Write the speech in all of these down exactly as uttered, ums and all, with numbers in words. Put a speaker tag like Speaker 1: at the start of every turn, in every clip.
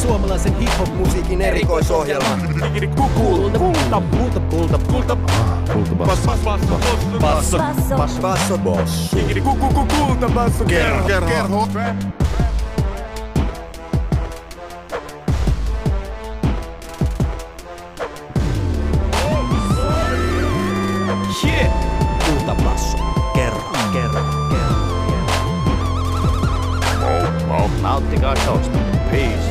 Speaker 1: suomalaisen hip-hop-musiikin erikoisohjelma. Kulta, kulta, kulta, kulta, kulta, basso, basso, basso, basso, basso, basso, kulta, basso, kerho, kerho. Yeah! Kulta, basso, kerro, kerro, kerro. Nauttikaa showsta. Peace.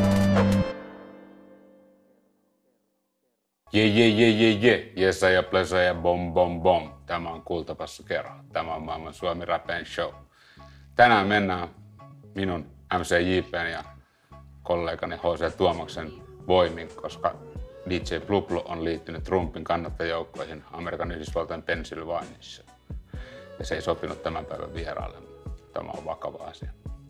Speaker 2: Je, je, je, je, je. Jesa ja plesa ja bom, bom, bom. Tämä on Kultapassu kerro. Tämä on maailman Suomi Rapen Show. Tänään mennään minun M C J P:n ja kollegani H C Tuomaksen voimin, koska D J Blublu on liittynyt Trumpin kannattajoukkoihin Amerikan Yhdysvaltain Pennsylvaniassa. Ja se ei sopinut tämän päivän vieraalle. Tämä on vakava asia.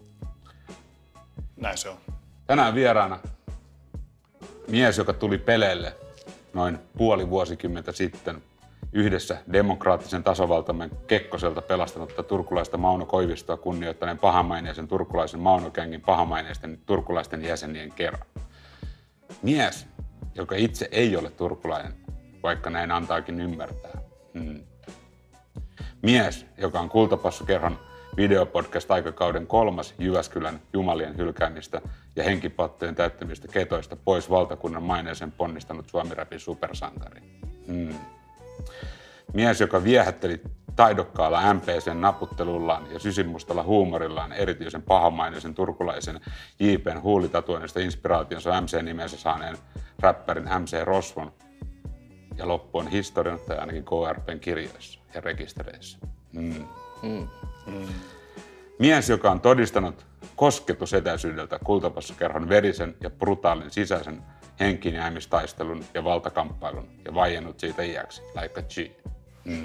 Speaker 3: Näin se on. Tänään
Speaker 2: vieraana mies, joka tuli peleille noin puoli vuosikymmentä sitten yhdessä demokraattisen tasavaltamme Kekkoselta pelastanutta turkulaista Mauno Koivistoa kunnioittaneen pahamaineisen turkulaisen Mauno-gängin pahamaineisten turkulaisten jäsenien kerran. Mies, joka itse ei ole turkulainen, vaikka näin antaakin ymmärtää. Hmm. Mies, joka on Kultapassu kerran videopodcast-aikakauden kolmas Jyväskylän jumalien hylkäämistä ja henkipattojen täyttämistä ketoista pois valtakunnan maineeseen ponnistanut Suomi-rapin supersankari. Hmm. Mies, joka viehätteli taidokkaalla M P C:n naputtelullaan ja sysimustalla huumorillaan erityisen pahamaineisen turkulaisen J P:n huulitatuoinnista inspiraationsa M C-nimensä saaneen räppärin M C Rosvon ja loppu on historian tai ainakin K R P:n kirjoissa ja rekistereissä. Hmm. Hmm. Mm. Mies, joka on todistanut kosketusetäisyydeltä Kultapassu-kerhon verisen ja brutaalin sisäisen henkiinjäämistaistelun ja valtakamppailun ja vaiennut siitä iäksi, like a G. Mm.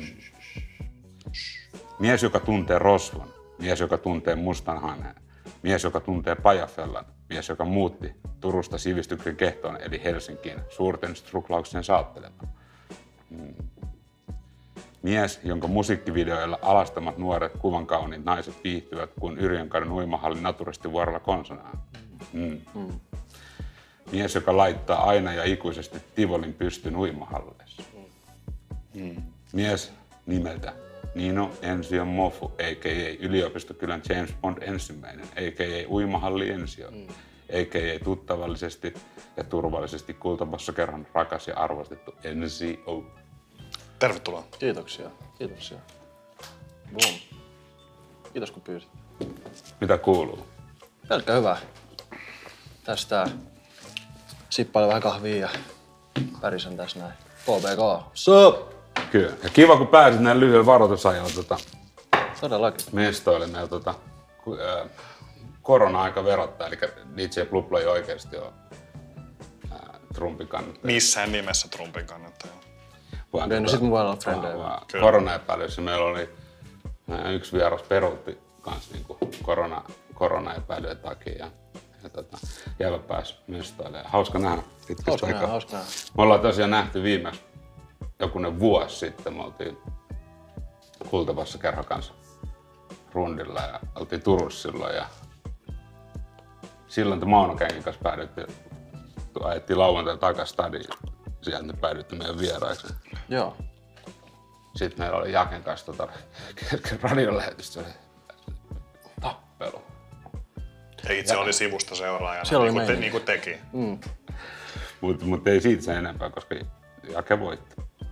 Speaker 2: Mies, joka tuntee Rosvon, mies, joka tuntee Mustanhaneen, mies, joka tuntee Pajafellan, mies, joka muutti Turusta sivistyksen kehtoon eli Helsinkiin suurten struklauksien saattelemaan. Mm. Mies, jonka musiikkivideoilla alastamat nuoret kuvankauniit naiset viihtyvät kuin Yrjönkadun uimahallin naturistivuorolla konsonaan. Mm. Mm. Mies, joka laittaa aina ja ikuisesti Tivolin pystyn uimahalleissa. Mm. Mies nimeltä Nino Ensio Mofu, a k a. Yliopistokylän James Bond ensimmäinen, a k a. Uimahalli Ensio, mm. a k a. tuttavallisesti ja turvallisesti Kultapassu-kerhon rakas ja arvostettu N C O.
Speaker 3: Tervetuloa.
Speaker 4: Kiitoksia. Kiitoksia. Boom. Kiitos kun pyysit.
Speaker 2: Mitä kuuluu?
Speaker 4: Pelkkä hyvä. Tästä sippailen vähän kahvia ja pärisen tässä näin. K B K. Sup!
Speaker 2: Kyllä. Ja kiva kun pääsit näin lyhyellä varoitusajalla tota,
Speaker 4: todellakin
Speaker 2: mestoille. Meillä tota, äh, korona-aika verottaa, eli D J Blublu ei oikeasti ole äh, Trumpin kannattaja.
Speaker 3: Missään nimessä Trumpin kannattaja.
Speaker 4: Okei, okay, no sit me voidaan olla frendejä.
Speaker 2: Koronaepäilyssä meillä oli yksi vieras peruutti kans niinku korona, koronaepäilyjen takia ja, ja tota, jävä pääsi mestoille. Hauska nähdä.
Speaker 4: Hauska nähdä, hauska nähdä.
Speaker 2: Me ollaan tosiaan nähty viimeksi jokunen vuosi sitten. Me oltiin Kultapassu-kerhon kanssa rundilla ja oltiin Turussa silloin. Ja silloin te Mauno-gängin kanssa päädyttiin, ajettiin lauantai takas stadiin. Sieltä ne päädytte meidän vieraiksi.
Speaker 4: Joo.
Speaker 2: Sitten meillä oli Jaken kanssa tota, radiolähetys, se oli tappelu.
Speaker 3: Ja itse ja oli sivusta seuraajana, niin kuin, te, niin kuin teki. Mm.
Speaker 2: Mutta mut ei siitä sen enempää, koska Jake voitti.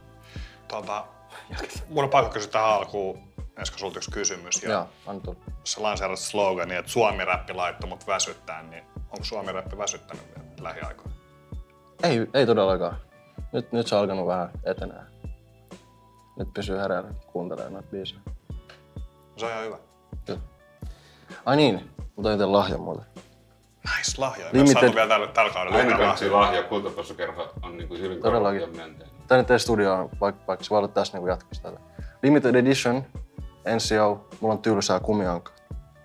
Speaker 3: Tota, mun on pakko kysyä tähän alkuun, Esko, sulta yksi kysymys. Ja
Speaker 4: joo, antu.
Speaker 3: Sä lanseerasit slogania, että Suomi-räppi laittoi mut väsyttää, niin onko Suomi-räppi väsyttänyt vielä lähiaikoina?
Speaker 4: Ei, ei todellakaan. Nyt, nyt se on alkanut vähän etenee. Nyt pysyy hereillä kuuntelemaan noita biisejä.
Speaker 3: Se on ihan hyvä.
Speaker 4: Kyllä. Ai niin, mä toin teille lahjan muuten.
Speaker 3: Nice, lahja. Limited... Mä saatu vielä tällä, tällä kaudella.
Speaker 2: Aina kanssa lahja, Kultapassu-kerho on niinku hyvin korvattu myönteinen.
Speaker 4: Tänne teille studioon, vaikka, vaikka se voi olla tässä niinku jatkossa tätä. Limited edition, N C O, mulla on tylsää kumiankaa.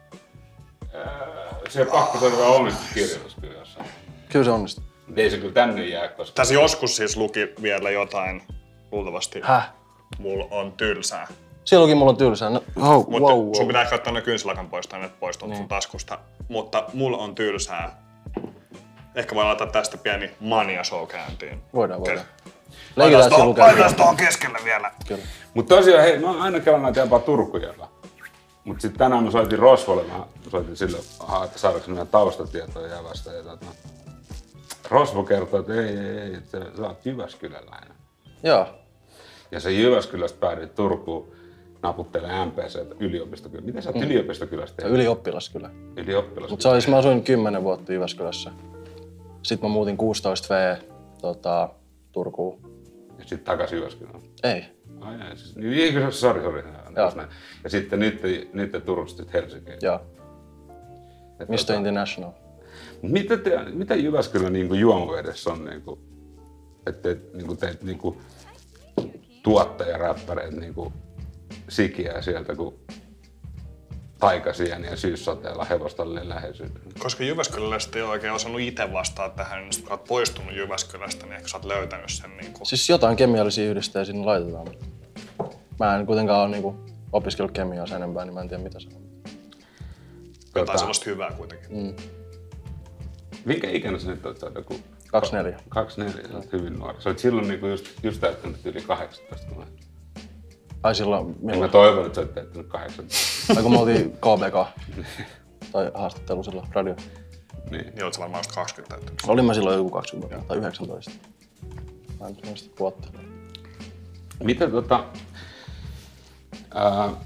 Speaker 2: Se on pakko, se on hyvä onnistus kirjoitus kyllä jossain.
Speaker 4: Kyllä se onnistuu.
Speaker 2: Ei se kyllä tänne jää, koska...
Speaker 3: Tässä joskus siis luki vielä jotain, luultavasti.
Speaker 4: Häh?
Speaker 3: Mulla on tylsää.
Speaker 4: Siellä luki mulla on tylsää. No, oh,
Speaker 3: Mut
Speaker 4: wow, wow.
Speaker 3: Sun pitää ehkä ottaa ne kynsilakan pois tai ne pois tuolta sun taskusta. Mutta mulla on tylsää. Ehkä voidaan laittaa tästä pieni Mania Show käyntiin.
Speaker 4: Voidaan, voidaan.
Speaker 3: Leikitään sinulla käyntiin. Laitetaan tuohon keskelle vielä.
Speaker 4: Kyllä.
Speaker 2: Mut tosiaan, hei, mä oon aina kelannut jopa Turkujalla. Mut sit tänään mä soitin Rosvolle, mä soitin sille, että saadaanko meidän taustatietoja Jävästä. Ja tota, Rosvo kertoi, että ei, ei, ei, että sä oot Jyväskyläläinen.
Speaker 4: Joo.
Speaker 2: Ja se Jyväskylästä päädyit Turkuun naputtelemaan M P C:tä yliopistokylästä. Miten sä oot mm. yliopistokylästä?
Speaker 4: Ylioppilas kyllä.
Speaker 2: Ylioppilas.
Speaker 4: Mut se olisi, mä asuin kymmenen vuotta Jyväskylässä. Sitten mä muutin kuusitoista vuotta tota, Turkuun.
Speaker 2: Ja sitten takaisin Jyväskylään?
Speaker 4: Ei.
Speaker 2: Ai ei, siis, niin, sori, sori. Ja sitten nyt, nyt te turustit Helsinkiin?
Speaker 4: Joo. mister Tota, International.
Speaker 2: Mitä, te, mitä Jyväskylän niin juomavedessä on, niin kuin, että te, niin kuin teet niin kuin, tuottajaräppäreet niin kuin, sikiää sieltä, kun taikasieni ja syyssateella hevostallinen läheisyydessä? Koska
Speaker 3: Jyväskyläläiset ei ole oikein osannut itse vastaa tähän, niin kun olet poistunut Jyväskylästä, niin ehkä sä oot löytänyt sen. Niin kuin...
Speaker 4: Siis jotain kemiallisia yhdisteitä sinne laitetaan. Mä en kuitenkaan ole niin kuin, opiskellut kemiaa sen enempää, niin mä en tiedä mitä se on.
Speaker 3: Jotain tota... sellaista hyvää kuitenkin. Mm.
Speaker 2: Minkä ikäinen sä nyt olet? Joku...
Speaker 4: kaksikymmentäneljä.
Speaker 2: kaksikymmentäneljä, sä olet hyvin nuori. Sä olet silloin niin kuin just, just täyttänyt yli kahdeksantoista.
Speaker 4: Ai silloin milloin?
Speaker 2: En mä toivon, että sä olet täyttänyt kahdeksantoista.
Speaker 4: Ai kun me oltiin K B K. Tai haastattelu silloin, radio.
Speaker 2: Niin.
Speaker 3: Niin olet sä varmaan just kaksikymmentä täyttänyt.
Speaker 4: Olin mä silloin joku kaksikymmentä tai yhdeksäntoista. Mä en muista vuotta.
Speaker 2: Mitä tota... Ää,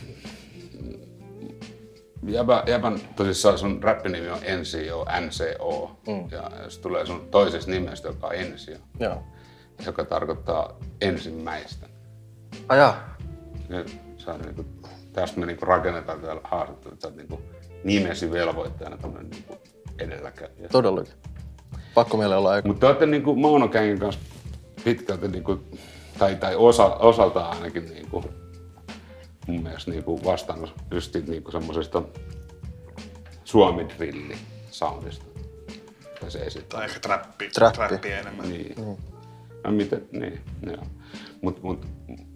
Speaker 2: Jäbä, jäbän tosissaan sun räppinimi on N C O, N C O. Mm. Ja se tulee sun toisesta nimestä, joka on Ensio.
Speaker 4: Joo.
Speaker 2: Joka tarkoittaa ensimmäistä.
Speaker 4: Ai jaa.
Speaker 2: Niinku, tästä me niinku rakennetaan täällä haastattelua, että sä oot niinku nimesi velvoittajana tämmönen niinku edelläkävijä.
Speaker 4: Todellakin. Pakko meille olla aika.
Speaker 2: Mutta te ootte niinku Mauno Gangin kanssa pitkälti niinku, tai, tai osa, osaltaan ainakin niinku mun mielestä niinku vastannut just niinku semmosesta suomi-drilli-soundista. Tai se esittää.
Speaker 3: Tai ehkä trappi,
Speaker 4: trappi.
Speaker 3: trappi enemmän.
Speaker 2: Niin. Mm. No miten, niin, joo. Mut, mut,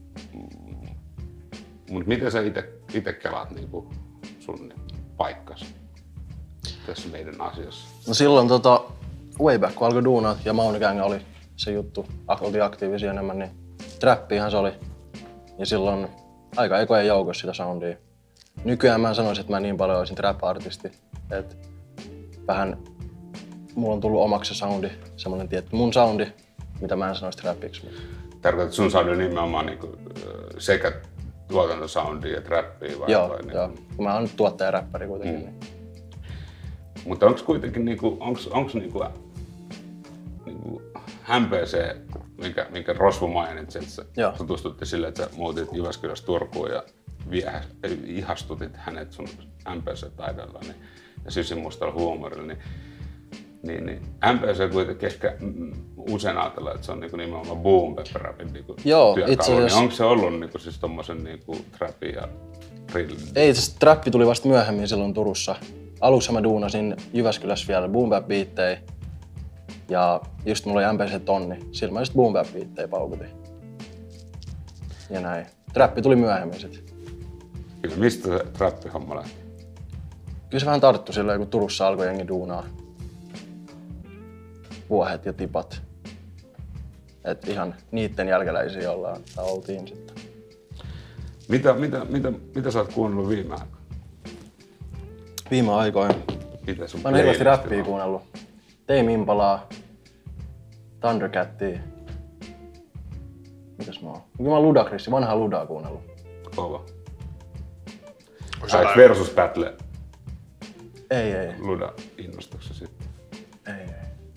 Speaker 2: mut miten sä ite, ite kelaat niinku sun paikkas tässä meidän asiassa?
Speaker 4: No silloin tota, way back, kun alkoi duunaa ja Mauno Gang oli se juttu, oltiin aktiivisia enemmän, niin trappihan se oli. Ja silloin aika ekojen joukossa sitä soundia. Nykyään mä sanoisin, että mä niin paljon olisin trap-artisti, että vähän mulla on tullut omaksi se soundi, semmonen tietty mun soundi, mitä mä en sanoisi trapiksi.
Speaker 2: Tarkoitat, että sun soundi on nimenomaan niinku sekä tuotantosoundia ja trappia vai?
Speaker 4: Joo,
Speaker 2: vai niin?
Speaker 4: joo. Kun mä oon nyt tuottaja-räppäri kuitenkin. Mm. Niin.
Speaker 2: Mutta onks kuitenkin niinku, onks, onks niinku, niinku M P C, minkä, minkä Rosvo mainitsi, että sä tutustutti sille, että sä muutit Jyväskylästä Turkuun ja viehä, ihastutit hänet sun M P C-taidolla niin, ja sysimustalla huumorilla, niin, niin, niin M P C kuitenkin ehkä usein ajatellaan, että se on niinku nimenomaan boom bap rapin niinku työkalu, niin onko se ollut niinku siis tommosen niinku trappin ja drillin?
Speaker 4: Ei, itse trappi tuli vasta myöhemmin silloin Turussa. Aluksi mä duunasin Jyväskylässä vielä boom bap -biittejä. Ja just mulla oli M P C-tonni, sillä mä just boom bap -biittejä paukutin. Ja näin. Trappi tuli myöhemmin sit.
Speaker 2: Kyllä, mistä se trappi-homma lähti?
Speaker 4: Kyllä se vähän tarttui silleen, kun Turussa alkoi jengi duunaa. Vuohet ja tipat. Et ihan niitten jälkeläisiä ollaan, tai oltiin sitten.
Speaker 2: Mitä, mitä, mitä, mitä sä oot kuunnellut viime aikoina?
Speaker 4: Viime aikoina?
Speaker 2: Mitä sun
Speaker 4: mä oon hirveästi räppiä kuunnellut. Tame Impalaa, Thundercatia. Mitäs mä oon? Kyllä mä oon Ludacris, vanhaa Ludaa kuunnellut.
Speaker 2: Kova. Onko versus battle?
Speaker 4: Ei, ei.
Speaker 2: Luda innostuksessa sitten?
Speaker 4: Ei, ei.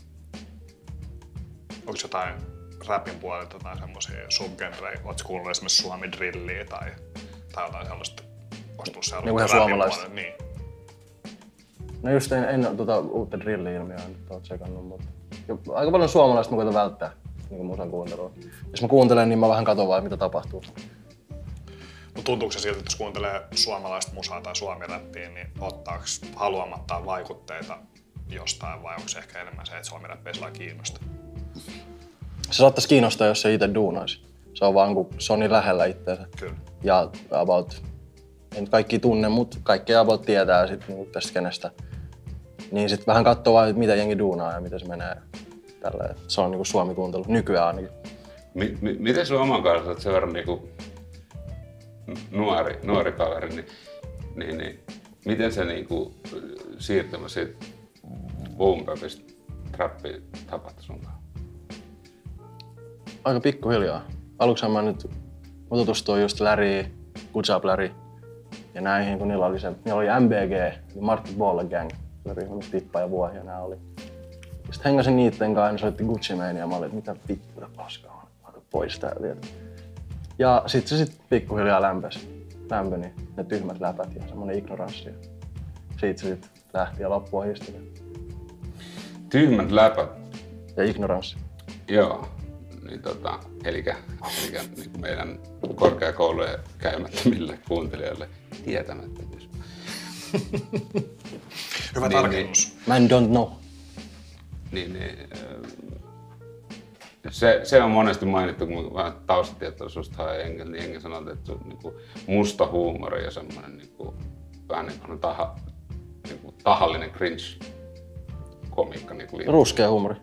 Speaker 3: Onko jotain rapin puolelta jotain semmosia subgenrejä? Ootko kuullut esimerkiksi suomi-drilliä tai, tai jotain sellaista? Ootko tullut sellaista rapin puolelta? Niin.
Speaker 4: No just en, en tota uutta drilli-ilmiöä nyt oot sekannut, mutta aika paljon suomalaista mä koitan välttää niin musan kuuntelua. Jos mä kuuntelen, niin mä vähän katon vaan, mitä tapahtuu.
Speaker 3: Mut tuntuuko se siltä, että jos kuuntelee suomalaista musaa tai suomi-räppiä, niin ottaako haluamattaan vaikutteita jostain vai onko se ehkä enemmän se, että suomi-räppi ei sellainen kiinnosta?
Speaker 4: Se saattaisi kiinnostaa, jos se itse duunaisi. Se on vaan kun se on niin lähellä itseensä.
Speaker 3: Kyllä.
Speaker 4: Ja about, en kaikki tunne, mutta kaikki about tietää sit, niin tästä kenestä. Niin sit vähän katsoo vaan, mitä jengi duunaa ja miten se menee. Tällä, se on niinku Suomi-kuuntelu, nykyään ainakin.
Speaker 2: Mi- mi- miten sun oman kanssa olet sen verran niinku nuori, nuori kaveri, niin, niin, niin miten se niinku siirtymä siitä boom bapista trappiin tapahtui sun kanssa?
Speaker 4: Aika pikkuhiljaa. Aluksi mä nyt tutustuin just Larry, Good Job Larry ja näihin, kun niillä oli se, niillä oli M B G, Martin Baller Gang, ryhmä, missä Tippa ja Vuohi ja nää oli. Sitten hengasin niitten kanssa ja ne soitti Gucci Mane ja mä olin, että mitä vittua paskaa on, mä pois täältä. Ja sit se sit pikkuhiljaa lämpesi, lämpeni ne tyhmät läpät ja semmonen ignoranssi. Siitä se sit lähti ja loppua historia.
Speaker 2: Tyhmät läpät.
Speaker 4: Ja ignoranssi.
Speaker 2: Joo. Niin tota, elikä, elikä niin kuin meidän korkeakoulujen käymättömille kuuntelijoille tietämättömyys.
Speaker 3: Hyvä
Speaker 2: niin,
Speaker 3: tarkennus.
Speaker 4: Man don't know.
Speaker 2: Niin, niin, se, se on monesti mainittu, kun vähän taustatietoisuutta haen Engel, niin Engel sanoo, että se on niin kuin musta huumori ja semmoinen niin kuin, vähän niin kuin taha, niin kuin tahallinen cringe-komiikka. Niin
Speaker 4: ruskea huumori.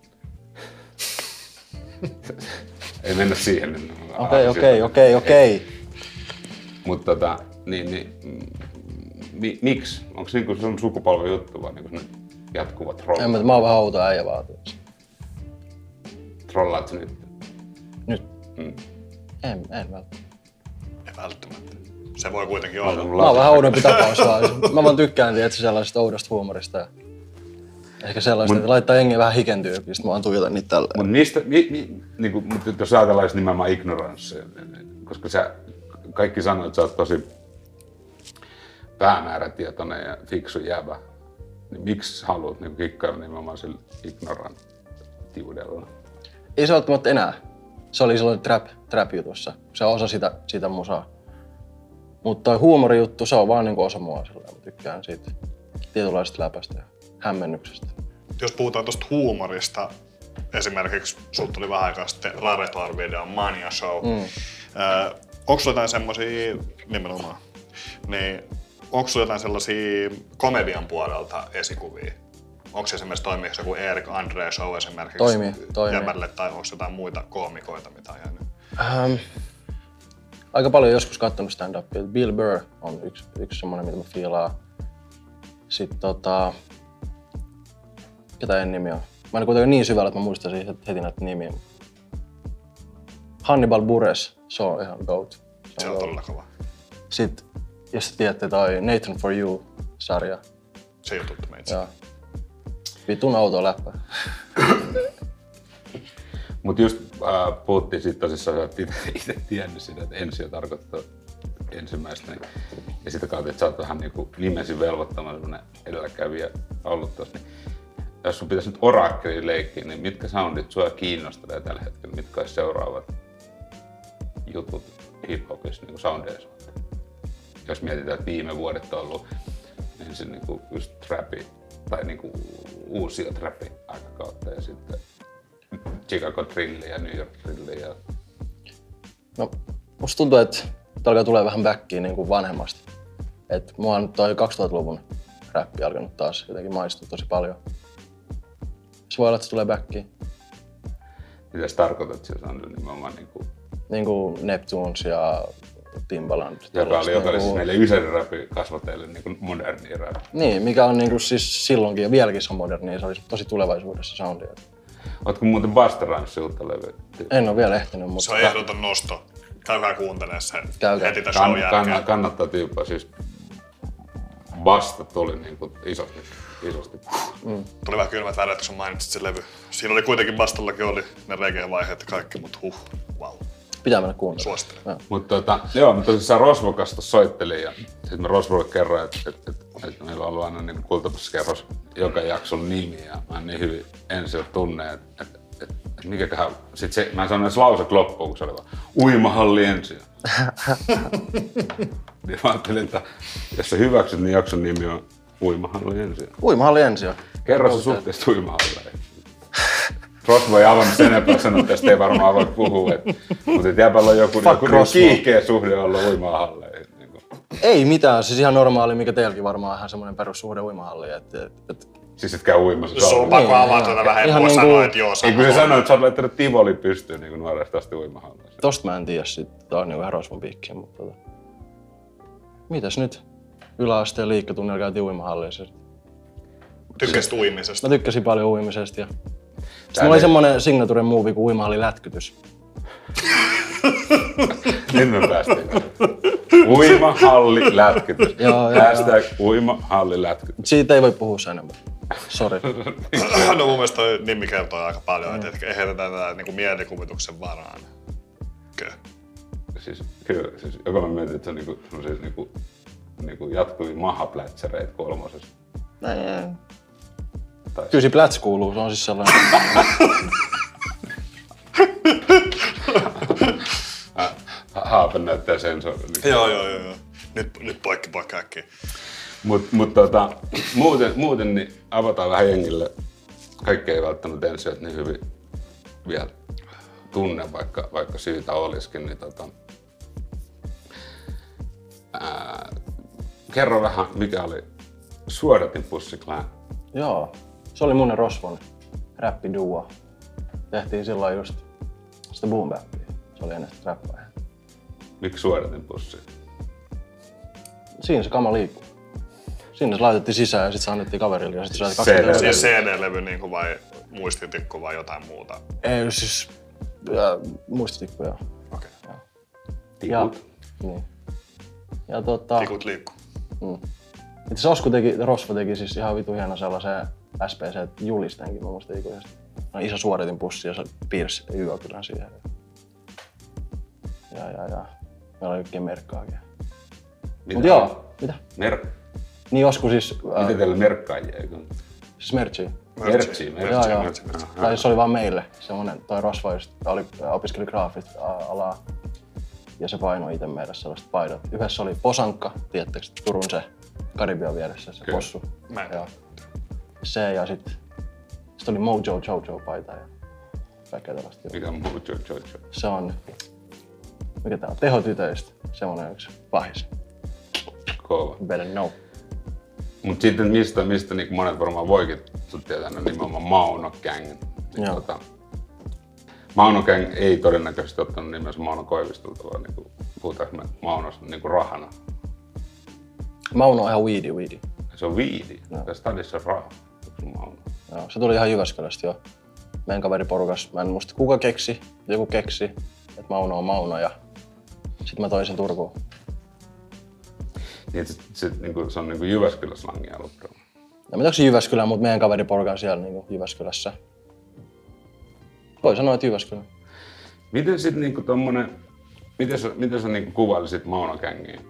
Speaker 2: Ei mennä siihen.
Speaker 4: Okei, okei, okei, okei.
Speaker 2: Mutta tota, niin, niin, mi, miksi? Onko se niin sun sukupolven juttu vai niin jatkuva troll?
Speaker 4: En mä, mä oon vähän outo äijä vaan.
Speaker 2: Trollaat sä nyt?
Speaker 4: Nyt?
Speaker 2: Mm.
Speaker 4: En, en välttämättä.
Speaker 3: Ei välttämättä. Se voi kuitenkin olla.
Speaker 4: Mä oon vähän oudompi tapaus vaan. Mä vaan tykkään tietysti sellaisesta oudosta huumorista. Ja ehkä sellaista, Mut, että laittaa jengiä vähän hikentyä, ja sitten mä vaan tuijotan niitä tälleen.
Speaker 2: Mutta mistä, mi, mi, niinku, jos ajatellaan nimenomaan ignoranssia, koska sä, kaikki sanoo, että sä oot tosi päämäärätietoinen ja fiksu jäbä, niin miksi haluat niinku kikkailla nimenomaan sillä ignoranttiudella?
Speaker 4: Ei se välttämättä enää. Se oli silloin trap, trap-jutussa. Se on osa sitä, sitä musaa. Mutta toi huumorijuttu, se on vaan niinku osa mua silleen. Mä tykkään siitä tietynlaisesta läpästä ja hämmennyksestä.
Speaker 3: Jos puhutaan tuosta huumorista, esimerkiksi sulta tuli vähän aikaa sitten Raretor-videon Mania Show. Mm. Öö, onko sulla jotain semmosia, nimenomaan, niin onko sulla jotain sellaisia komedian puolelta esikuvia? Onko esimerkiksi toimii joku Erik Andre Show esimerkiksi
Speaker 4: toimii, toimii.
Speaker 3: jäbälle, tai onko jotain muita koomikoita, mitä on jäänyt?
Speaker 4: Ähm, aika paljon joskus katsonut stand-upia. Bill Burr on yksi, yksi semmonen, mitä mä fiilaan. Sitten tota... Ketä en nimi on? Mä en kuitenkaan niin syvällä, että mä muistaisin heti näitä nimiä. Hannibal Buress, se on ihan goat. Se on,
Speaker 3: se on todella kova.
Speaker 4: Sitten, jos tiedätte, toi Nathan For You-sarja.
Speaker 3: Se ei ole tuttu meitä.
Speaker 4: Joo. Vitun outoa läppä.
Speaker 2: Mut just äh, puhuttiin siitä tosissaan, että itse tiennyt sitä, että ensio tarkoittaa ensimmäistä. Niin, ja sitä kautta, että sä oot vähän niinku nimesi velvoittama semmonen edelläkävijä ollut tossa. Niin, jos sun pitäisi nyt orakkeliin leikkiä, niin mitkä soundit sua kiinnostelee tällä hetkellä? Mitkä olisi seuraavat jutut hip-hopissa niin soundeja suhteen? Jos mietitään, että viime vuodet on ollut ensin niin just trappi tai niin uusia trappi aikakautta ja sitten Chicago drilli ja New York drilli. Ja...
Speaker 4: No, musta tuntuu, että alkaa tulee vähän backiin niin kuin vanhemmasta. Et mua on toi kaksituhattaluvun räppi alkanut taas jotenkin maistua tosi paljon. Se voi olla, että se tulee backiin.
Speaker 2: Mitä sä tarkoitat, jos on nimenomaan niinku...
Speaker 4: Niinku Neptunes ja Timbaland.
Speaker 2: Joka oli, joka oli siis meille ysäriräppi kasvateille niinku moderni räppi.
Speaker 4: Niin, mikä on niinku siis silloinkin ja vieläkin se on moderni, se olisi tosi tulevaisuudessa soundi.
Speaker 2: Ootko muuten Busta Rhymesin uutta levyä?
Speaker 4: En oo vielä ehtinyt, mutta...
Speaker 3: Se on ehdoton nosto. Käykää kuuntelemaan sen
Speaker 4: Käykää.
Speaker 3: heti tämän show jälkeen.
Speaker 2: Kann, kannattaa tyyppää, siis Busta tuli niinku isosti. isosti.
Speaker 3: Mm. Tuli vähän kylmät väreet, kun mainitsit sen levy. Siinä oli kuitenkin Bustallakin oli ne reggae-vaiheet ja kaikki, mutta huh, wow.
Speaker 4: Pitää mennä kuuntelemaan.
Speaker 3: Suosittelen.
Speaker 2: Mutta tota, joo, mutta tosissaan Rosvokas tossa soitteli ja sitten mä Rosvolle kerroin, että et, et, et meillä on ollut aina niin kultapuskerros joka jakson nimi ja mä en niin hyvin ensin tunne, että et, et, et mikäköhän... Sit se, mä en sanonut edes lauset loppuun, kun se oli vaan uimahalli ensin. Niin mä ajattelin, että jos sä hyväksyt, niin jakson nimi on Uimahalli ensin.
Speaker 4: Uimahalli ensin.
Speaker 2: Kerro se suhteesta uimahalleihin. Rosvo ei avannut sen enempää sanoa, että tästä ei varmaan voi puhua. Et, mutta jäbällä on joku, joku kiihkeä suhde ollut uimahalleihin. Niin
Speaker 4: ei mitään, siis ihan normaali, mikä teilläkin varmaan ihan semmoinen perussuhde uimahalliin. Et, et, et,
Speaker 2: Siis et käy uimassa.
Speaker 3: Se on pakko avaa tuota vähän,
Speaker 4: Ihan
Speaker 3: voi
Speaker 4: niinku-
Speaker 3: sanoa, että joo,
Speaker 2: Ei kun se sanoi, että sä oot laittanut Tivoli pystyyn niin nuoresta asti uimahalliin.
Speaker 4: Tosta mä en tiedä sit, tää on niinku ihan rosvon piikkiä, mutta tota... Mitäs nyt? Yläasteen liikkatunnilla käytiin uimahallissa.
Speaker 3: Tykkäsit uimisesta.
Speaker 4: Mä tykkäsin paljon uimisesta ja... Sitten mulla oli semmonen signature movie kuin uimahalli lätkytys.
Speaker 2: Nyt me päästiin. Uimahalli lätkytys.
Speaker 4: Joo, joo,
Speaker 2: Hashtag uimahalli lätkytys.
Speaker 4: Siitä ei voi puhua sen enemmän. Sori.
Speaker 3: No mun mielestä toi nimi kertoo aika paljon, että ehkä heitetään tätä niinku mielikuvituksen varaan. Kö?
Speaker 2: Siis kyllä, siis joka mä mietin, että se on niinku, siis niinku, niinku jatkuvia mahaplätsäreitä kolmosessa. Tai
Speaker 4: Kyllä se pläts kuuluu, se on siis sellainen...
Speaker 2: Haape näyttää sensorin.
Speaker 3: Joo, joo, joo. joo. Nyt, nyt poikki poikki äkkiä.
Speaker 2: Mut, mut tota, muuten, muuten niin avataan vähän jengille. Kaikki ei välttämättä ensin niin hyvin vielä tunne, vaikka, vaikka syytä olisikin. Niin tota, ää, kerro vähän, mikä oli Suodatin Pussy Clan?
Speaker 4: Joo, se oli mun ja Rosvon räppiduo. Tehtiin silloin just sitä boom bappia. Se oli ennen sitä räppää.
Speaker 2: Miksi Suodatin Pussy?
Speaker 4: Siinä se kama liikkuu. Sinne se laitettiin sisään ja sit se annettiin kaverille ja sit se laitettiin
Speaker 2: C D.
Speaker 4: kaksi
Speaker 3: Siis C D-levy niinku vai muistitikku vai jotain muuta?
Speaker 4: Ei siis... Äh, muistitikku, joo.
Speaker 3: Okei.
Speaker 4: Ja,
Speaker 2: Tikut.
Speaker 4: niin. Ja tota...
Speaker 3: Tikut liikkuu.
Speaker 4: Mm. Itse Osku teki, Rosvo teki siis ihan vitu hieno sellaisen S P C-julistenkin, mä muistan ikuisesti. No, iso Suodatin pussi ja se piirsi yökylän siihen. Ja, ja, ja. Meillä oli kaikkea merkkaakin. Mut joo, mitä?
Speaker 2: Mer-
Speaker 4: Niin Osku siis... Äh,
Speaker 2: Miten teillä merkkaajia? Eikö?
Speaker 4: siis merchia.
Speaker 2: Mertsi,
Speaker 4: Joo,
Speaker 2: mertsi,
Speaker 4: joo.
Speaker 2: mertsi.
Speaker 4: Tai se oli vaan meille. Semmonen, toi Rosvo just oli, opiskeli graafit-alaa. Ja se painoi itse meille sellaiset paidat. Yhdessä oli Posankka, tiedättekö, Turun se Karibian vieressä se
Speaker 2: Kyllä.
Speaker 4: possu.
Speaker 3: Mä en.
Speaker 4: Joo. Se ja sit, sit oli Mojo Jojo paita ja kaikkea tällaista.
Speaker 2: Mikä on Mojo Jojo?
Speaker 4: Se on, mikä tää on, tehotytöistä. Semmonen yksi pahis.
Speaker 2: Kova.
Speaker 4: Better know.
Speaker 2: Mut sitten mistä, mistä niin monet varmaan voikin sut tietää, on nimenomaan Mauno Gang. Niin,
Speaker 4: Joo.
Speaker 2: tota, Mauno Gang ei todennäköisesti ottanut nimensä Mauno Koivistolta, vaan niin puhutaanko me Maunosta niin rahana.
Speaker 4: Mauno on ihan weedy weedy.
Speaker 2: Se on viidi.
Speaker 4: Joo.
Speaker 2: Ja stadissa on raha. Onko sun Mauno?
Speaker 4: Joo, se tuli ihan Jyväskylästä jo. Meidän kaveriporukas, mä en muista kuka keksi, joku keksi, että Mauno on Mauno ja sit mä toin sen Turkuun.
Speaker 2: Niin, se, se, niin kuin, se on niin kuin Jyväskylä-slangia ollut.
Speaker 4: Ja mä tiedä, onko se Jyväskylä, mutta meidän kaveriporukan siellä niin Jyväskylässä. Voi sanoa, että Jyväskylä.
Speaker 2: Miten sit niinku tommonen, miten sä, miten sä niinku kuvailisit Mauno Gangia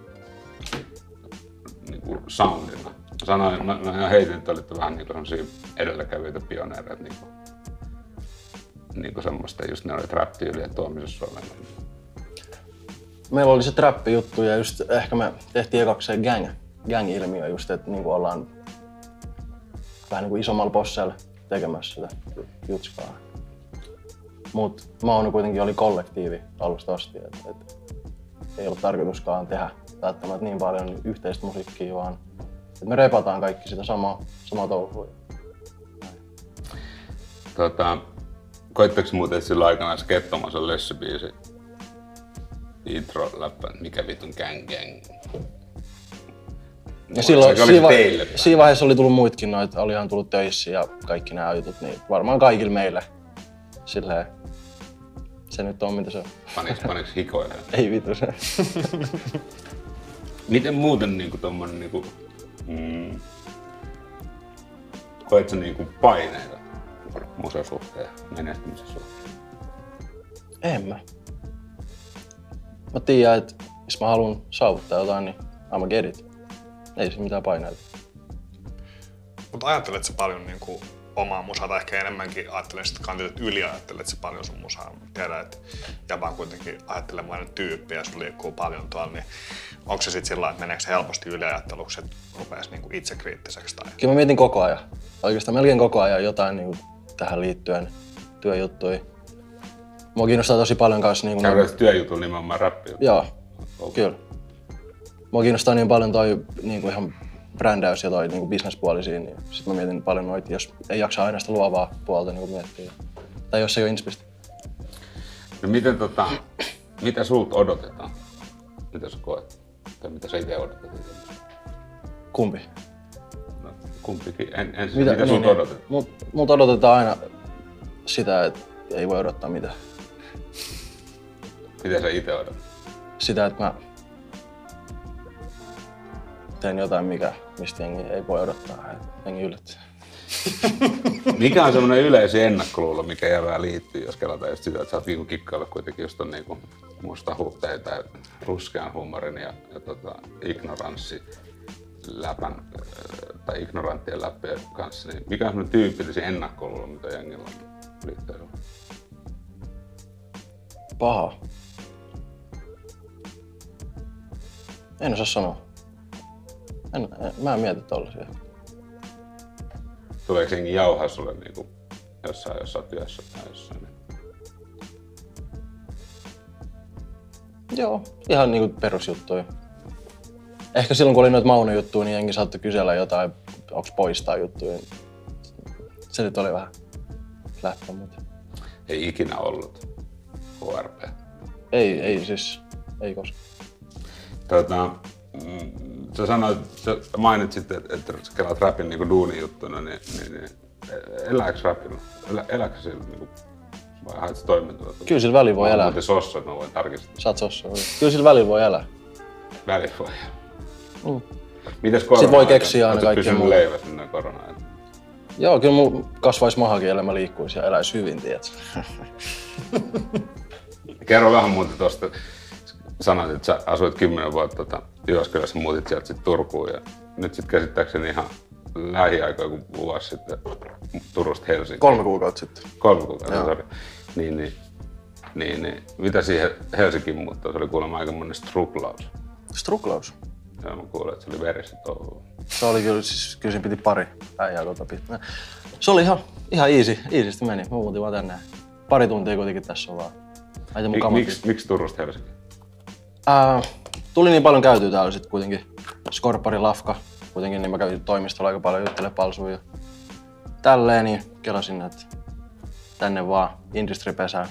Speaker 2: niinku soundina? Sanoin, mä, mä ihan heitin, että olitte vähän niinku semmosia edelläkävijöitä pioneereita niinku, niinku semmoista just ne oli trap-tyylien tuomisessa Suomeen.
Speaker 4: Meillä oli se trappi-juttu ja just ehkä me tehtiin ekaksi se gang, gang-ilmiö just, että niinku ollaan vähän niinku isommalla posseella tekemässä sitä jutskaa. Mut Mauno kuitenkin oli kollektiivi alusta asti, et, et ei ollut tarkoituskaan tehdä välttämättä niin paljon yhteistä musiikkia, vaan et me repataan kaikki sitä samaa, samaa touhua.
Speaker 2: Tota, koittaks muuten sillä aikana se Kettomasen lössybiisi intro läppä, mikä vitun gang gang?
Speaker 4: Ja silloin,
Speaker 2: Se oli
Speaker 4: siinä,
Speaker 2: teille
Speaker 4: vai- siinä vaiheessa oli tullut muitkin noita, oli ihan tullut töissä ja kaikki nämä jutut, niin varmaan kaikille meille silleen, se nyt on mitä se on.
Speaker 2: Paniks, paniks hikoilee?
Speaker 4: Ei vitu se.
Speaker 2: Miten muuten niinku tommonen niinku, mm, koet sä niinku paineita musan suhteen, menestymisen suhteen?
Speaker 4: En mä. Mä tiedän, että jos mä haluan saavuttaa jotain, niin I'm get it. Ei se mitään paineita.
Speaker 3: Mutta ajattelet sä paljon niinku omaa musaa, tai ehkä enemmänkin ajattelen sitä kantilta, että yliajattelet sä paljon sun musaa. Tiedän, että Jaba on kuitenkin ajattelevainen tyyppi ja sun liikkuu paljon tuolla, niin onko se sitten sillä lailla, että meneekö se helposti yliajatteluksi, että rupeaisi niinku itsekriittiseksi? Tai...
Speaker 4: Kyllä mä mietin koko ajan. Oikeastaan melkein koko ajan jotain niin kuin tähän liittyen työjuttuja. Mua kiinnostaa tosi paljon kanssa niin kuin...
Speaker 2: Käydään työjutulla nimenomaan räppiä.
Speaker 4: Joo,
Speaker 2: Okay.
Speaker 4: kyllä. Mua kiinnostaa niin paljon toi niin kuin ihan brändäys ja toi niinku businesspuoli siinä, niin sit mä mietin paljon noita, jos ei jaksa aina sitä luovaa puolta niinku miettiä. Tai jos ei ole inspistä.
Speaker 2: No miten tota, mitä sulta odotetaan? Mitä sä koet? Tai mitä sä itse odotat?
Speaker 4: Kumpi?
Speaker 2: No, kumpikin. En, en,
Speaker 4: Mitä,
Speaker 2: mitä
Speaker 4: niin,
Speaker 2: sulta
Speaker 4: niin.
Speaker 2: odotetaan?
Speaker 4: Mut, mut odotetaan aina sitä, että ei voi odottaa mitään.
Speaker 2: Mitä sä itse odotat?
Speaker 4: Sitä, että mä teen jotain, mikä, mistä jengi ei voi odottaa, että jengi yllättyy.
Speaker 2: Mikä on semmoinen yleisin ennakkoluulo, mikä järää liittyy, jos kelataan just sitä, että sä oot viikon kikkailla kuitenkin just ton niinku musta huuhteita tai ruskean huumorin ja, ja tota, ignoranssi läpän tai ignoranttien läppien kanssa, niin mikä on semmoinen tyypillisin ennakkoluulo, mitä jengillä on liittyen?
Speaker 4: Paha. En osaa sanoa. En, en, mä en mieti tollasia.
Speaker 2: Tuleeko jengi jauhaa sulle niinku jossain, jossain työssä tai jossain?
Speaker 4: Joo, ihan niinku perusjuttuja. Ehkä silloin kun oli noita Mauno-juttuja, niin jengi saattoi kysellä jotain, onks poistaa juttuja. Se nyt oli vähän läppä, mutta...
Speaker 2: Ei ikinä ollut H R P.
Speaker 4: Ei, ei siis, ei koskaan.
Speaker 2: Tota, mm, sä sanoit, sä mainitsit, että, että sä kelaat rapin niinku duunijuttuna, niin, niin, niin elääks rapilla? Elä, elääkö sillä niinku, vai haet sä toimeentuloa?
Speaker 4: Kyllä sillä väliin voi
Speaker 2: mä
Speaker 4: elää.
Speaker 2: Mä oon sossa, että mä voin tarkistaa.
Speaker 4: Sä oot sossa. Kyllä sillä väliin voi elää.
Speaker 2: Väliin voi.
Speaker 4: Mm.
Speaker 2: Mites korona?
Speaker 4: Sit voi keksiä aina kaikkea
Speaker 2: muuta.
Speaker 4: muuta.
Speaker 2: Oletko pysynyt leivässä korona?
Speaker 4: Joo, kyllä mulla kasvaisi mahakin, ellei mä liikkuisi ja eläisi hyvin, tiedätkö?
Speaker 2: Kerro vähän muuta tosta. Sanoit, että sä asuit kymmenen vuotta tota, Jyväskylässä, muutit sieltä sit Turkuun ja nyt sit käsittääkseni ihan lähiaikoina, kun vuosi sitten Turusta Helsinkiin.
Speaker 4: Kolme kuukautta sitten.
Speaker 2: Kolme kuukautta, sori. Niin, niin, niin, niin, mitä siihen Helsinkiin muuttaa? Se oli kuulemma aikamoinen struklaus.
Speaker 4: Struklaus?
Speaker 2: Joo, mä kuulin, että se oli veristä touhua.
Speaker 4: Se oli kyllä, siis kyllä siinä piti pari äijää tuota pitää. Se oli ihan, ihan easy, easysti meni. Mä muutin vaan tänne. Pari tuntia kuitenkin tässä on vaan. Äiti mun kamat.
Speaker 2: Miksi miks Turusta Helsinkiin?
Speaker 4: Ää, tuli niin paljon käytyä täällä sit kuitenkin. Skorppari, Lafka. Kuitenkin niin mä kävin toimistolla aika paljon juttelemaan palsuun ja tälleen, niin kelasin, että tänne vaan industripesään.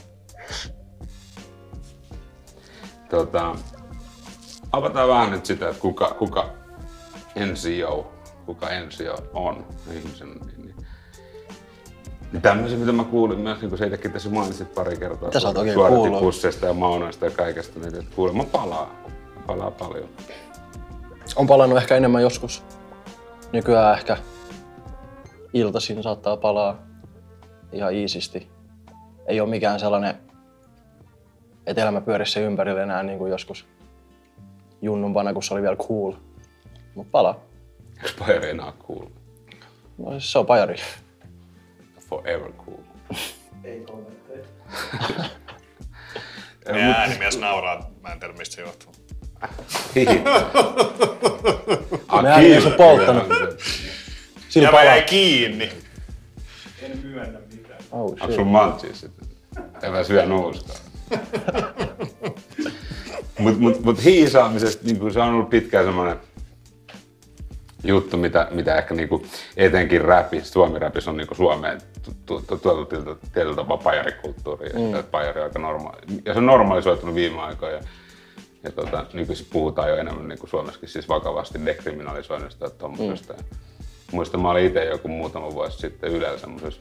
Speaker 2: Tota, avataan vähän nyt sitä, että kuka, kuka N C O, kuka N C O on ihmisen. Niin, niin. niin tämmöisiä, mitä mä kuulin myös, niin kun sä itsekin tässä mainitsit pari kertaa suorittipusseista ja maunoista ja kaikesta, niin että kuulemma palaa. Palaa paljon.
Speaker 4: On palannut ehkä enemmän joskus. Nykyään ehkä iltaisin saattaa palaa ihan iisisti. Ei ole mikään sellainen, että elämä pyörisi sen ympärille enää niin kuin joskus junnumpana, kun se oli vielä cool. Mut palaa.
Speaker 2: Eikö pajari enää cool?
Speaker 4: No siis se on pajari.
Speaker 2: Forever cool.
Speaker 5: Ei kommentteja.
Speaker 3: Meidän äänimies nauraa, mä en tiedä mistä se johtuu.
Speaker 4: Me äänimies on polttanut. Sillä
Speaker 3: Ja mä jäin kiinni.
Speaker 5: En myönnä mitään.
Speaker 4: Oh,
Speaker 2: Onko sun mantsia sitten? Älä syö nuuskaa. mut, mut, mut hiisaamisesta niin se on ollut pitkään semmoinen juttu, mitä, mitä ehkä niinku, etenkin räpissä, suomi-räpissä on niinku Suomeen tuotu tietyllä tapaa pajarikulttuuria. Mm. Ja pajari on aika normaali. Ja se on normalisoitunut viime aikoina. Ja, ja tota, nykyisin puhutaan jo enemmän niinku Suomessakin siis vakavasti dekriminalisoinnista ja tommosesta. Mm. Muistan, mä olin itse joku muutama vuosi sitten Ylellä semmoisessa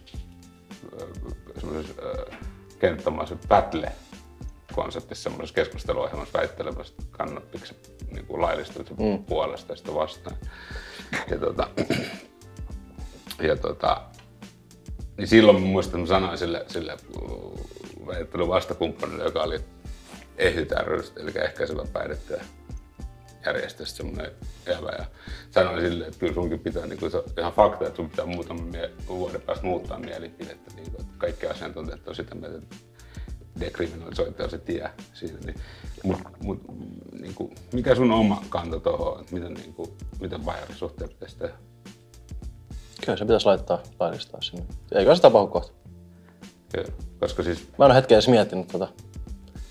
Speaker 2: äh, kenttämaisessa battle-konseptissa, semmoisessa keskusteluohjelmassa väittelemästä kannabiksen niin laillistamisen mm. puolesta ja sitä vastaan. Ja, tota, ja tota, niin silloin mä muistan, että mä sanoin sille, sille väittelyn vastakumppanille, joka oli Ehyt ry:stä, eli ehkäisevä päihdetyö järjestöstä semmoinen elävä. Ja sanoin silleen, että kyllä sunkin pitää, niin kuin, se on ihan fakta, että sun pitää muutaman mie- vuoden päästä muuttaa mielipidettä. Niin kuin, että kaikki asiantuntijat on sitä mieltä, että dekriminalisointi on se tie siinä. Niin, mut, mut, niin kuin, mikä sun oma kanta tohon, että miten, niin kuin, miten bajarin suhteen pitäisi tehdä?
Speaker 4: Kyllä se pitäisi laittaa, laillistaa sinne. Eikö se tapahdu kohta?
Speaker 2: Kyllä, koska siis...
Speaker 4: Mä en ole hetkeä edes miettinyt tota.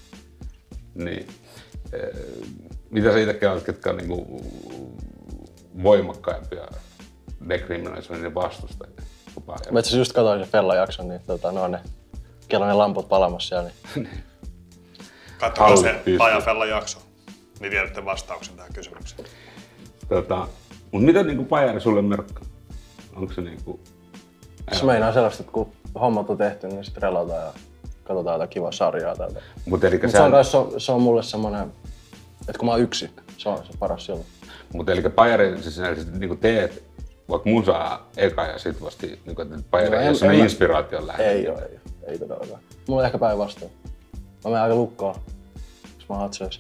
Speaker 2: Niin. Mitä sä itse kelat, ketkä on niinku voimakkaimpia dekriminalisoinnin vastustajia.
Speaker 4: Mä itse asiassa just katsoin sen Fella-jakson, niin tota, no ne, kello ne lamput palamassa siellä. Niin.
Speaker 3: Katsokaa se Paja Fellan jakso, niin tiedätte vastauksen tähän kysymykseen.
Speaker 2: Tota, mut mitä niinku pajari sulle merkkaa? Onko se niinku...
Speaker 4: Se meinaa sellaista, että kun hommat on tehty, niin sit relataan ja katsotaan jotain kivaa sarjaa täältä.
Speaker 2: Mut eli
Speaker 4: Mut se, on kans, se, on, se on mulle semmonen, että kun mä oon yksin, se on se paras silloin.
Speaker 2: Mut eli pajari, siis niinku teet vaikka musaa eka ja sit vasta niinku, että pajari ei ole semmonen inspiraation lähde.
Speaker 4: Ei oo, ei oo, ei todellakaan. Mulla on ehkä päinvastoin. Mä menen aika lukkoon, jos mä hatsees.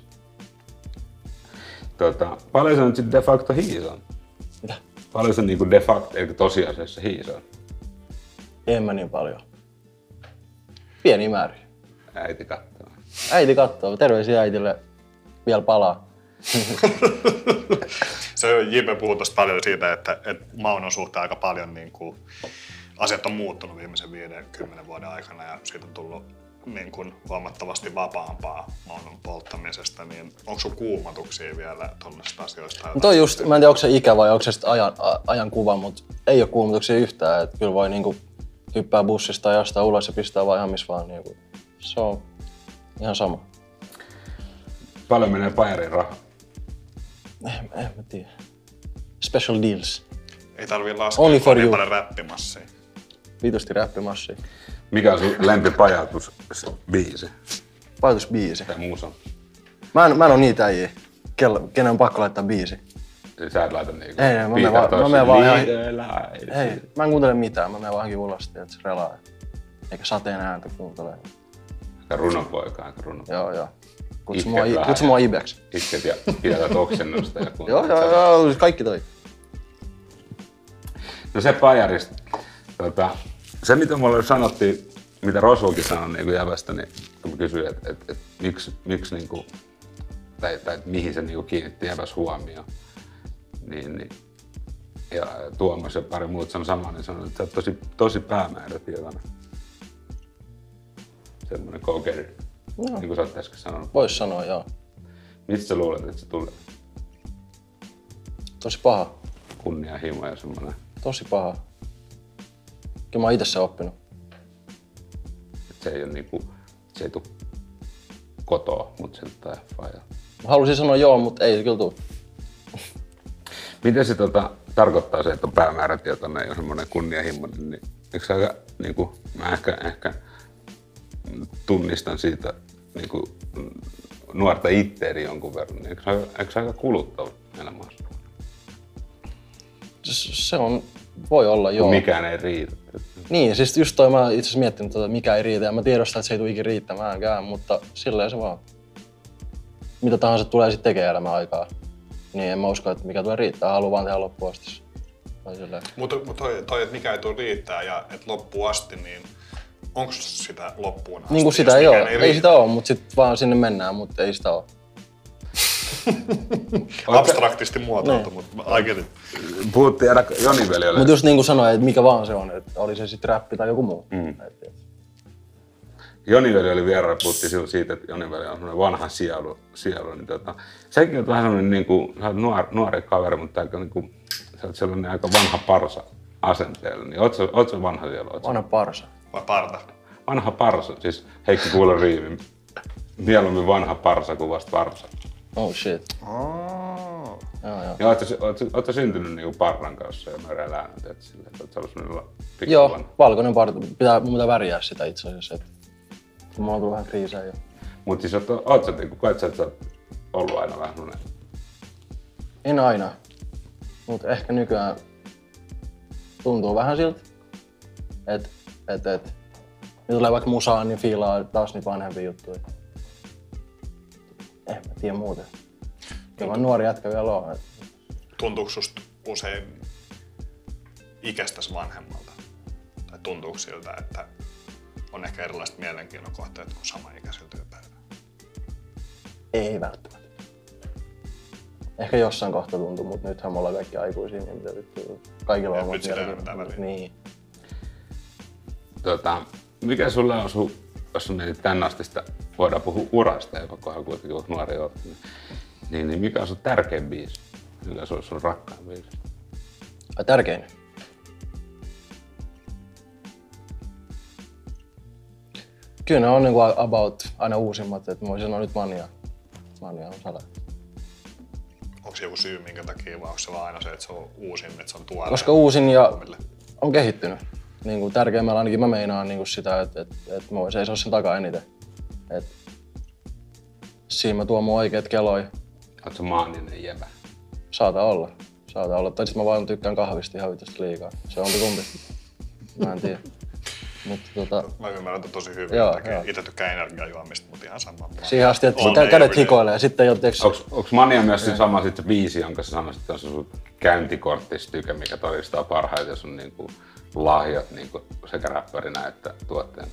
Speaker 2: Tota, paljon sä nyt sit de facto hiisan?
Speaker 4: Mitä?
Speaker 2: Paljon sä niinku de facto, eli tosiasiassa hiisan?
Speaker 4: En mä niin paljon. Pieni määrä.
Speaker 2: Äiti kattoo.
Speaker 4: Äiti kattoo. Terveisiä äitille. Vielä palaa.
Speaker 3: Se Jipe puhuu tosta paljon siitä, että, että Maunon suhteen aika paljon niin kuin, asiat on muuttunut viimeisen viiden kymmenen vuoden aikana ja siitä on tullut niin kuin, huomattavasti vapaampaa Maunon polttamisesta. Niin onko sun kuumatuksia vielä tuollaisista asioista?
Speaker 4: No toi just, mä en tiedä onko se ikä vai onko se sitten ajan, ajan kuva, mutta ei ole kuumatuksia yhtään. Et kyllä voi niinku hyppää bussista ja jostain ulos ja pistää vaan ihan missä vaan. Niinku. Se on ihan sama.
Speaker 2: Paljon menee pajariin rahaa?
Speaker 4: En, en mä tiedä. Special deals.
Speaker 3: Ei tarvii laskea
Speaker 4: Only for
Speaker 3: niin
Speaker 4: you.
Speaker 3: paljon räppimassia.
Speaker 4: Vitusti räppimassia.
Speaker 2: Mikä on sun lempipajautusbiisi?
Speaker 4: Pajoitusbiisi.
Speaker 2: Tai muusa?
Speaker 4: Mä en, mä en oo niitä äijä, kenen on pakko laittaa biisi.
Speaker 2: Sä et laita niinku...
Speaker 4: Ei, mä menen vaan, mä menen vaan ihan...
Speaker 2: Liidellä,
Speaker 4: Ei, mä en kuuntele mitään, mä menen vaan johonkin ulos, että se relaa. Eikä sateen ääntä kuuntele.
Speaker 2: Aika runopoika, aika runopoika.
Speaker 4: Joo, joo. Kutsu mua, kutsu mua Ibeksi.
Speaker 2: Isket ja pidät oksennusta ja
Speaker 4: Joo, joo, joo, kaikki toi.
Speaker 2: No se pajarista. Tota, se mitä mulle sanottiin, mitä Rosuukin sanoi niin jävästä, niin kun mä kysyin, että et, et, miksi, miksi niinku, tai, tai mihin se niinku kiinnitti jäväs huomioon. Niin, niin, ja Tuomas ja pari muut sanoi samaa, niin sanoi, että sä oot tosi, tosi päämäärätietoinen. Semmoinen kokeri, no. Niin kuin sä oot äsken sanonut.
Speaker 4: Vois sanoa, joo.
Speaker 2: Mistä sä luulet, että se tulee?
Speaker 4: Tosi paha.
Speaker 2: Kunnianhimo ja semmoinen.
Speaker 4: Tosi paha. Kyllä mä oon itse sen oppinut.
Speaker 2: Että se ei ole niinku, se ei tuu kotoa, mut se tulee faija.
Speaker 4: Mä halusin sanoa joo, mutta ei se kyllä tuu.
Speaker 2: Miten se tota, tarkoittaa se, että on päämäärätietoinen ja semmoinen kunnianhimoinen, niin eikö se aika, niinku, mä ehkä, ehkä tunnistan siitä niinku, nuorta itteeni jonkun verran, niin eikö se, eikö se aika kuluttava elämässä?
Speaker 4: Se on, voi olla joo.
Speaker 2: Mikään ei riitä.
Speaker 4: Niin, siis just toi mä itse asiassa miettinyt, että mikä ei riitä ja mä tiedostan, että se ei tule ikinä riittämäänkään, mutta silleen se vaan. Mitä tahansa tulee sitten tekemään elämän aikaa, niin en mä usko, että mikä tulee riittää, haluan vaan tehdä loppuun asti.
Speaker 3: Mutta mut toi, toi, että mikä ei tule riittää ja että loppuun asti, niin onko sitä loppuun asti?
Speaker 4: Niin kuin sitä ei ole, ei, ei sitä ole, mutta sitten vaan sinne mennään, mutta ei sitä ole.
Speaker 3: Abstraktisti muotoiltu, mutta I get it.
Speaker 2: Puhuttiin aina Joni-veljolle.
Speaker 4: Mutta just niin kuin sanoin, että mikä vaan se on, että oli se sitten räppi tai joku muu. Mm.
Speaker 2: Joni-veli oli vierailla, puhuttiin siitä, että Joni-veli on semmoinen vanha sielu. sielu niin tota, sekin on vähän semmoinen, niin kuin, sä oot nuori, nuori kaveri, mutta aika, niin kuin, sä oot sellainen aika vanha parsa asenteella. Niin oot sä, oot sä vanha sielu? Oot
Speaker 4: vanha parsa.
Speaker 3: Vai parta?
Speaker 2: Vanha parsa, siis Heikki Kuulen riimi. Mieluummin vanha parsa kuin vasta parsa.
Speaker 4: Oh shit.
Speaker 3: Oh.
Speaker 4: Joo, joo.
Speaker 2: Ja oot sä, oot, sä, oot sä syntynyt niinku parran kanssa ja möreillä äänät, että silleen, että oot sä ollut semmoinen pikku
Speaker 4: Joo,
Speaker 2: vanha.
Speaker 4: valkoinen parta. Pitää, mun pitää värjää sitä itse asiassa. Että mulla on tullut vähän kriisejä jo.
Speaker 2: Mut siis oot, oot sä, niinku, koet sä, että sä oot ollut aina vähän semmoinen?
Speaker 4: En aina. Mut ehkä nykyään tuntuu vähän siltä, että et, et, nyt tulee vaikka musaa, niin fiilaa taas niitä vanhempia juttuja. En mä tiedä muuten. Kyllä vaan nuori jätkä vielä on. Et...
Speaker 3: Tuntuuko susta usein ikästäsi vanhemmalta? Tai tuntuuko siltä, että on ehkä erilaiset mielenkiinnon kohteet kuin samaikäisiltä tyypeillä?
Speaker 4: Ei välttämättä. Ehkä jossain kohtaa tuntuu, mutta nythän me ollaan kaikki aikuisia, niin mitä vittu. Kaikilla on omat mielenkiinnon. Niin.
Speaker 2: Tota, mikä sulle on sun, jos on tän asti sitä, voidaan puhua urasta, joka kohdalla kuitenkin olet nuori olet, niin, niin mikä on sun tärkein biisi? Mikä se olisi sun rakkain biisi?
Speaker 4: Ai tärkein? Kyllä ne on niinku about aina uusimmat, että mä voisin sanoa nyt Mania. Mania on sada.
Speaker 3: Onko se joku syy minkä takia vai onko se vaan aina se, että se on uusin, että se on tuore?
Speaker 4: Koska uusin ja on kehittynyt. Niinku tärkeimmällä ainakin mä meinaan niinku sitä, että et, et mä voin seisoa sen takaa eniten. Et siinä mä tuon mun oikeet keloi.
Speaker 2: Oot sä maaninen jäbä?
Speaker 4: Saata olla. Saata olla. Tai sit mä vaan tykkään kahvista ihan vitosti liikaa. Se on kumpi. Mä en tiedä. Mutta tota...
Speaker 3: Mä ymmärrän tosi hyvin.
Speaker 4: Joo,
Speaker 3: itse tykkään energiajuomista, mutta ihan sama.
Speaker 4: Siihen asti, että kä- kädet hikoilee ja sitten jotenkin...
Speaker 2: Onks, onks Mania myös se sama sit se biisi, jonka sä sanoisit, että on se sun käyntikorttistyke, mikä todistaa parhaiten sun niinku lahjat niinku sekä räppärinä että tuotteena?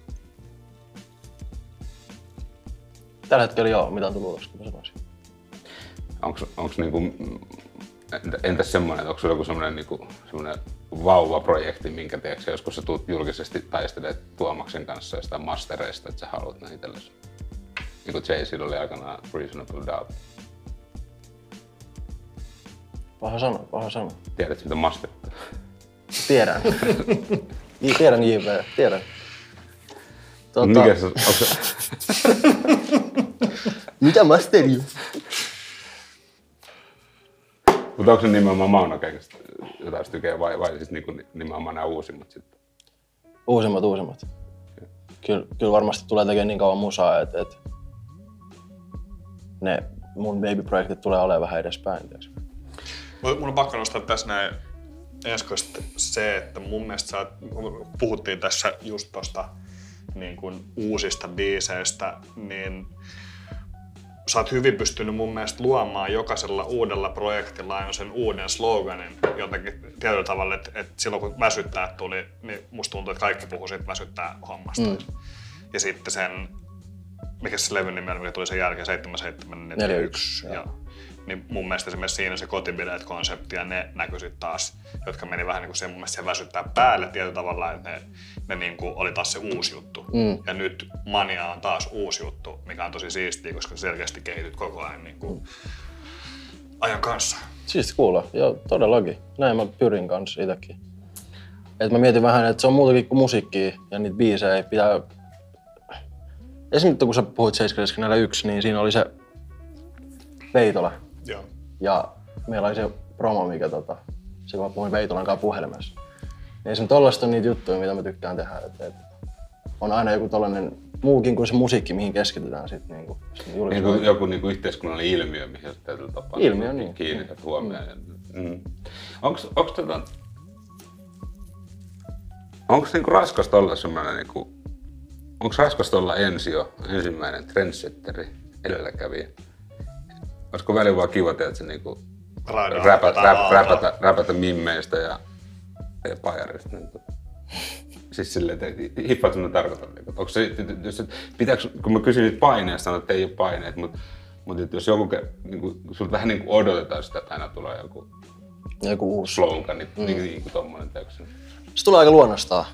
Speaker 4: Tällä hetkellä joo, mitä on tullut ulos, kun mä sanoisin.
Speaker 2: Onks, onks niinku... Entäs semmonen, että onko sulla joku semmonen niinku semmonen vauvaprojekti, minkä teeksi joskus sä tuut julkisesti taistelet Tuomaksen kanssa jostain mastereista, että sä haluat ne itsellesi? Niin kuin Jay-Z oli aikanaan Reasonable Doubt.
Speaker 4: Paha sanoa, paha sanoa.
Speaker 2: Tiedätkö mitä masterit on?
Speaker 4: Tiedän. Tiedän J P, tiedän.
Speaker 2: Tota... Mikä se on? Se...
Speaker 4: Mitä masteri?
Speaker 2: Mutta onko se nimenomaan Maunokeikasta jotain tykeä vai, vai siis niinku nimenomaan nämä uusimmat sitten?
Speaker 4: Uusimmat, uusimmat. Kyllä, kyllä varmasti tulee tekemään niin kauan musaa, että et ne mun baby-projektit tulee olemaan vähän edespäin.
Speaker 3: Mun on pakko nostaa tässä näin Eskosta se, että mun mielestä sä, puhuttiin tässä just tosta niin kuin uusista biiseistä, niin sä oot hyvin pystynyt mun mielestä luomaan jokaisella uudella projektilla aina sen uuden sloganin jotenkin tietyllä tavalla, että, että silloin kun väsyttää tuli, niin musta tuntuu, että kaikki puhuu siitä väsyttää hommasta. Mm. Ja sitten sen, mikä se levyn nimi oli, mikä tuli sen jälkeen, seitsemän seitsemän neljä yksi. Ja, niin mun mielestä esimerkiksi siinä se kotibileet-konsepti ja ne näkyi sitten taas, jotka meni vähän niin kuin se mun mielestä se väsyttää päälle tietyllä tavalla, että ne, ne niin kuin oli taas se uusi juttu. Mm. Ja nyt Mania on taas uusi juttu, mikä on tosi siistiä, koska selkeästi kehityt koko ajan niin kuin ajan kanssa. Siisti
Speaker 4: kuulla, joo todellakin. Näin mä pyrin kanssa itsekin. Et mä mietin vähän, että se on muutakin kuin musiikkia ja niitä biisejä pitää... Esimerkiksi kun sä puhuit seitsemän neljä yksi, niin siinä oli se Veitola.
Speaker 3: Joo.
Speaker 4: Ja meillä oli se promo, mikä tota, se kun mä puhuin Veitolan kanssa puhelimessa. Niin esimerkiksi tollaista on niitä juttuja, mitä mä tykkään tehdä. Et, et on aina joku tollanen muukin kuin se musiikki, mihin keskitytään sit niinku.
Speaker 2: Niin kuin joku niinku yhteiskunnallinen ilmiö, mihin sä täytyy tapaa
Speaker 4: ilmiö, niin.
Speaker 2: kiinnität huomioon. Mm. Mm. Onks, onks tota... Onks niinku raskasta olla semmonen niinku... Onks raskasta olla Ensio, ensimmäinen trendsetteri, edelläkävijä? Olisiko välillä vaan kiva, että se niinku räpätä, rap, räpätä, räpätä mimmeistä ja, ja pajarista? Niin, siis silleen, että hippaat mitä tarkoitan. Onko se, jos, pitääkö, kun mä kysyin niitä paineista, sanoin, että ei ole paineet, mutta, mutta jos joku, niin sulta vähän niin kuin odotetaan sitä, että aina tulee joku,
Speaker 4: joku uusi
Speaker 2: slogan, niin, mm. niin, niin kuin tommonen teoksi.
Speaker 4: Se tulee aika luonnostaan.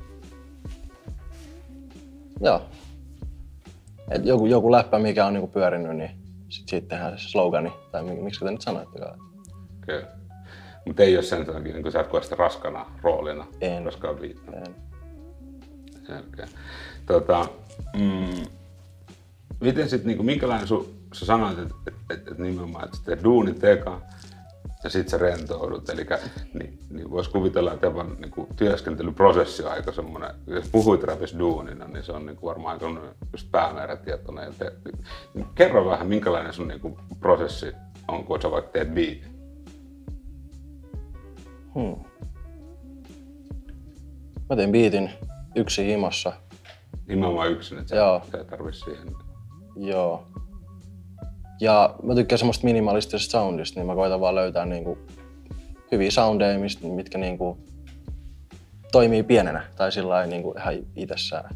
Speaker 4: Joo. Et joku, joku läppä, mikä on niinku pyörinyt, niin sit siitä tehdään se slogani, tai miksi te nyt sanoittekaan.
Speaker 2: Okei. Okay. Mutta ei ole sen takia, niin kun sä et koe sitä raskana roolina,
Speaker 4: en.
Speaker 2: raskaan viittana.
Speaker 4: En.
Speaker 2: Selkeä. Tota, mm, miten sit, niinku, minkälainen sun, sä sanoit, että et, et, et nimenomaan, että sä teet duunit eka ja sit sä rentoudut. Elikkä niin, niin vois kuvitella, että jopa niinku, työskentelyprosessi on aika semmonen, jos puhuit rapissa duunina, niin se on niinku, varmaan aika just päämäärätietoinen. Ja te, niin, kerro vähän, minkälainen sun niinku, prosessi on, kun sä vaikka teet biitin?
Speaker 4: Hmm. Mä tein biitin yksin himassa.
Speaker 2: Nimenomaan yksin, että
Speaker 4: Joo.
Speaker 2: sä ei tarvii siihen.
Speaker 4: Joo. Ja mä tykkään semmoista minimalistisesta soundista, niin mä koitan vaan löytää niinku hyviä soundeja, mitkä niinku toimii pienenä tai sillä niinku ihan itsessään.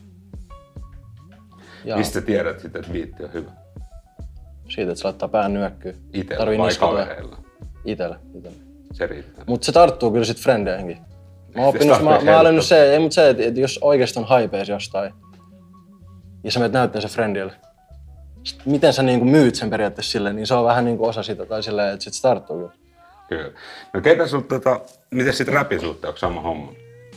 Speaker 2: Ja mistä tiedät sitten, että biitti on hyvä?
Speaker 4: Siitä, että se laittaa pään nyökkyyn.
Speaker 2: Itellä vai kavereilla?
Speaker 4: Itellä. Itellä.
Speaker 2: Se riittää.
Speaker 4: Mut se tarttuu kyllä sit frendeihinkin. Mä oon oppinut, mä, mä olen nyt se, ei mut se, että jos oikeesti on haipees jostain ja sä menet näyttää se friendille, sit miten sä niinku myyt sen periaatteessa silleen, niin se on vähän niinku osa sitä, tai silleen, että sit starttuu kyllä.
Speaker 2: Kyllä. No ketä sul tota, miten sit räpin suhteen, onko sama homma?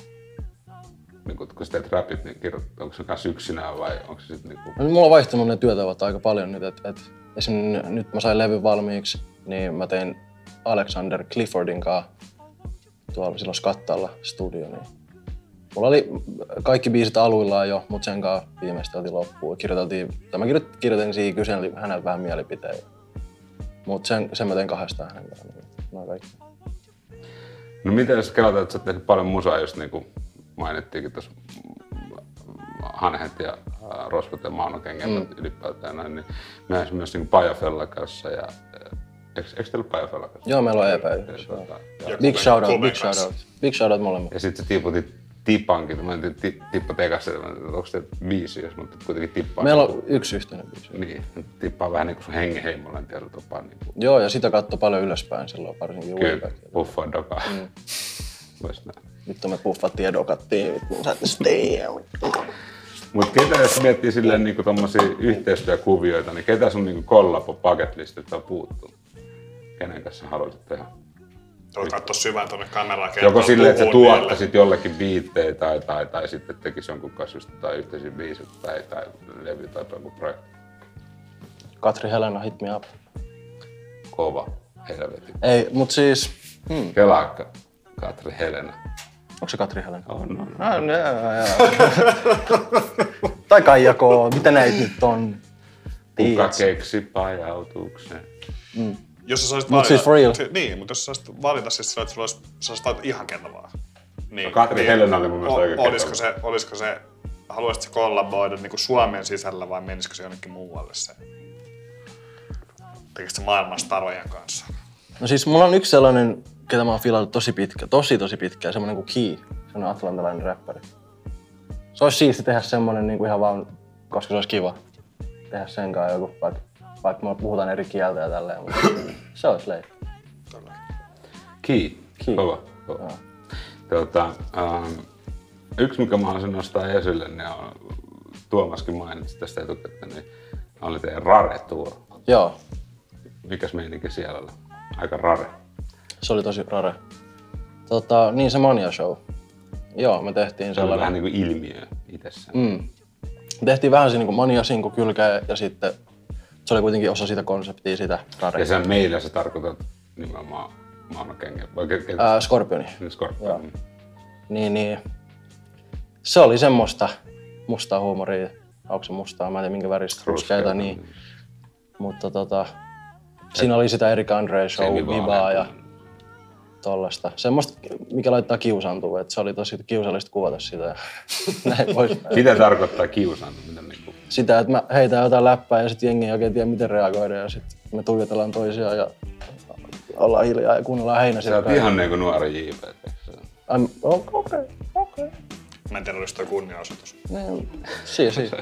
Speaker 2: Niin kun, kun sä teet räpit, niin kirjoit, onko se kanssa yksinään vai onko se sit niinku...
Speaker 4: No, mulla on vaihtunut ne työtavat aika paljon nyt, että et, esimerkiksi nyt mä sain levyn valmiiksi, niin mä tein Alexander Cliffordin kanssa tuolla silloin Skattalla studio, niin mulla oli kaikki biisit aluillaan jo, mutta sen kanssa viimeisteltiin loppuun. Kirjoiteltiin, tai mä kirjoitin siihen, kyselin häneltä vähän mielipiteen. Mutta sen, sen mä tein kahdestaan hänen kanssaan. Noin kaikki.
Speaker 2: No miten jos kelataan, että sä oot tehnyt paljon musaa, just niin kuin mainittiinkin tuossa Hanhet ja äh, Rosvot ja Mauno Kengät mm. ylipäätään näin, niin myös, myös niin Pajafella kanssa ja eikö, eikö teillä Pajafella kanssa?
Speaker 4: Joo, meillä on E P yhdessä. Big shout out, big shout out. Big shout out molemmat.
Speaker 2: Ja sit sä tiputit Tipankin, mä en tiedä Tippa tekassa, onko se viisi, jos mutta kuitenkin Tippa.
Speaker 4: Meillä on yksi yhteinen biisi.
Speaker 2: Niin, Tippa on vähän niin kuin sun hengenheimolla tietyllä tapaa. Niin kuin...
Speaker 4: Joo, ja sitä katsoi paljon ylöspäin silloin, varsinkin
Speaker 2: Kyllä, puffaa dokaa. Mm.
Speaker 4: Vittu me puffattiin ja dokattiin, vittu mä saatte steam.
Speaker 2: Mut ketä jos miettii silleen niinku tommosia yhteistyökuvioita, niin ketä sun niinku kollapo bucketlistilta on puuttunut? Kenen kanssa haluaisit tehdä?
Speaker 3: Voit katsoa syvään tuonne kameraan.
Speaker 2: Joko silleen, että sä tuottaisit jollekin biittejä tai, tai, tai sitten tekis jonkun kanssa just tai yhteisiä biisejä tai, tai levy tai joku projekti.
Speaker 4: Katri Helena, hit me up.
Speaker 2: Kova, helvetin.
Speaker 4: Ei, mut siis... Hmm.
Speaker 2: Kelaakka, Katri Helena.
Speaker 4: Onko se Katri Helena?
Speaker 2: On, on. on.
Speaker 4: Ah, no, joo, joo. Tai Kaija K, mitä näitä nyt on?
Speaker 2: Kuka keksi pajautuksen?
Speaker 4: Mm.
Speaker 3: Jos sä saisit
Speaker 4: Mut
Speaker 3: valita,
Speaker 4: siis for real.
Speaker 3: Niin, mutta jos sä saisit valita siis sillä, että sulla olisi, sä saisit valita ihan ketä vaan. Niin,
Speaker 2: No Katri Helena oli mun mielestä aika
Speaker 3: olisiko se, olisiko se, haluaisitko se kollaboida niin kuin Suomen sisällä vai menisikö se jonnekin muualle se? Tekisikö se maailman starojen kanssa?
Speaker 4: No siis mulla on yksi sellainen, ketä mä oon fiilannut tosi pitkä, tosi tosi pitkään, semmonen kuin Key, semmonen atlantalainen räppäri. Se olisi siisti tehdä semmonen niin kuin ihan vaan, koska se olisi kiva tehdä sen kanssa joku, vaikka, vaikka me puhutaan eri kieltä ja tälleen, mutta se olisi leikki.
Speaker 2: Key.
Speaker 4: Key.
Speaker 2: Kova. Kova. Tuota, ähm, yksi mikä mä haluaisin nostaa esille, niin on, Tuomaskin mainitsi tästä etukäteen, niin oli teidän Rare-tour.
Speaker 4: Joo.
Speaker 2: Mikäs meininki siellä oli? Aika rare.
Speaker 4: Se oli tosi rare. Tota, niin se Mania Show. Joo, me tehtiin
Speaker 2: Se oli
Speaker 4: sellainen...
Speaker 2: vähän niin kuin ilmiö itsessään.
Speaker 4: Mm. Me tehtiin vähän se niin kuin Mania-sinku kylkeä ja sitten se oli kuitenkin osa sitä konseptia, sitä rare.
Speaker 2: Ja sen meillä sä tarkoitat nimenomaan Mauno Kengät.
Speaker 4: Ää, Scorpioni.
Speaker 2: Niin, Scorpioni.
Speaker 4: Niin, niin. Se oli semmoista mustaa huumoria. Onko se mustaa? Mä en tiedä minkä väristä. Ruskeita, niin. Mutta tota... Siinä oli sitä Erik Andre show, vibaa ja tollaista. Semmoista, mikä laittaa kiusaantua, että se oli tosi kiusallista kuvata sitä ja näin pois.
Speaker 2: Mitä tarkoittaa kiusaantuminen? Niin
Speaker 4: sitä, että mä heitän jotain läppää ja sitten jengi ei oikein tiedä miten reagoida ja sitten me tuijotellaan toisiaan ja ollaan hiljaa ja kuunnellaan heinäsiä.
Speaker 2: Sä oot ihan niinku nuori J P.
Speaker 4: Okei, okei.
Speaker 3: Mä en tiedä, olis toi kunnianosoitus.
Speaker 4: Siis, siis.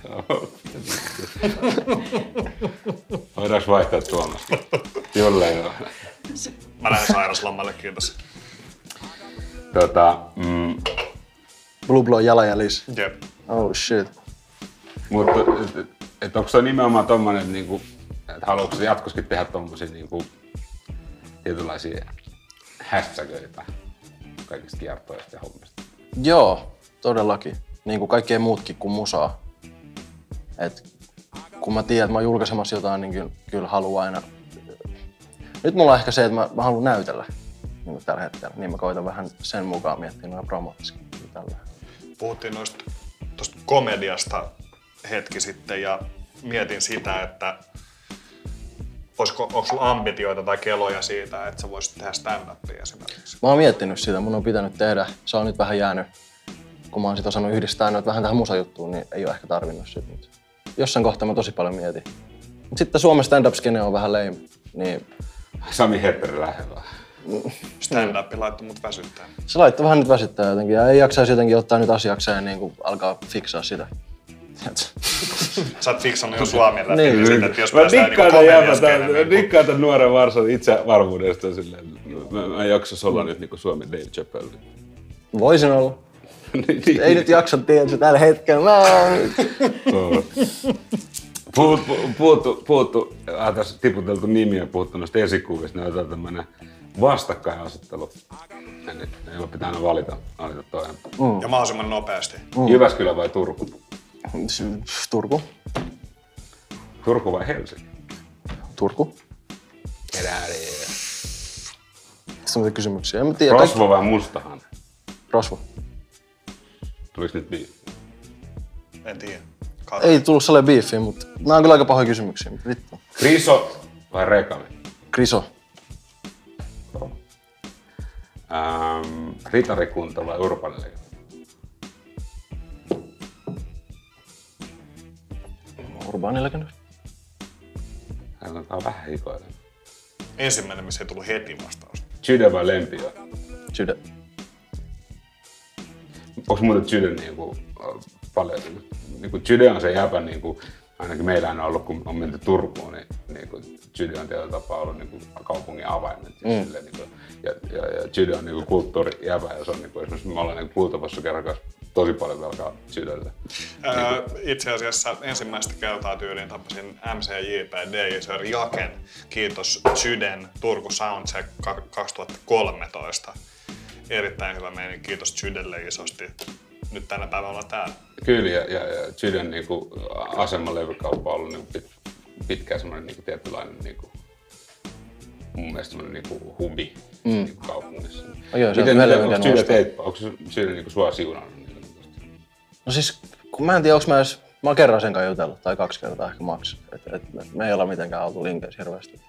Speaker 2: Voidaanko vaihtaa Tuomas? Jollei joo.
Speaker 3: Mä lähden sairaslomalle, kiitos.
Speaker 2: Tota, mm,
Speaker 4: Blue Blow jalanjäljissä.
Speaker 3: Jep.
Speaker 4: Oh shit.
Speaker 2: mutta et, et onko se nimenomaan tommonen, että niinku, et haluatko sä jatkoskin tehdä tommosia niinku, tietynlaisia hässäköitä kaikista kiertoista ja hommista?
Speaker 4: Joo, todellakin. Niin kuin kaikkea muutkin kuin musaa. Et kun mä tiedän, että mä oon julkaisemassa jotain, niin kyllä, kyllä haluan aina... Nyt mulla on ehkä se, että mä, mä haluan näytellä niin kuin tällä hetkellä. Niin mä koitan vähän sen mukaan miettiä noin promottiskin.
Speaker 3: Puhuttiin noista tosta komediasta hetki sitten ja mietin sitä, että olisiko, onko sulla ambitioita tai keloja siitä, että sä voisit tehdä stand-upia esimerkiksi?
Speaker 4: Mä oon miettinyt sitä, mun on pitänyt tehdä. Se on nyt vähän jäänyt, kun mä oon sit osannut yhdistää noita vähän tähän musajuttuun, niin ei oo ehkä tarvinnut sit. Mutta jossain kohtaa mä tosi paljon mietin. Mut sitten Suomen stand-up-skene on vähän lame, niin...
Speaker 2: Sami Hepperi lähellä.
Speaker 3: Stand-up laittoi mut väsyttää.
Speaker 4: Se laittoi vähän nyt väsyttää jotenkin ja ei jaksaisi jotenkin ottaa nyt asiakseen niin kuin alkaa fiksaa sitä.
Speaker 3: Sä oot fiksannut jo Suomen läpi,
Speaker 4: niin,
Speaker 3: niin, että jos
Speaker 2: mä
Speaker 3: päästään niinku komediaskeneen.
Speaker 2: Mä dikkaan tän nuoren varsan itsevarmuudesta silleen. Mä, mä en jaksas olla nyt niinku Suomen Dave Chappelle.
Speaker 4: Voisin olla. Ei nyt jaksa tietysti tällä hetkellä. Mä oon...
Speaker 2: Puhuttu, puhuttu, puhuttu äh, tässä tiputeltu nimiä, puhuttu noista esikuvista, ne on tämmönen vastakkainasettelu. Niin, ei pitää aina valita, valita toinen.
Speaker 3: Mm. Ja mahdollisimman nopeasti.
Speaker 2: Mm. Jyväskylä vai Turku?
Speaker 4: Turku.
Speaker 2: Turku vai Helsinki?
Speaker 4: Turku.
Speaker 2: Erääri.
Speaker 4: Tässä on kysymyksiä. En tiedä.
Speaker 2: Rosvo vai mustahan?
Speaker 4: Rosvo.
Speaker 2: Tuliko nyt biifi?
Speaker 3: En tiedä.
Speaker 4: Ei tullut sellainen biifiä, mutta nämä on kyllä aika pahoja kysymyksiä. Mutta vittu.
Speaker 2: Kriso vai Rekami?
Speaker 4: Kriso.
Speaker 2: Ähm, Ritarikunta vai Urbanille?
Speaker 4: Urbaanilegenda.
Speaker 2: Tämä on vähän hikoinen.
Speaker 3: Ensimmäinen, missä ei tullut heti vastaus.
Speaker 2: Jyde vai Lempio?
Speaker 4: Jyde.
Speaker 2: Onko muuten Jyde niinku paljon? Niinku Jyde on se jäpä, niinku, ainakin meillä on ollut, kun on menty Turkuun, niin niinku, Jyde on tietyllä tapaa ollut niinku kaupungin avaimet. Mm. Silleen, niinku, ja, ja, ja Jyde on niinku kulttuurijäpä ja se on niinku, esimerkiksi me ollaan niinku Kultapassa kerran kanssa tosi paljon velkaa Jydelle.
Speaker 3: Öö, itse asiassa ensimmäistä kertaa tyyliin tapasin M C J P D Sir Jaken. Kiitos Jyden Turku Soundcheck kaksituhattakolmetoista. Erittäin hyvä meininki. Kiitos Jydelle isosti. Nyt tänä päivänä ollaan täällä.
Speaker 2: Kyllä, ja, ja, ja Jyden niinku, asemalevykauppa on ollut niinku pit, pitkään semmoinen niinku, tietynlainen niinku, mun mielestä semmoinen niinku, hubi mm. niinku, kaupungissa.
Speaker 4: Oh, joo, se
Speaker 2: miten,
Speaker 4: on
Speaker 2: miten, onko Jyde teippa? Onko Jyde niinku, sua siunannut?
Speaker 4: No siis, kun mä en tiedä, onko mä edes, mä oon kerran sen kanssa jutellut, tai kaksi kertaa ehkä maks. Et, et, me ei olla mitenkään oltu linkeissä hirveästi.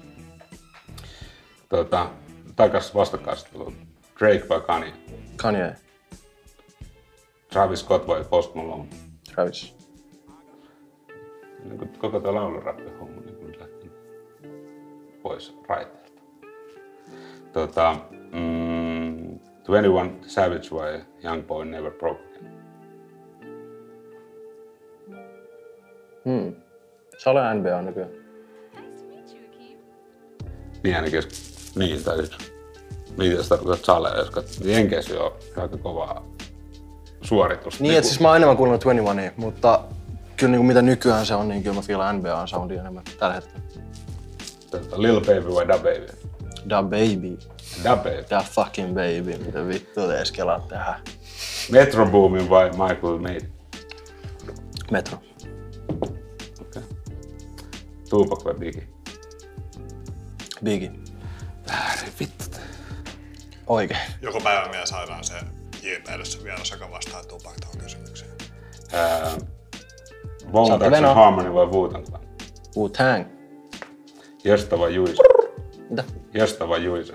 Speaker 2: Tota, takas vastakkainasetteluun. Drake vai Kanye?
Speaker 4: Kanye.
Speaker 2: Travis Scott vai Post Malone?
Speaker 4: Travis.
Speaker 2: Niin koko tuo lauluräppi-homma niin nyt lähtenyt pois raiteilta. Tota, mm, twenty-one Savage vai Young Boy Never Broke Again?
Speaker 4: Hmm. Se on N B A nykyään.
Speaker 2: Niin ainakin, niin, tai siis, mitä sä tarkoitat Salea, jos katsot, niin Jenkeissä on aika kovaa suoritusta.
Speaker 4: Niin, että siis mä oon enemmän kuunnellut twenty-onea, mutta kyllä niin mitä nykyään se on, niin kyllä mä fiilan N B A soundia enemmän tällä hetkellä.
Speaker 2: Tota, Lil Baby vai Da Baby?
Speaker 4: Da Baby.
Speaker 2: Da Baby.
Speaker 4: Da fucking baby, mitä vittu tees kelaa tehdä.
Speaker 2: Metro Boomin vai Michael Made?
Speaker 4: Metro.
Speaker 2: Okei. Okay. Tupac vai Biggie?
Speaker 4: Biggie.
Speaker 2: Väärin vittu.
Speaker 4: Oikein.
Speaker 3: Joko päivän vielä saadaan se J P:ssä vielä joka vastaa Tupac tuohon kysymykseen.
Speaker 2: Ää, Bone Thugs and Harmony vai Wu-Tang Clan?
Speaker 4: Wu-Tang.
Speaker 2: Josta vai Juisa?
Speaker 4: Mitä?
Speaker 2: Josta vai Juisa?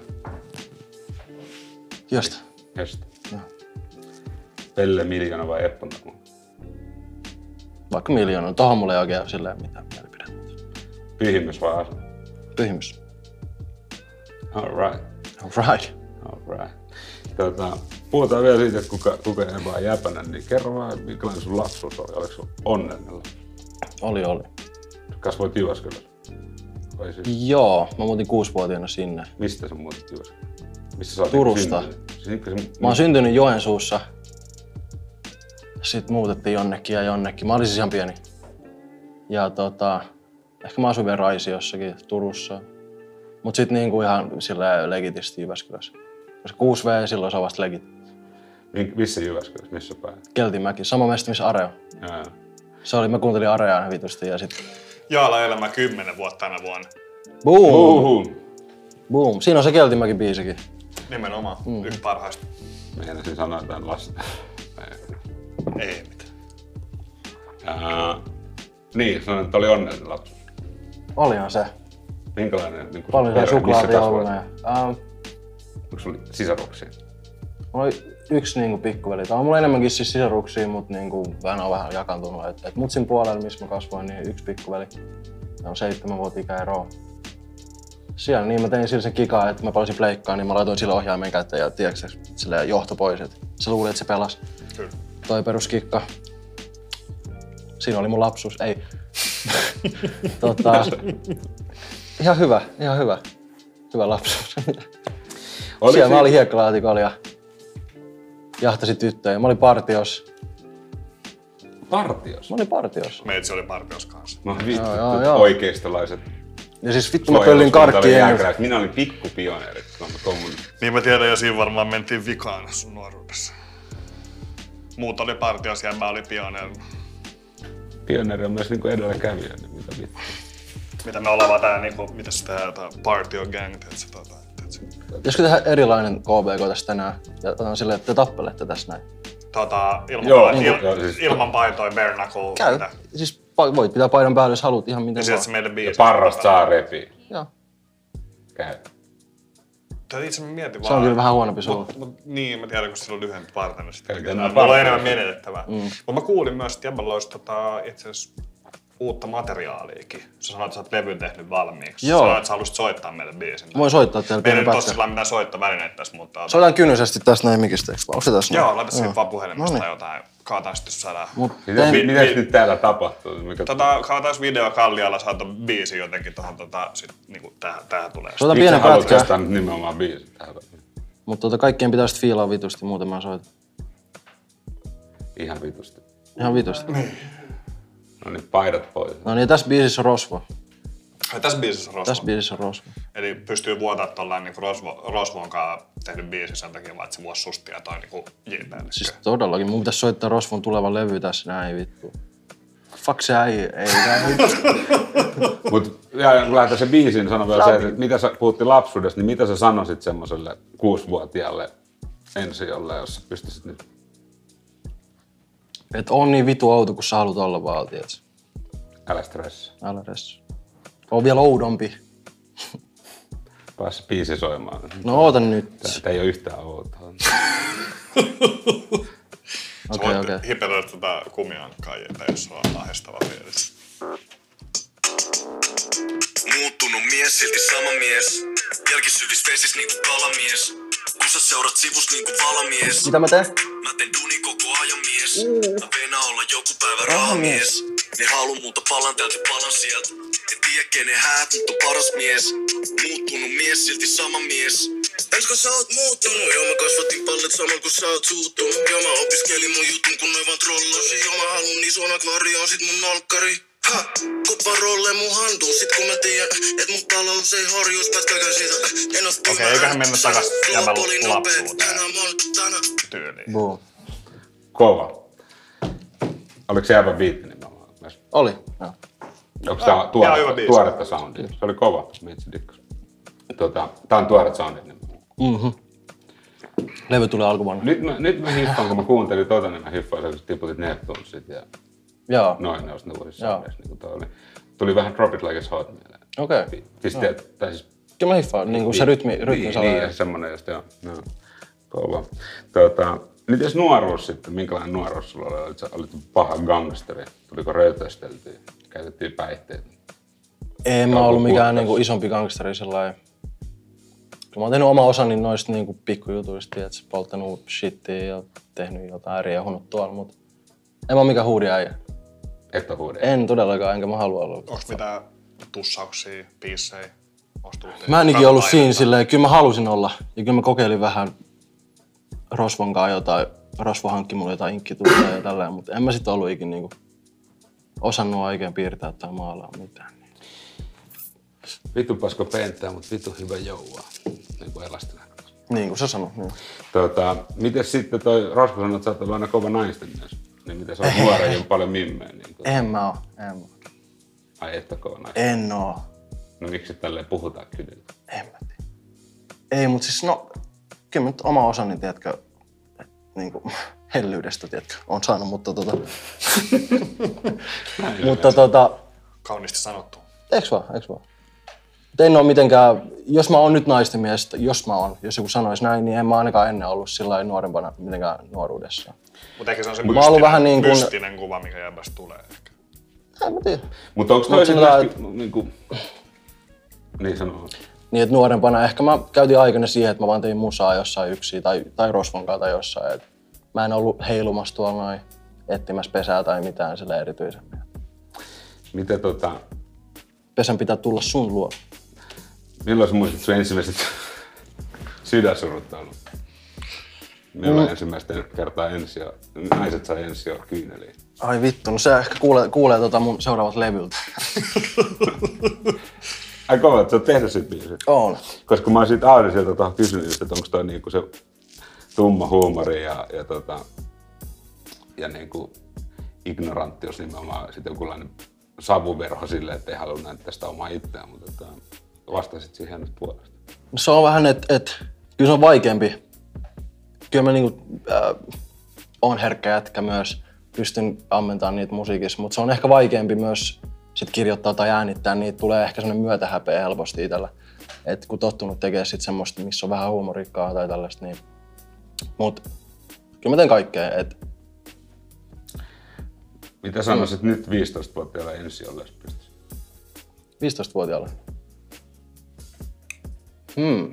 Speaker 4: Josta.
Speaker 2: Josta.
Speaker 4: No.
Speaker 2: Pelle Miljoona vai Eppo Takula?
Speaker 4: Vaikka miljoona. Tohon mulla ei oikein silleen mitään mielipidettä.
Speaker 2: Pyhimys vai Asa?
Speaker 4: Pyhimys.
Speaker 2: Alright.
Speaker 4: Alright.
Speaker 2: Alright. Tota, puhutaan vielä siitä, että kuka, kuka ei vaan jäpänä, niin kerro vaan, minkälainen sun lapsuus oli. Oliko sun onnellinen?
Speaker 4: Oli, oli.
Speaker 2: Kasvoit Jyväskylässä? Vai siis?
Speaker 4: Joo, mä muutin kuusivuotiaana sinne.
Speaker 2: Mistä sä muutit Jyväskylään? Missä sä oot
Speaker 4: Turusta.
Speaker 2: Siis,
Speaker 4: mä oon syntynyt Joensuussa. Sitten muutettiin jonnekin ja jonnekin. Mä olin siis ihan pieni. Ja tota, ehkä mä asuin vielä Raisiossakin, Turussa. Mut sit niinku ihan silleen legitisti Jyväskylässä. Koska kuusi V silloin se on vasta legit.
Speaker 2: Missä Jyväskylässä? Missä päin?
Speaker 4: Keltimäki. Sama mesti missä Areo.
Speaker 2: Jaa.
Speaker 4: Se oli, mä kuuntelin Areaa vitusti ja sit...
Speaker 3: Jaala elämä kymmenen vuotta tänä vuonna.
Speaker 4: Boom!
Speaker 2: Boom!
Speaker 4: Boom! Siinä on se Keltimäki biisikin.
Speaker 3: Nimenomaan. Mm. Yksi parhaista.
Speaker 2: Meinasin sanoa jotain lasta.
Speaker 3: Ei mitään.
Speaker 2: Uh, niin, sanoin, että oli onnellinen lapsi.
Speaker 4: Olihan se.
Speaker 2: Minkälainen? Niin
Speaker 4: paljon se suklaata jouluna. Uh,
Speaker 2: Onko sulla sisaruksia?
Speaker 4: Mulla oli yksi niinku pikkuveli. Tää on mulla enemmänkin siis sisaruksia, mut niinku vähän on vähän jakantunut. Et, et mutsin puolella, missä mä kasvoin, niin yksi pikkuveli. Se on seitsemän vuotta ikäeroa. Siellä niin mä tein sillä sen kikaa, että mä palasin pleikkaan, niin mä laitoin sille ohjaimen käteen ja tiedätkö, silleen johto pois, että se luuli, että se pelasi.
Speaker 3: Kyllä.
Speaker 4: Toi peruskikka. Siinä oli mun lapsuus, ei. tota, ihan hyvä, ihan hyvä. Hyvä lapsuus.
Speaker 2: Oli
Speaker 4: Siellä
Speaker 2: si-
Speaker 4: mä olin hiekkalaatikolla ja jahtasin tyttöjä. Mä olin partios.
Speaker 2: Partiossa?
Speaker 4: Mä olin partiossa.
Speaker 3: Meitsi oli partiossa kanssa.
Speaker 2: No vittu,
Speaker 4: Joo, joo, joo.
Speaker 2: oikeistolaiset.
Speaker 4: Ja siis vittu mä pöllin karkkia.
Speaker 2: Minä olin pikkupioneeri.
Speaker 3: Niin mä tiedän, ja siinä varmaan mentiin vikaan sun nuoruudessa. Muut oli partiossa ja mä olin pioneerina.
Speaker 2: Pioneeri on myös niinku edelläkävijä, niin mitä vittu.
Speaker 3: Mitä me ollaan vaan tää niinku, mitä se tehdään, tää party on gang, tiiätsä tota.
Speaker 4: Pitäisikö tehdä erilainen K B K tästä tänään? Ja otan silleen, että te tappelette tässä näin.
Speaker 3: Tota, ilman,
Speaker 2: Joo,
Speaker 3: il,
Speaker 2: niin, joo, siis-
Speaker 3: ilman paitoja, bare knuckle.
Speaker 4: Käy.
Speaker 3: mitä?
Speaker 4: Siis pa- voit pitää paidan päälle, jos haluat ihan
Speaker 3: Ja
Speaker 4: miten
Speaker 3: sieltä
Speaker 4: vaan.
Speaker 3: se meille biisi.
Speaker 2: Parrasta saa repii.
Speaker 4: Joo.
Speaker 2: Käy.
Speaker 3: Tää itse mä mietin vaan.
Speaker 4: Se on kyllä vähän huonompi sulla.
Speaker 3: Mut, mut, niin, mä tiedän, kun sillä on lyhyempi parta, niin sitten
Speaker 2: Käytetään
Speaker 3: mulla
Speaker 2: partaa.
Speaker 3: on enemmän menetettävää. Mm. Mut mä kuulin myös, että Jäbällä olisi tota, itse asiassa uutta materiaaliikin. Sä sanoit, että sä oot levyn tehnyt valmiiksi.
Speaker 4: Joo.
Speaker 3: Sä sanoit, että sä haluaisit soittaa meille biisin.
Speaker 4: Voin soittaa teille
Speaker 3: Meillä
Speaker 4: pienen
Speaker 3: ei nyt ole
Speaker 4: pätkän.
Speaker 3: sillä mitään soittovälineitä tässä, mutta...
Speaker 4: Soitan kyynisesti tästä näin mikistä, eikö vaan? Onko se tässä näin?
Speaker 3: Joo, laita siitä vaan puhelimesta
Speaker 4: Noniin.
Speaker 3: tai jotain. Kaataan sitten saadaan.
Speaker 4: Mut
Speaker 2: Mitä,
Speaker 4: tein-
Speaker 2: mitä nyt täällä tapahtuu? Mikä
Speaker 3: Tota, kaataan video Kallialla, saata biisi jotenkin tohon tota, sit niinku tähän, tähän tulee.
Speaker 4: Soitan
Speaker 2: Miksi
Speaker 4: pienen
Speaker 2: haluat
Speaker 4: pätkän,
Speaker 2: ostaa nyt nimenomaan biisin tähän väliin?
Speaker 4: mutta tota, kaikkien pitää sit fiilaa vitusti, muuten mä soitan.
Speaker 2: Ihan vitusti.
Speaker 4: Ihan vitusti.
Speaker 2: No niin, paidat pois.
Speaker 4: No niin, tässä biisissä on rosvo.
Speaker 3: Ai, tässä biisissä on Rosvo.
Speaker 4: Tässä biisissä on rosvo.
Speaker 3: Eli pystyy vuotaa tollaan niinku Rosvo, Rosvon kanssa tehnyt biisi sen takia vaan, että se vuosi susti ja toi niinku J P.
Speaker 4: Siis todellakin, mun pitäisi soittaa rosvon tuleva levy tässä näin vittu. Fuck se ei, ei, ei.
Speaker 2: Mut ja kun lähdetään se biisiin, niin sano vielä se, että mitä sä puhuttiin lapsuudesta, niin mitä sä sanoisit semmoselle kuusivuotiaalle ensiolle, jos sä pystyisit nyt?
Speaker 4: Et on niin vitu outo, kun sä haluat olla vaan, tiiätsä.
Speaker 2: Älä stressi.
Speaker 4: Älä ressu. On vielä oudompi.
Speaker 2: Pääs se biisi soimaan.
Speaker 4: No ootan nyt.
Speaker 2: Tää, tää ei oo yhtään outoa.
Speaker 4: Okei,
Speaker 3: Voit
Speaker 4: okei.
Speaker 3: hiperoida tätä kumiankkaa, jos sulla on lahjastava fiilis.
Speaker 6: Muuttunut mies, silti sama mies. Jälkisyvis vesis niinku kalamies. Kun sä seurat sivus niinku valamies.
Speaker 4: Mitä mä teen?
Speaker 6: Mä teen duuni koko ajan mies. Mä venä olla joku päivä rahamies. Ne halu multa palan täältä palan sieltä. En tiedä kenen häät, mutta on paras mies. Muuttunut mies, silti sama mies. Ensko sä oot muuttunut? Joo mä kasvatin pallet saman kun sä oot suuttunut. Joo mä opiskelin mun jutun kun noin vaan trollasi. Joo mä haluun ison akvaarioon sit mun nolkkari. Ha! Koppa rolle mun hantuun sit kun mä tiedän, et mun talous ei horjuus pätkäkään siitä. En oo
Speaker 3: Okei, eiköhän mennä takas Jäbän lapsuuteen tyyliin.
Speaker 4: Boom.
Speaker 2: Kova. Oliko se Jäbä biitti nimenomaan?
Speaker 4: Oli. Joo.
Speaker 2: Onko tää
Speaker 3: ihan hyvä
Speaker 2: tuoretta,
Speaker 3: biisi.
Speaker 2: tuoretta soundia? Se oli kova. Meitsi dikkas. Tota, tää on tuoret soundit nimenomaan.
Speaker 4: Mhm. Levy tulee alkuvuonna.
Speaker 2: Nyt mä, nyt mä hiffaan, kun mä kuuntelin tota, niin mä hiffaan sen, kun tiputit Neptunesit ja
Speaker 4: Joo.
Speaker 2: noin ne olisi ne uusissa
Speaker 4: Joo.
Speaker 2: soundeissa. Niin toi oli. Tuli vähän Drop It Like It's Hot mieleen.
Speaker 4: Okei.
Speaker 2: Pi- Siis teet, tai siis...
Speaker 4: Kyllä mä hiffaan, niin kuin se rytmi, rytmi
Speaker 2: Niin,
Speaker 4: saa
Speaker 2: niin
Speaker 4: olla.
Speaker 2: ja semmonen just joo. No. Kova. Tota, nyt jos nuoruus sitten, minkälainen nuoruus sulla oli? Olit, sä, olit paha gangsteri? Tuliko röytösteltyä? Käytettiin päihteitä?
Speaker 4: En mä
Speaker 2: Joku
Speaker 4: ollut mikään
Speaker 2: puhdas.
Speaker 4: niinku isompi gangsteri sellainen. Kyllä mä oon tehnyt oma osani noista niinku pikkujutuista, että polttanut shittiä ja tehnyt jotain riehunut tuolla, mut en mä oo mikään huudiäijä.
Speaker 2: Et ole huude.
Speaker 4: En todellakaan, enkä mä halua olla.
Speaker 3: Onks mitään tussauksia, biissejä?
Speaker 4: Mä enikin ollut siinä silleen, kyllä mä halusin olla. Ja kyllä mä kokeilin vähän Rosvon kanssa jotain, Rosvo hankki mulle jotain inkkitulta ja tälleen, mutta en mä sit ollut ikin niinku osannut oikein piirtää tai maalaa mitään.
Speaker 2: Vitu pasko penttää, mut vitu hyvä joua. Niin kuin Elastinen.
Speaker 4: Niin kuin sä sanoit. Niin.
Speaker 2: Tota, miten sitten toi Rosvo sanoi, että sä oot ollut aina kova naisten mies. Niin miten sä oot nuoren ja paljon mimmeä. Niin kuin...
Speaker 4: En mä oo, en mä oo.
Speaker 2: Ai et ole kova naisten.
Speaker 4: En oo.
Speaker 2: No miksi tälleen puhutaan kydillä?
Speaker 4: En mä tiedä. Ei, mut siis no, kyllä mä nyt oma osani, tiedätkö, niinku hellyydestä, tiedätkö, on saanut, mutta tota... mutta tota,
Speaker 3: Kauniisti sanottu.
Speaker 4: eiks vaan, eiks vaan. Mut en oo mitenkään, jos mä oon nyt naisten mies, jos mä oon, jos joku sanois näin, niin en mä ainakaan ennen ollut sillä nuorempana mitenkään nuoruudessa.
Speaker 3: Mutta ehkä se on se
Speaker 4: Mä oon
Speaker 3: mystinen,
Speaker 4: ollut vähän niin kuin-
Speaker 3: mystinen kuva, mikä Jäbästä tulee ehkä.
Speaker 4: En mä tiedä.
Speaker 2: Mutta onko toi
Speaker 4: Mut
Speaker 2: sitten
Speaker 4: sillä-
Speaker 2: myöskin niinku... Niin sanoo.
Speaker 4: Niin, että nuorempana ehkä mä käytin aikana siihen, että mä vaan tein musaa jossain yksin tai, tai Rosvon kanssa tai jossain. Et mä en ollut heilumassa tuolla noin etsimässä pesää tai mitään sillä erityisemmin.
Speaker 2: Miten tota...
Speaker 4: Pesän pitää tulla sun luo.
Speaker 2: Milloin sä muistat sun ensimmäiset sydänsurut on ollut? Milloin mm. ensimmäistä kertaa ensio, naiset sai ensio kyyneliin?
Speaker 4: Ai vittu, no se ehkä kuulee, kuulee tota mun seuraavat levyltä.
Speaker 2: Ai kova, että sä oot tehnyt sit biisit?
Speaker 4: On.
Speaker 2: Koska mä oon siitä Aadisilta tuohon kysynyt just, että onko toi niinku se tumma huumori ja, ja, tota, ja niinku ignoranttius nimenomaan sit jonkunlainen savuverho silleen, että ei halua näyttää sitä omaa itseään, mutta tota, vastasit siihen nyt puolesta.
Speaker 4: No se on vähän, että et, kyllä se on vaikeampi. Kyllä mä niinku, äh, oon herkkä jätkä myös, pystyn ammentamaan niitä musiikissa, mutta se on ehkä vaikeampi myös sit kirjoittaa tai äänittää, niitä tulee ehkä semmoinen myötähäpeä helposti itsellä. Et kun tottunut tekee sit semmoista, missä on vähän huumorikkaa tai tällaista, niin... Mut kyllä mä teen kaikkea, et...
Speaker 2: Mitä sanoisit mm. nyt viisitoistavuotiaalla ensi olles pystyisi?
Speaker 4: viisitoistavuotiaalla? Hmm.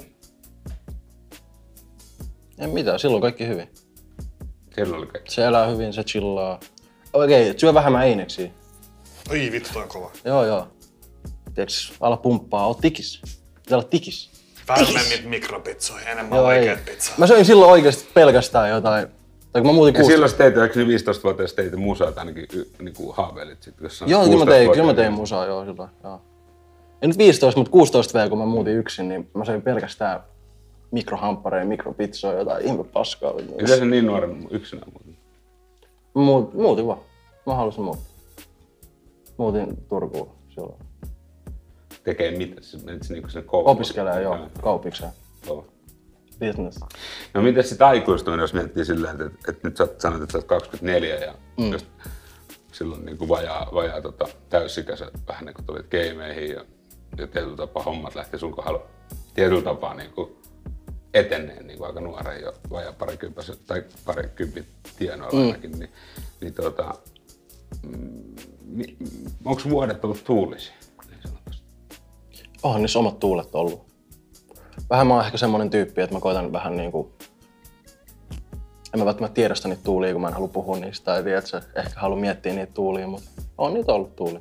Speaker 4: En mitään, silloin kaikki hyvin.
Speaker 2: Silloin oli kaikki.
Speaker 4: Se elää hyvin, se chillaa. Okei, okay, syö vähemmän eineksiä.
Speaker 3: Oi vittu, toi on kova.
Speaker 4: Joo, joo. Tiedätkö, ala pumppaa, oot tikis. Pitää olla tikis.
Speaker 3: Vähemmän niitä mikropizzoja, enemmän
Speaker 4: Joo,
Speaker 3: oikeat
Speaker 4: ei.
Speaker 3: pizzaa.
Speaker 4: Mä söin silloin oikeesti pelkästään jotain. Tai kun mä muutin
Speaker 2: Ja
Speaker 4: kuusitoista.
Speaker 2: silloin sä teit, eikö niin viisitoistavuotiaassa teit musaa, tai ainakin y, niinku haaveilit sit, jos
Speaker 4: Joo, kyllä mä tein, kyllä mä tein musaa joo silloin. Joo. Ei nyt viisitoista, mutta kuusitoista vielä, kun mä muutin yksin, niin mä söin pelkästään mikrohamppareja, mikropizzoja, jotain ihme paskaa.
Speaker 2: Miten se niin nuoren yksinään muutin?
Speaker 4: Muut, muutin vaan. Mä halusin muuttaa. Muutin Turkuun silloin.
Speaker 2: Tekee mitä? Siis menit niinku sinne kouluun?
Speaker 4: Opiskelee joo, kaupikseen.
Speaker 2: Joo.
Speaker 4: Business.
Speaker 2: No miten sit aikuistuminen, jos miettii sillä, että, että, että nyt sä sanot, että sä oot kaksikymmentäneljä ja mm. just silloin niin kuin vajaa, vajaa tota, täysikäisen vähän niin kuin tulit gameihin ja, ja tietyllä tapaa hommat lähti sun kohdalla tietyllä tapaa niin kuin eteneen niin kuin aika nuoren jo vajaa parikymppiä tai parikymppiä tienoilla mm. ainakin, niin, niin tota, mm, onko vuodet ollut tuulisia? Niin
Speaker 4: onhan niissä omat tuulet ollut. Vähän mä oon ehkä semmonen tyyppi, että mä koitan vähän niinku... En mä välttämättä tiedosta niitä tuulia, kun mä en halua puhua niistä tai tiedätkö, ehkä halua miettiä niitä tuulia, mutta on niitä ollut tuulia.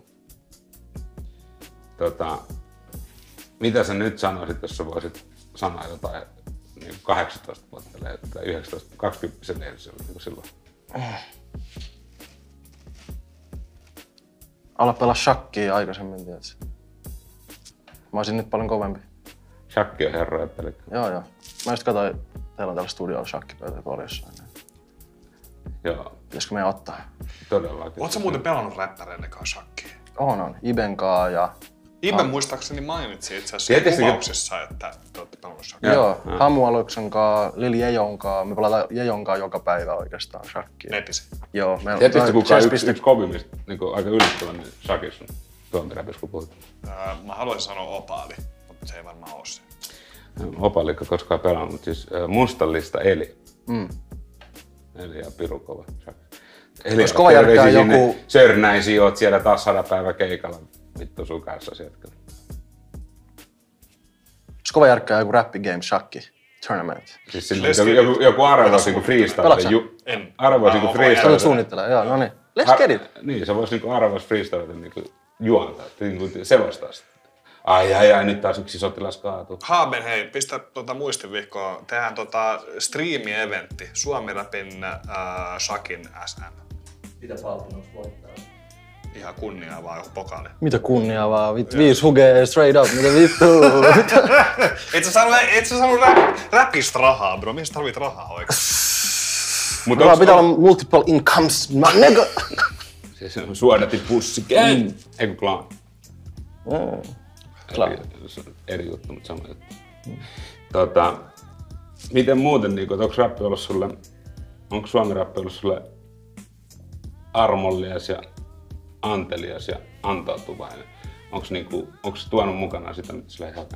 Speaker 2: Tota, mitä sä nyt sanoisit, jos sä voisit sanoa jotain niin kahdeksantoistavuotiaille tai yhdeksäntoista kaksikymmentä eiliselle niin silloin?
Speaker 4: Ala pelaa shakkia aikaisemmin, tiedätkö? Mä olisin nyt paljon kovempi.
Speaker 2: Shakki on herroja pelit.
Speaker 4: Joo, joo. Mä just katsoin, teillä on täällä studiolla shakkipöytä tuolla jossain.
Speaker 2: Joo.
Speaker 4: Pitäisikö meidän ottaa?
Speaker 2: Todellakin.
Speaker 3: Oot sä muuten pelannut räppäreiden kanssa shakkia?
Speaker 4: On, on. Iben kaa ja...
Speaker 3: Iben muistaakseni mainitsi itse asiassa
Speaker 2: Tietysti-
Speaker 3: kuvauksissa, että te ootte pelannut shakkia.
Speaker 4: Joo, joo. Hamu Aluksen kaa, Lili Jejon kaa. Me pelataan Jejon kaa joka päivä oikeastaan shakkia.
Speaker 3: Netissä.
Speaker 4: Joo, meillä
Speaker 2: Tiedätkö kukaan
Speaker 4: chess
Speaker 2: yksi,
Speaker 4: piste-
Speaker 2: yksi kovimmista niin aika yllättävän niin shakissa on tuontiräpissä, kun puhutaan.
Speaker 3: Öö, mä haluaisin sanoa opaali, mutta se ei varmaan oo se.
Speaker 2: Opalikka koskaan pelannut, mutta siis äh, Mustallista Eli.
Speaker 4: Mm.
Speaker 2: Eli ja piru kova shakki. Eli
Speaker 4: Jos kova järkkää joku-
Speaker 2: Sörnäisi, oot siellä taas sadan päivä keikalla. Vittu sun kanssa sieltä.
Speaker 4: Jos kova järkkää joku Rappi Game Shakki Tournament.
Speaker 2: Siis silloin joku, joku, joku arvoisi niinku
Speaker 4: Pelaatko
Speaker 2: freestyle.
Speaker 4: sä?
Speaker 2: Ju,
Speaker 3: En.
Speaker 2: arvoisi
Speaker 3: Mä
Speaker 2: niinku
Speaker 3: oon
Speaker 2: freestyle.
Speaker 4: Sä suunnittelee, joo, no niin. Let's get it!
Speaker 2: Niin, se voisi niinku arvoisi freestyle niinku juontaa, niinku selostaa sitä. Ai ai ai, nyt taas yksi sotilas kaatuu.
Speaker 3: Haaben, hei, pistä tota muistivihkoon. Tehdään tota striimi-eventti. Suomi-rapin äh, Shakin S M.
Speaker 5: Mitä palkinnossa voittaa?
Speaker 3: Ihan kunniaa vaan joku pokaali.
Speaker 4: Mitä kunniaa vaan, vit, viisi hugee straight up, mitä vittu?
Speaker 3: Et sä saanut, et sä saanut rap, rapista rahaa, bro. Mihin sä tarvit rahaa oikeesti?
Speaker 2: Mutta
Speaker 4: Mulla pitää olla multiple incomes, my nigga!
Speaker 2: Siis on suodati pussi gang. Mm. Eiku klaan.
Speaker 4: Mm. Klaan.
Speaker 2: Eri, se on eri juttu, mutta sama juttu. Mm. Tota, miten muuten, niin onko rappi ollut sulle, onko suomi rappi ollut sulle armollias ja antelias ja antautuvainen? Onko niinku, se tuonut mukana sitä, mitä sillä ei hakea?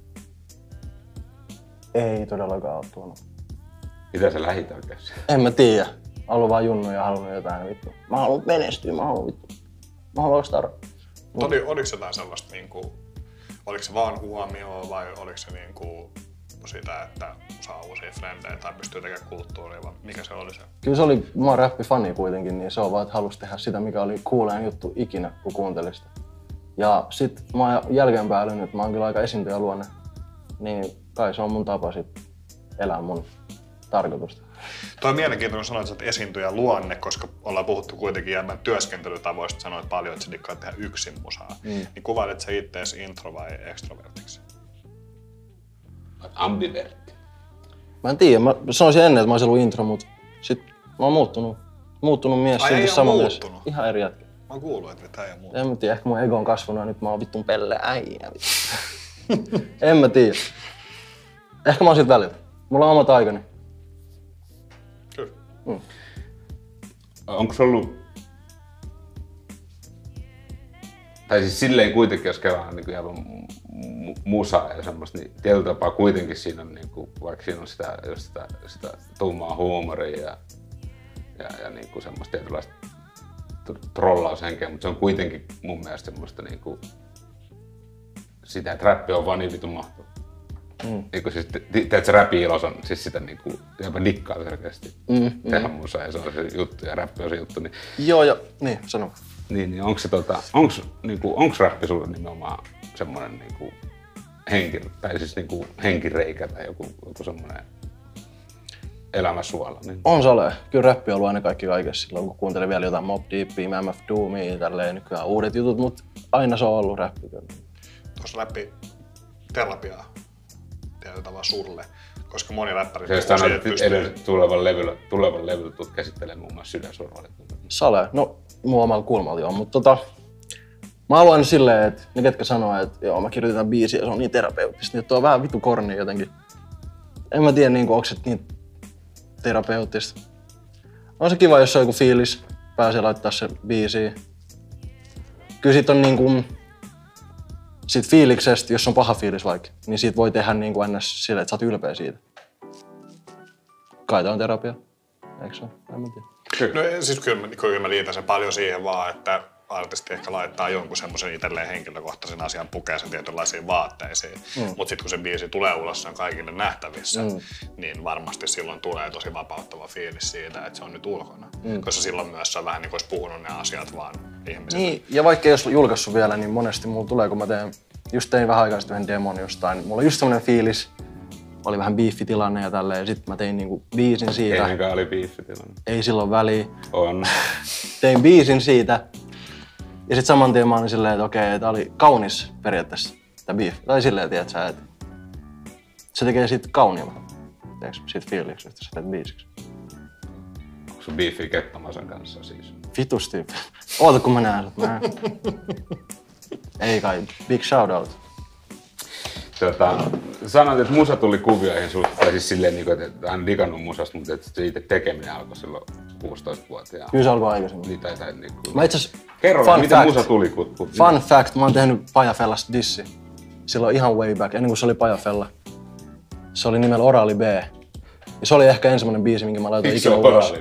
Speaker 4: Ei todellakaan ole tuonut.
Speaker 2: Mitä sä lähit oikeasti?
Speaker 4: En mä tiedä. Ollut vaan junnu ja halunnut jotain vittu. Mä haluan menestyä, mä haluan vittu. Mä haluan ostaa.
Speaker 3: Oli, oliko jotain sellaista niinku, oliko se vaan huomioon vai oliko se niinku sitä, että saa uusia frendejä tai pystyy tekemään kulttuuria vai mikä se oli se?
Speaker 4: Kyllä se oli, mä oon räppifani kuitenkin, niin se on vaan, että halusi tehdä sitä, mikä oli kuuleen juttu ikinä, kun kuuntelin sitä. Ja sit mä oon jälkeenpäin älynyt, että mä oon kyllä aika esiintyjäluonne, niin kai se on mun tapa sit elää mun tarkoitusta.
Speaker 3: Tuo on mielenkiintoinen, kun sanoit, että esiintyjä luonne, koska ollaan puhuttu kuitenkin jäämään työskentelytavoista, sanoit paljon, että sä dikkaat tehdä yksin musaa. Mm. Niin kuvailet sä ittees intro- vai extrovertiksi?
Speaker 2: Ambivertti.
Speaker 4: Mä en tiedä, mä sanoisin ennen, että mä olisin ollut intro, mut sit mä oon muuttunut. Muuttunut mies, silti sama mies. Ihan eri jätkä.
Speaker 3: Mä oon kuullut, että tämä ei ole muuttunut.
Speaker 4: En mä tiedä, ehkä mun ego on kasvanut ja nyt mä oon vittun pelle äijä. En mä tiedä. Ehkä mä oon siltä välillä. Mulla on omat aikani.
Speaker 3: Kyllä.
Speaker 4: Mm.
Speaker 2: Onko se ollut... Tai siis silleen kuitenkin, jos kelaa niin ihan musaa ja semmoista, niin tietyllä tapaa kuitenkin siinä on, niin kuin, vaikka siinä on sitä, just sitä, sitä tummaa huumoria ja, ja, ja niin kuin semmoista tietynlaista trollaushenkeä, mutta se on kuitenkin mun mielestä semmoista niin kuin, sitä, että räppi on vaan niin vitun mahtava. Mm. Niin kuin siis, teet se räpi-ilos on siis sitä niinku, jopa dikkaa selkeästi mm, mm. tehdä musaa ja se on se juttu ja räppi on se juttu. Niin,
Speaker 4: joo, ja niin, sano.
Speaker 2: Niin, niin onko se tota, onks, niinku, onks räppi sulle nimenomaan semmonen niinku henki, tai siis niinku henkireikä tai joku, joku semmonen elämäsuola? Niin.
Speaker 4: On se ole. Kyllä räppi on ollut aina kaikki kaikessa silloin, kun kuuntelin vielä jotain Mobb Deepia, M F Doomia, tälleen nykyään uudet jutut, mutta aina se on ollut räppi kyllä.
Speaker 3: Tuossa läpi terapiaa tietyllä tavalla sulle, koska moni räppäri
Speaker 2: puhuu siitä, että pystyy... Tulevan levyllä, tulevan levyllä tulet käsittelemään muun muassa sydänsurvallisuutta.
Speaker 4: Sale, no mun omalla kulmalla joo, mutta tota... Mä haluan aina silleen, että ne ketkä sanoo, että joo mä kirjoitan biisiä ja se on niin terapeuttista, niin tuo on vähän vitu korni jotenkin. En mä tiedä niinku onko se niin terapeuttista. On se kiva, jos on joku fiilis, pääsee laittaa se biisiin. Kyllä sit on niinku... Siitä fiiliksestä, jos on paha fiilis vaikka, niin siitä voi tehdä niin kuin ennäs silleen, että sä oot ylpeä siitä. Kai tää on terapia, eikö se ole? En mä tiedä.
Speaker 3: No siis kyllä, kyllä mä liitän sen paljon siihen vaan, että artisti ehkä laittaa jonkun semmoisen itselleen henkilökohtaisen asian, pukee sen tietynlaisiin vaatteisiin. Mm. Mutta sitten kun se biisi tulee ulos, se on kaikille nähtävissä, mm. niin varmasti silloin tulee tosi vapauttava fiilis siitä, että se on nyt ulkona. Mm. Koska silloin myös se on vähän niin kuin olisi puhunut ne asiat vaan ihmisille. Niin,
Speaker 4: ja vaikka ei olisi julkaissut vielä, niin monesti mulla tulee, kun mä teen, just tein vähän aikaa sitten yhden demon jostain, niin mulla on just semmoinen fiilis, oli vähän biiffitilanne ja tälleen, ja sit mä tein niinku biisin siitä.
Speaker 2: Einenkään oli biiffitilanne.
Speaker 4: Ei silloin väliä.
Speaker 2: On.
Speaker 4: Tein biisin siitä. Ja sit saman tien mä olin silleen, että okei, tää oli kaunis periaatteessa, tää beef. Tai silleen, tiiätsä, että se tekee siitä kauniimman, teekö, siitä fiiliksestä, että sä teet biisiksi.
Speaker 2: Onko sun beefi Kettomasen kanssa siis?
Speaker 4: Vitusti. Oota kun mä näen sut, mä Ei kai, big shout out.
Speaker 2: Tota, sanoit, että musa tuli kuvioihin sulle, tai siis silleen, että hän digannut musasta, mutta että se itse tekeminen alkoi silloin kuusitoistavuotiaana.
Speaker 4: Kyllä se alkoi aikaisemmin.
Speaker 2: Niin, tai, tai, niin kuin...
Speaker 4: Mä itse asiassa,
Speaker 2: kerro, miten fact, musa tuli? Kun, kun...
Speaker 4: Fun fact, mä oon tehnyt Pajafellasta dissi. Silloin ihan way back, ennen kuin se oli Pajafella. Se oli nimellä Orali B. Ja se oli ehkä ensimmäinen biisi, minkä mä laitoin ikinä ulos.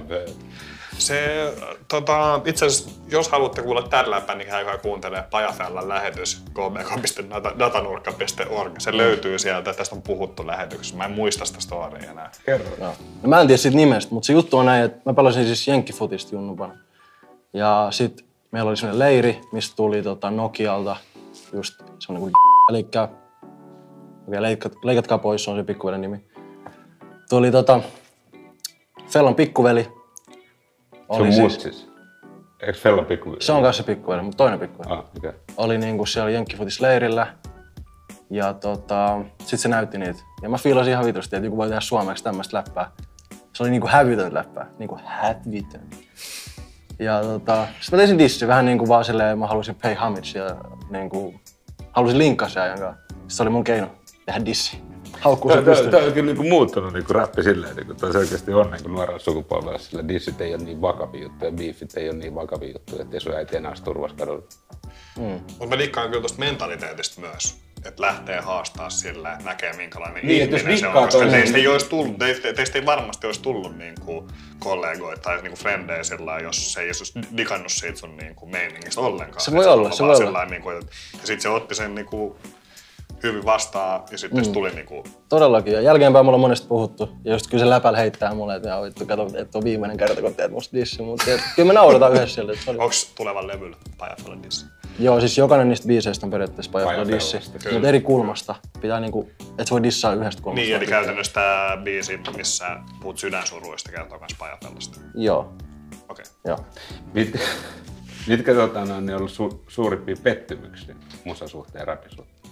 Speaker 3: Se, tota, itse asiassa, jos haluatte kuulla tämän läppän, niin käykää kuuntelemaan Pajafellan lähetys g b k piste datanurkka piste org. Se mm. löytyy sieltä, tästä on puhuttu lähetyksessä. Mä en muista sitä storya enää.
Speaker 2: Kerro.
Speaker 4: No. No, mä en tiedä siitä nimestä, mutta se juttu on näin, että mä pelasin siis jenkkifutista junnupana. Ja sit meillä oli semmonen leiri, mistä tuli tota, Nokialta just semmonen kuin elikkä... Okei, leikat, leikatkaa pois, se on se pikkuvelen nimi. Tuli tota... Fellan pikkuveli.
Speaker 2: Se on muut siis? Eikö Fellan pikkuveli?
Speaker 4: Se on kanssa pikkuveli, mutta toinen pikkuveli.
Speaker 2: Ah, okay.
Speaker 4: Oli niinku siellä jenkkifutisleirillä. Ja tota... Sit se näytti niitä. Ja mä fiilasin ihan vitusti, että joku voi tehdä suomeksi tämmöstä läppää. Se oli niinku hävytön läppää. Niinku hävytön. Ja tota... Sit mä teisin dissi vähän niinku vaan silleen, mä halusin pay homage ja niinku... Halusin linkkaa se ajan kanssa. Se oli mun keino tehdä dissi. Haukkuu se pystyy.
Speaker 2: Tämä on kyllä niinku muuttunut niinku räppi silleen, että tämä selkeästi on niinku nuorella sukupolvella sillä dissit ei ole niin vakavia juttuja, beefit ei ole niin vakavia juttuja, ettei sun äiti enää turvassa kadulla.
Speaker 3: Mm. Mutta mä dikkaan kyllä tosta mentaliteetista myös, että lähtee haastaa sillä, että näkee minkälainen
Speaker 2: niin,
Speaker 3: ihminen se on, koska teistä ei, olisi tullut, te, teistä ei varmasti olisi tullut niinku kollegoita tai niinku frendejä sillä, jos se ei olisi digannut siitä sun niinku meiningistä ollenkaan.
Speaker 4: Se voi olla, se voi olla.
Speaker 3: Niinku, ja sit se otti sen niinku hyvin vastaan ja sitten mm. tuli niinku...
Speaker 4: Todellakin. Ja jälkeenpäin mulla on monesti puhuttu. Ja just kyllä se läpällä heittää mulle, että jaa vittu, kato, että on viimeinen kerta, kun teet musta dissi. Mutta kyllä me naurataan yhdessä sille.
Speaker 3: Oli... Onks tulevan levyllä Pajafellan dissi?
Speaker 4: Joo, siis jokainen niistä biiseistä on periaatteessa Paja dissi,
Speaker 2: Kyllä.
Speaker 4: mutta eri kulmasta. Pitää niinku, et sä voi dissaa yhdestä kulmasta.
Speaker 3: Niin, eli käytännössä tää biisi, missä puhut sydänsuruista, kertoo kans Pajapellasta.
Speaker 4: Joo,
Speaker 3: Okei. Okay.
Speaker 4: joo.
Speaker 2: Mit, mitkä tota, on ne ollut su, suurimpia pettymyksiä musasuhteen ja rapisuhteen?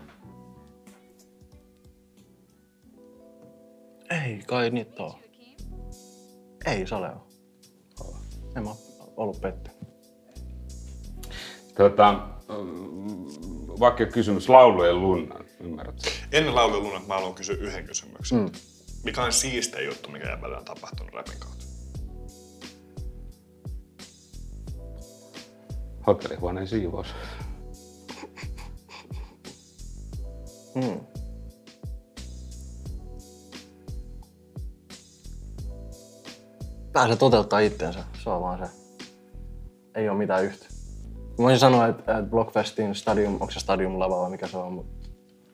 Speaker 4: Ei kai niitä oo. Ei Sale oo. En mä oo ollut pettynyt.
Speaker 2: Tota, vaikka kysymys laulujen lunnan, ymmärrätkö?
Speaker 3: Ennen laulujen lunat mä haluan kysyä yhden kysymyksen. Mm. Mikä on siistein juttu, mikä jäbällä on tapahtunut rapin kautta?
Speaker 2: Hotellihuoneen siivous.
Speaker 4: Hmm. Pääsee toteuttaa itteensä, se on vaan se. Ei oo mitään yhtä. Mä voisin sanoa, että, että Blockfestin stadium, onko se stadium lava vai mikä se on, mutta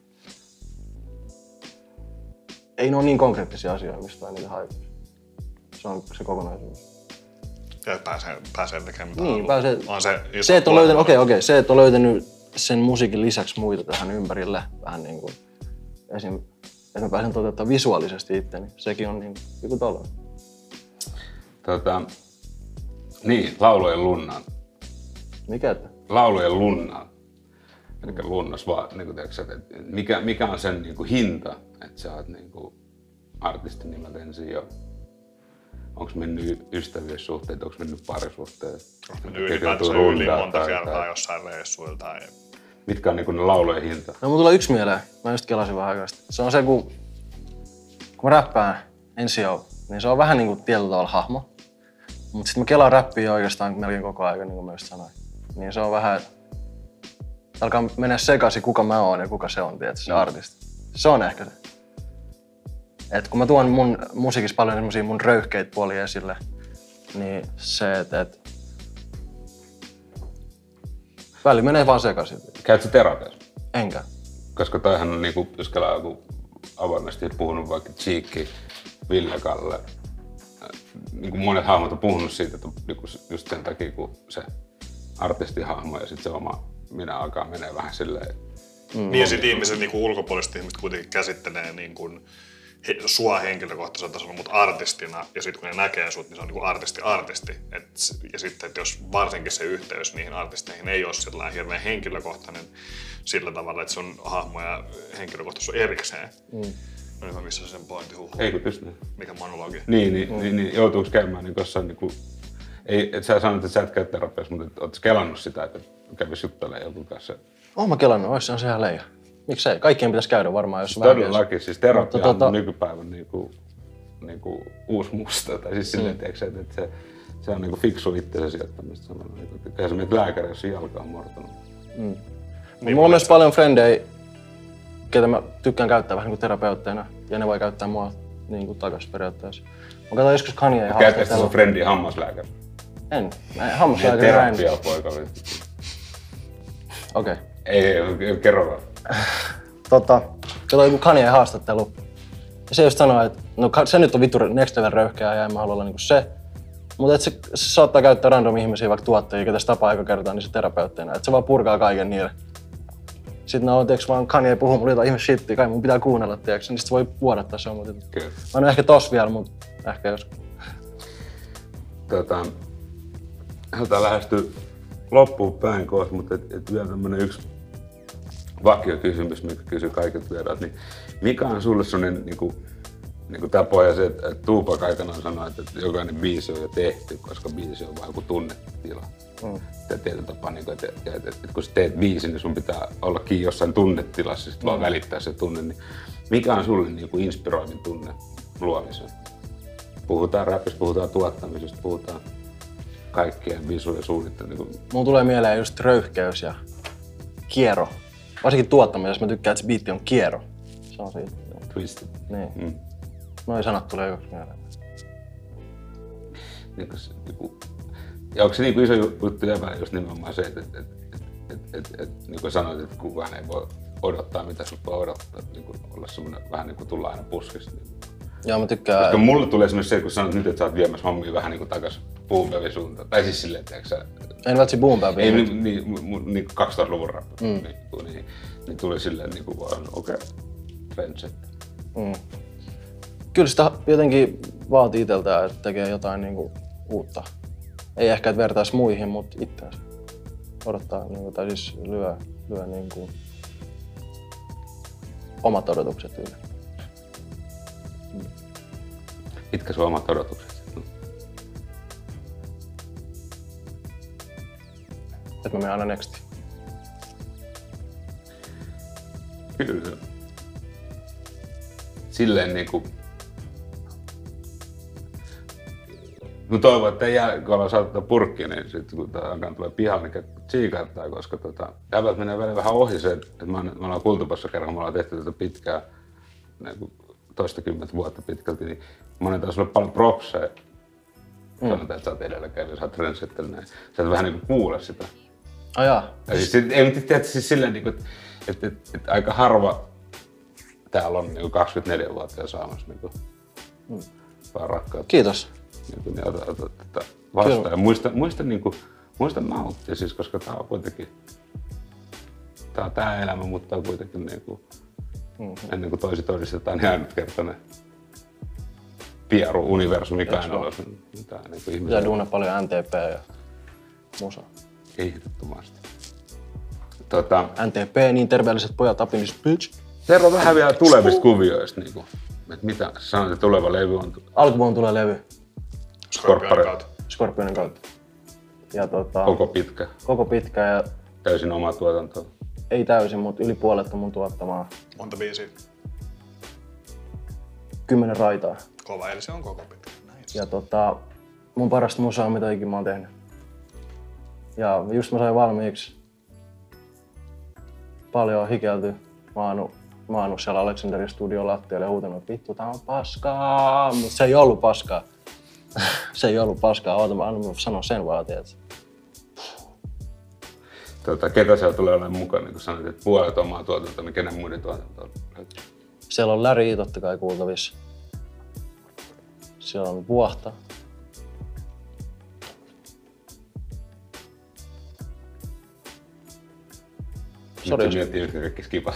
Speaker 4: ei ne ole niin konkreettisia asioita, mistä on niitä haipia. Se on se kokonaisuus.
Speaker 3: Ja pääsee, pääsee tekemään mitä
Speaker 4: Niin,
Speaker 3: haluaa.
Speaker 4: pääsee.
Speaker 3: On se,
Speaker 4: Se, että on löytänyt, okei, okei, se, että on löytänyt sen musiikin lisäksi muita tähän ympärille, vähän niin kuin esim. Että mä pääsen toteuttamaan visuaalisesti itteni, sekin on niin joku tollainen.
Speaker 2: Tota, niin, laulujen lunnan.
Speaker 4: Mikä että?
Speaker 2: Laulujen lunnan. Eli lunnas vaan, niin kuin, tiedätkö, että mikä, mikä on sen niin kuin hinta, että sä oot niin kuin artistin nimeltä ensin jo. Onko mennyt ystävyyssuhteet, onko mennyt parisuhteet?
Speaker 3: Onko mennyt ylipäätänsä yli monta kertaa jossain reissuilla tai...
Speaker 2: Mitkä on niin kuin ne laulujen hinta?
Speaker 4: No mun tulee yksi mieleen, mä just kelasin vähän aikaa sitten. Se on se, kun, kun mä räppään N C O, niin se on vähän niin kuin tietyllä tavalla hahmo. Mut sit mä kelaan räppiä oikeastaan melkein koko ajan, niin kuin mä just sanoin. Niin se on vähän, alkaa mennä sekaisin kuka mä oon ja kuka se on, tiedätkö, se artisti. Se on ehkä se. Et kun mä tuon mun musiikissa paljon semmosia mun röyhkeitä puolia esille, niin se, että et, väli menee vaan sekaisin.
Speaker 2: Käyt sä terapiassa?
Speaker 4: Enkä.
Speaker 2: Koska toihan on niinku, jos kelaa joku avoimesti puhunut vaikka Cheekki, Ville Kalle. Niinku monet hahmot on puhunut siitä, että niinku just sen takia kun se artistihahmo ja sit se oma minä alkaa menee vähän silleen.
Speaker 3: Mm. Niin ja sit ihmiset niinku ulkopuoliset ihmiset kuitenkin käsittelee niinku he, sua henkilökohtaisella tasolla, mutta artistina, ja sitten kun ne näkee sut, niin se on niin artisti-artisti. Et, ja sitten, että jos varsinkin se yhteys niihin artisteihin ei ole sellainen hirveän henkilökohtainen sillä tavalla, että sun hahmo ja henkilökohtaisuus on erikseen. Mm. No nyt mä missä sen pointti huhu.
Speaker 2: Ei kun pystyy.
Speaker 3: Mikä monologi.
Speaker 2: Niin, niin, mm. niin, niin joutuuko käymään niin jossain niinku... Ei, et sä sanoit, että sä et käy terapiassa, mutta ootko kelannut sitä, että kävis juttelemaan jonkun kanssa?
Speaker 4: Oon mä kelannut, ois se on se ihan leija. Miksei? Kaikkien pitäisi käydä varmaan, jos vähän
Speaker 2: todellakin, siis terapia
Speaker 4: tota...
Speaker 2: on nykypäivän niinku, niinku uusi musta. Tai siis silleen, mm. tiiäks, että, että se, se on niinku fiksu itsensä sijoittamista samalla. Eihän se meitä lääkäri, jos jalka on murtunut.
Speaker 4: Mm. Niin mulla on myös se... paljon frendejä, ketä mä tykkään käyttää vähän niin terapeutteina. Ja ne voi käyttää mua niin kuin takas periaatteessa. Mä katsoin joskus Kanye ja
Speaker 2: haastattelua. Käytätkö sun friendi hammaslääkäri?
Speaker 4: En. Hammaslääkäri näin.
Speaker 2: Terapiapoika. Okei.
Speaker 4: Okay.
Speaker 2: Ei, ei, kerro vaan.
Speaker 4: Tota, katsoin joku Kanye haastattelu. Ja se just sanoi, että no se nyt on vittu next level röyhkeä ja en mä halua olla niinku se. Mutta se, se saattaa käyttää random ihmisiä, vaikka tuottajia, ketä se tapaa aika kertaa, niin se terapeutteina. Että se vaan purkaa kaiken niille. Sitten no, tiiäks vaan Kanye puhuu mulle jotain ihme shittiä, kai mun pitää kuunnella, tiiäks. Niin sit se voi vuodattaa se on mut. Kyllä. Mä en oo ehkä tos vielä, mut ehkä jos.
Speaker 2: Tota, halutaan lähestyä loppuun päin koos, mutta et, et vielä tämmönen yksi vakiokysymys, mikä kysyy kaikilta vieraat, niin mikä on sulle sellainen niinku, niinku tapoja se, että et Tupac aikanaan sanoi, että, että jokainen biisi on jo tehty, koska biisi on vaan joku tunnetila. Mm. Tietyllä tapaa, niin että, että, että, että kun sä teet biisin, niin sun pitää olla kiinni jossain tunnetilassa, sit mm. vaan välittää se tunne. Niin mikä on sulle niin kuin inspiroivin tunne luomiseen? Puhutaan rapista, puhutaan tuottamisesta, puhutaan kaikkien visujen suunnittelusta. Niin
Speaker 4: mulla tulee mieleen just röyhkeys ja kiero. Varsinkin tuottamisessa mä tykkään, että se biitti on kiero. Se on siitä.
Speaker 2: Twisted.
Speaker 4: Niin.
Speaker 2: Mm.
Speaker 4: Noi sanat tulee yksi mieleen.
Speaker 2: Niin, niin, ja onko se niin iso juttu jäbä just nimenomaan se, että, että, että, että, että, että niin kuin sanoit, että kukaan ei voi odottaa, mitä sut voi odottaa, niin kuin olla semmoinen vähän niin kuin tulla aina puskista. Niin.
Speaker 4: Joo, mä tykkään.
Speaker 2: Koska mulle tulee esimerkiksi se, kun sanot nyt, että sä oot viemässä hommia vähän niin kuin takaisin boom bapin suuntaan. Tai siis silleen, tiedätkö sä...
Speaker 4: En vältsi boom bapin.
Speaker 2: Ei, niin, niin, niin kaksituhattaluvun rappi. Mm. Niin, niin, niin tuli silleen niin kuin vaan, okei, okay, trendsetter.
Speaker 4: Mm. Kyllä sitä jotenkin vaatii itseltään, että tekee jotain niinku uutta. Ei ehkä, että vertaisi muihin, mutta itseänsä. Odottaa, niinku, tai siis lyö, lyö niinku omat odotukset yli. Mm.
Speaker 2: Mitkä sun omat odotukset?
Speaker 4: Että mä menen aina nextiin.
Speaker 2: Kyllä. Silleen niinku... Mä toivon, että ei jää, kun ollaan saatu purkki, niin sit kun tää alkaa tulee pihalle, niin tsiikaattaa, koska tota, jäbät menee välillä vähän ohi se, että me ollaan Kultupassa kerran, me ollaan tehty tätä pitkää, niin toistakymmentä vuotta pitkälti, niin monen taas sulle paljon propseja. Mm. Sanotaan, että sä oot edelläkävijä, sä oot trendsetteri, näin. Sä et vähän niinku kuule sitä.
Speaker 4: Ai jaa.
Speaker 2: Ja siis, ei, mutta tiedät siis silleen, että, että, että, että aika harva täällä on niin kaksikymmentäneljä vuotta ja saamassa niin mm. vaan rakkautta.
Speaker 4: Kiitos.
Speaker 2: Niin, niin ota, ota tätä vastaan. Ja muista, muista, niin kuin, muista nauttia, siis, koska tää on kuitenkin tää on tää elämä, mutta tää on kuitenkin niin kuin, mm-hmm. ennen kuin toisi todistetaan, niin ainutkertainen pieru universumi kainalossa. Niin
Speaker 4: pitää duunaa paljon N T P ja musa.
Speaker 2: Ehdottomasti. Tota,
Speaker 4: N T P, niin terveelliset pojat, Apinis bitch.
Speaker 2: Kerro vähän vielä tulevista kuvioista. Niin kuin, että mitä sanoit, että tuleva levy on?
Speaker 4: Alkuvuonna tulee levy.
Speaker 3: Scorpionin kautta.
Speaker 4: Scorpionin kautta. Ja tota,
Speaker 2: koko pitkä?
Speaker 4: Koko pitkä ja...
Speaker 2: Täysin omaa tuotantoa?
Speaker 4: Ei täysin, mutta yli puolet on mun tuottamaa.
Speaker 3: Monta biisiä?
Speaker 4: Kymmenen raitaa.
Speaker 3: Kova, eli se on koko pitkä. Nice.
Speaker 4: Ja tota, mun parasta musaa, mitä ikinä mä oon tehnyt. Ja just mä sain valmiiksi. Paljon on hikelty. Mä oon Mä oon siellä Alexanderin studion lattialle ja huutanut, että vittu tää on paskaa, mutta se ei ollut paskaa. Se ei ollut paskaa, oota mä annan sanoa sen vaan, tiedätkö.
Speaker 2: Tota, ketä siellä tulee olemaan mukana, niin kun sanoit, että puolet omaa tuotantoa, niin kenen muiden tuotantoa?
Speaker 4: Siellä on Läri totta kai kuultavissa. Siellä on Vuohta.
Speaker 2: Sori, jos miettii, mitkä kaikki skipat.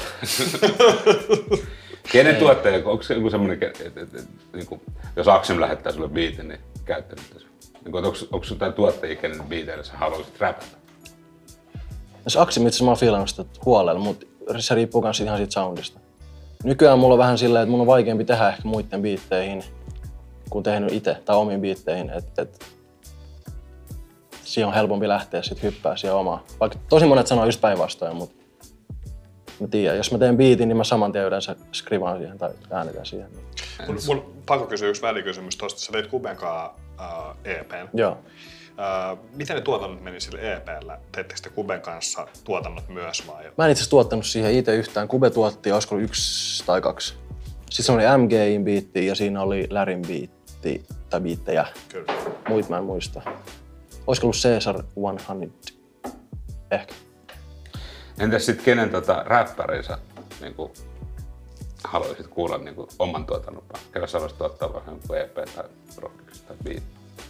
Speaker 2: Kenen tuottaja, onko se joku semmoinen, että niin jos Aksem lähettää sulle biitin, niin käyttänyt niin onko, onko sun jotain tuottajia, kenen biiteille sä haluaisit räpätä?
Speaker 4: Jos Aksem itse mä oon fiilannut sitä huolella, mutta se riippuu myös ihan siitä soundista. Nykyään mulla on vähän silleen, että mun on vaikeampi tehdä ehkä muiden biitteihin, kun tehnyt itse tai omiin biitteihin. Et, et, siihen on helpompi lähteä sit hyppää siihen omaan. Vaikka tosi monet sanoo just päinvastoin, mutta mä tiedän, jos mä teen biitin, niin mä saman tien yleensä skrivaan siihen tai äänitän siihen.
Speaker 3: Mun, mun pakko kysyä yksi välikysymys tosta. Sä teit Kuben kanssa uh, E P:n.
Speaker 4: Joo.
Speaker 3: Uh, miten ne tuotannot meni sille E P:llä? Teittekö te Kuben kanssa tuotannot myös vai?
Speaker 4: Mä en itse asiassa tuottanut siihen itse yhtään. Kube tuotti, olisiko yksi tai kaksi. Sitten se oli M G:in biitti ja siinä oli Lärin biitti tai biittejä.
Speaker 3: Kyllä.
Speaker 4: Muit mä en muista. Olisiko ollut Caesar sata? Ehkä.
Speaker 2: Entäs sit kenen tota, räppärinsä niin haluaisit kuulla niin kuin, oman tuotannon? Kerran sä haluaisit tuottaa vähän joku E P tai rockiksi tai biitti?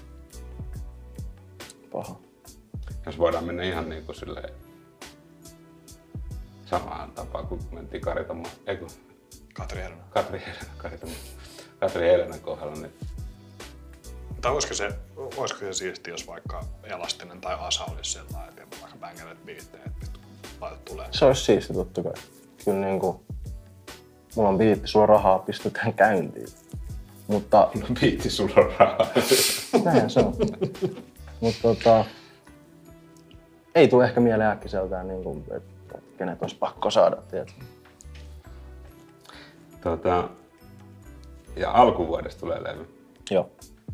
Speaker 4: Paha.
Speaker 2: Jos voidaan mennä ihan niin kuin silleen samaan tapaan kuin mentiin Karitamaan, eikö?
Speaker 3: Katri Helena.
Speaker 2: Katri Helena, Karitamaan. Katri Helenan kohdalla. Niin...
Speaker 3: Tai olisiko se, olisiko se siisti, jos vaikka Elastinen tai Asa olisi sellainen, että vaikka bängelet biittejä, että laitat tulee.
Speaker 4: Se olisi siisti totta kai. Kyllä niinku, mulla on biitti, sulla on rahaa, pistetään käyntiin. Mutta...
Speaker 2: Biitti, sulla on rahaa.
Speaker 4: Näin se on. Mutta tota... Ei tule ehkä mieleen äkkiseltään, niinku, että kenet olisi pakko saada, tiedätkö?
Speaker 2: Tota... Ja alkuvuodesta tulee levy.
Speaker 4: Joo.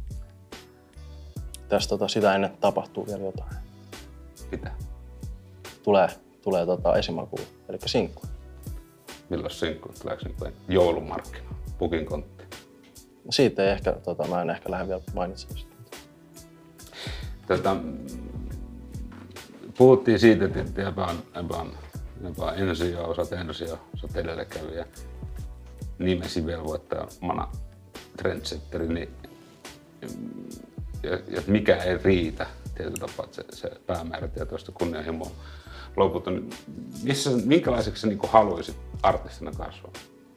Speaker 4: Tässä tota, sitä ennen tapahtuu vielä jotain.
Speaker 2: Mitä?
Speaker 4: Tulee, tulee tota, esimakuun, eli sinkku.
Speaker 2: Milloin sinkku? Tuleeko niin joulumarkkina? Pukin kontti?
Speaker 4: Siitä ei ehkä, tota, mä en ehkä lähde vielä mainitsemaan sitä.
Speaker 2: Tota, puhuttiin siitä, että Ebä on, Ebä on, Ebä on ensio, osaat ensio, osaat edelläkävijä. Nimesi velvoittaa mana trendsetteri, niin ja, ja mikä ei riitä tietyllä tapaa, että se, se päämäärätietoista kunnianhimoa lopulta. Missä, minkälaiseksi sä niin kuin haluaisit artistina kasvaa?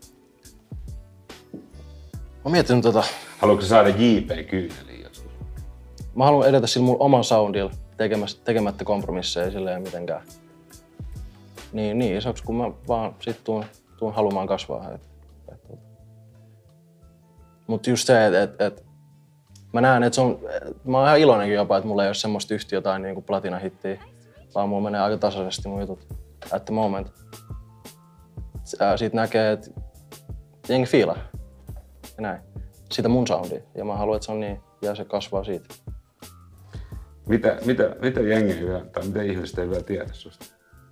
Speaker 4: Mä mietin tota...
Speaker 2: Haluatko saada J P kyyneliin joskus?
Speaker 4: Mä haluan edetä sillä mun oman soundilla tekemättä kompromisseja silleen mitenkään. Niin, niin isoksi kun mä vaan sit tuun, tuun haluamaan kasvaa. Et, et, et. Mut just se, että et, et, mä näen, että se on... Et, mä oon ihan iloinenkin jopa, että mulla ei ole semmoista yhtä jotain niinku platinahittiä, vaan mulla menee aika tasaisesti mun jutut. At the moment. Siitä näkee, että jengi fiilaa. Ja näin. Sitä mun soundia. Ja mä haluan, että se on niin, ja se kasvaa siitä.
Speaker 2: Mitä, mitä, mitä jengi ei vielä, tai mitä ihmiset ei vielä tiedä susta?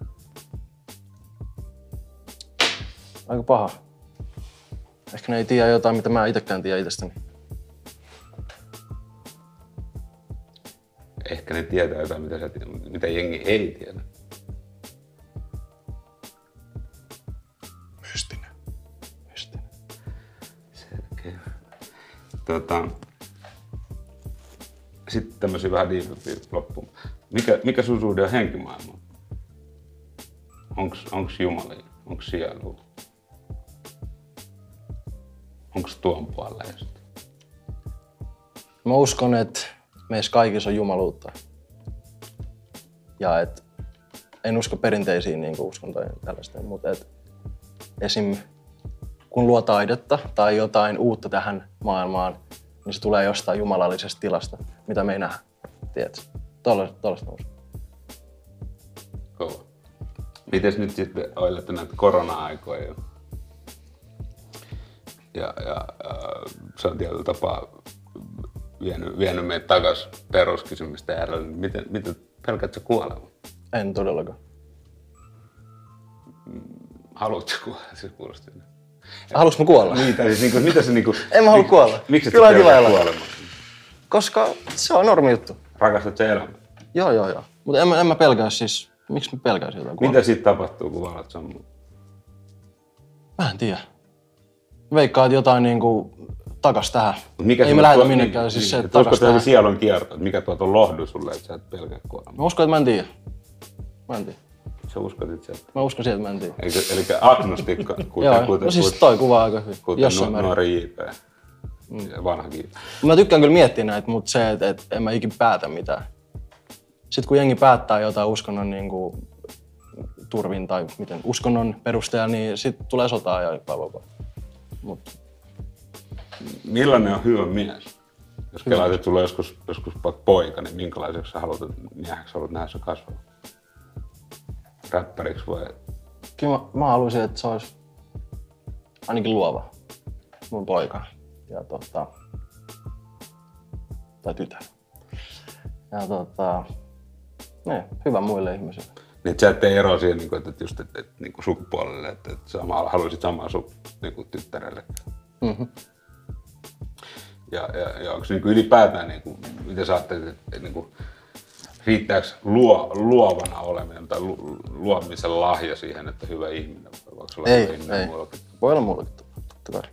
Speaker 4: Aika paha. Ehkä ne ei tiedä jotain, mitä mä itekään tiedä itsestäni.
Speaker 2: Ehkä ne tietää jotain, mitä, sä, mitä jengi ei tiedä.
Speaker 3: Mystinen.
Speaker 4: Mystinen.
Speaker 2: Selkeä. Tota, sitten tämmöisiä vähän diipempiä loppuun. Mikä, mikä sun suhde on henkimaailmaan? Onks, onks jumalia? Onks sielua? Onks tuon puolella just?
Speaker 4: Mä uskon, että meissä kaikissa on jumaluutta. Ja et, en usko perinteisiin niin uskontoihin tällaista, mutta et, esim. Kun luo taidetta tai jotain uutta tähän maailmaan, niin se tulee jostain jumalallisesta tilasta, mitä me ei nähdä. Tiedätkö? Tuollaista uskon.
Speaker 2: Kova. Mites nyt sitten oilette näitä korona-aikoja? Ja, ja äh, se on tietyllä tapaa vienyt, vienyt meitä takaisin peruskysymysten äärelle. Miten, miten pelkät sä kuolemaan?
Speaker 4: En todellakaan.
Speaker 2: Haluatko kuolla? Se kuulosti.
Speaker 4: Haluatko mä kuolla?
Speaker 2: Niin, tai siis niinku, mitä se niinku...
Speaker 4: En mä halua kuolla.
Speaker 2: Miksi et
Speaker 4: Kyllä
Speaker 2: sä
Speaker 4: kiva
Speaker 2: pelkät
Speaker 4: elää.
Speaker 2: kuolemaa?
Speaker 4: Koska se on normi juttu.
Speaker 2: Rakastat sä elämää?
Speaker 4: Joo, joo, joo. Mutta en, mä- en mä pelkää siis... Miksi mä pelkäisin jotain kuolemaa?
Speaker 2: Mitä siitä tapahtuu, kun valot sammuu?
Speaker 4: Mä en tiedä. Veikkaan, että jotain niinku takas tähän.
Speaker 2: Mut mikä
Speaker 4: Ei
Speaker 2: se
Speaker 4: me
Speaker 2: on
Speaker 4: lähdetä
Speaker 2: tuo-
Speaker 4: minnekään,
Speaker 2: niin,
Speaker 4: siis
Speaker 2: niin,
Speaker 4: se,
Speaker 2: et
Speaker 4: että takas
Speaker 2: uskot
Speaker 4: tähän.
Speaker 2: sä sielun kierto, että mikä tuot on lohdu sulle, että sä et pelkää kuolemaa?
Speaker 4: Mä uskon, että mä en tiedä. Mä en tiedä.
Speaker 2: Sä uskot itse.
Speaker 4: Mä uskon siihen, että mä en tiedä.
Speaker 2: Eli, eli agnostikko, kuten,
Speaker 4: Joo,
Speaker 2: kuten,
Speaker 4: no siis
Speaker 2: kuten,
Speaker 4: toi kuvaa aika hyvin.
Speaker 2: kuten
Speaker 4: Jossain
Speaker 2: nu,
Speaker 4: määrin.
Speaker 2: nuori J P. Ja vanha J P.
Speaker 4: Mä tykkään kyllä miettiä näitä, mutta se, että et en mä ikin päätä mitään. Sitten kun jengi päättää jotain uskonnon niinku, turvin tai miten uskonnon perusteella, niin sit tulee sotaa ja bla bla bla. Mut
Speaker 2: Millainen on hyvä mies? Jos kelaat, että sulla on joskus, joskus poika, niin minkälaiseksi sä haluat, mieheksi haluat nähdä se kasvaa? Räppäriksi vai?
Speaker 4: kyllä mä, mä haluaisin, että se olisi ainakin luova. Mun poika. Ja tota... Tai tytär. Ja tota... Ne, hyvä muille ihmisille.
Speaker 2: Niin, että sä et tee eroa siihen, niin kuin, että just että, että, niin kuin sukupuolelle, että, että sä haluaisit samaa su, niin kuin tyttärelle.
Speaker 4: Mhm.
Speaker 2: Ja, ja, ja onko niin kuin ylipäätään, niin kuin, miten sä ajattelet, että niin kuin, riittääkö luo, luovana oleminen tai lu, luomisen lahja siihen, että hyvä ihminen? Voiko se olla
Speaker 4: Ei,
Speaker 2: hyvä ihminen
Speaker 4: ei.
Speaker 2: muuallakin?
Speaker 4: Voi olla mullakin, totta kai.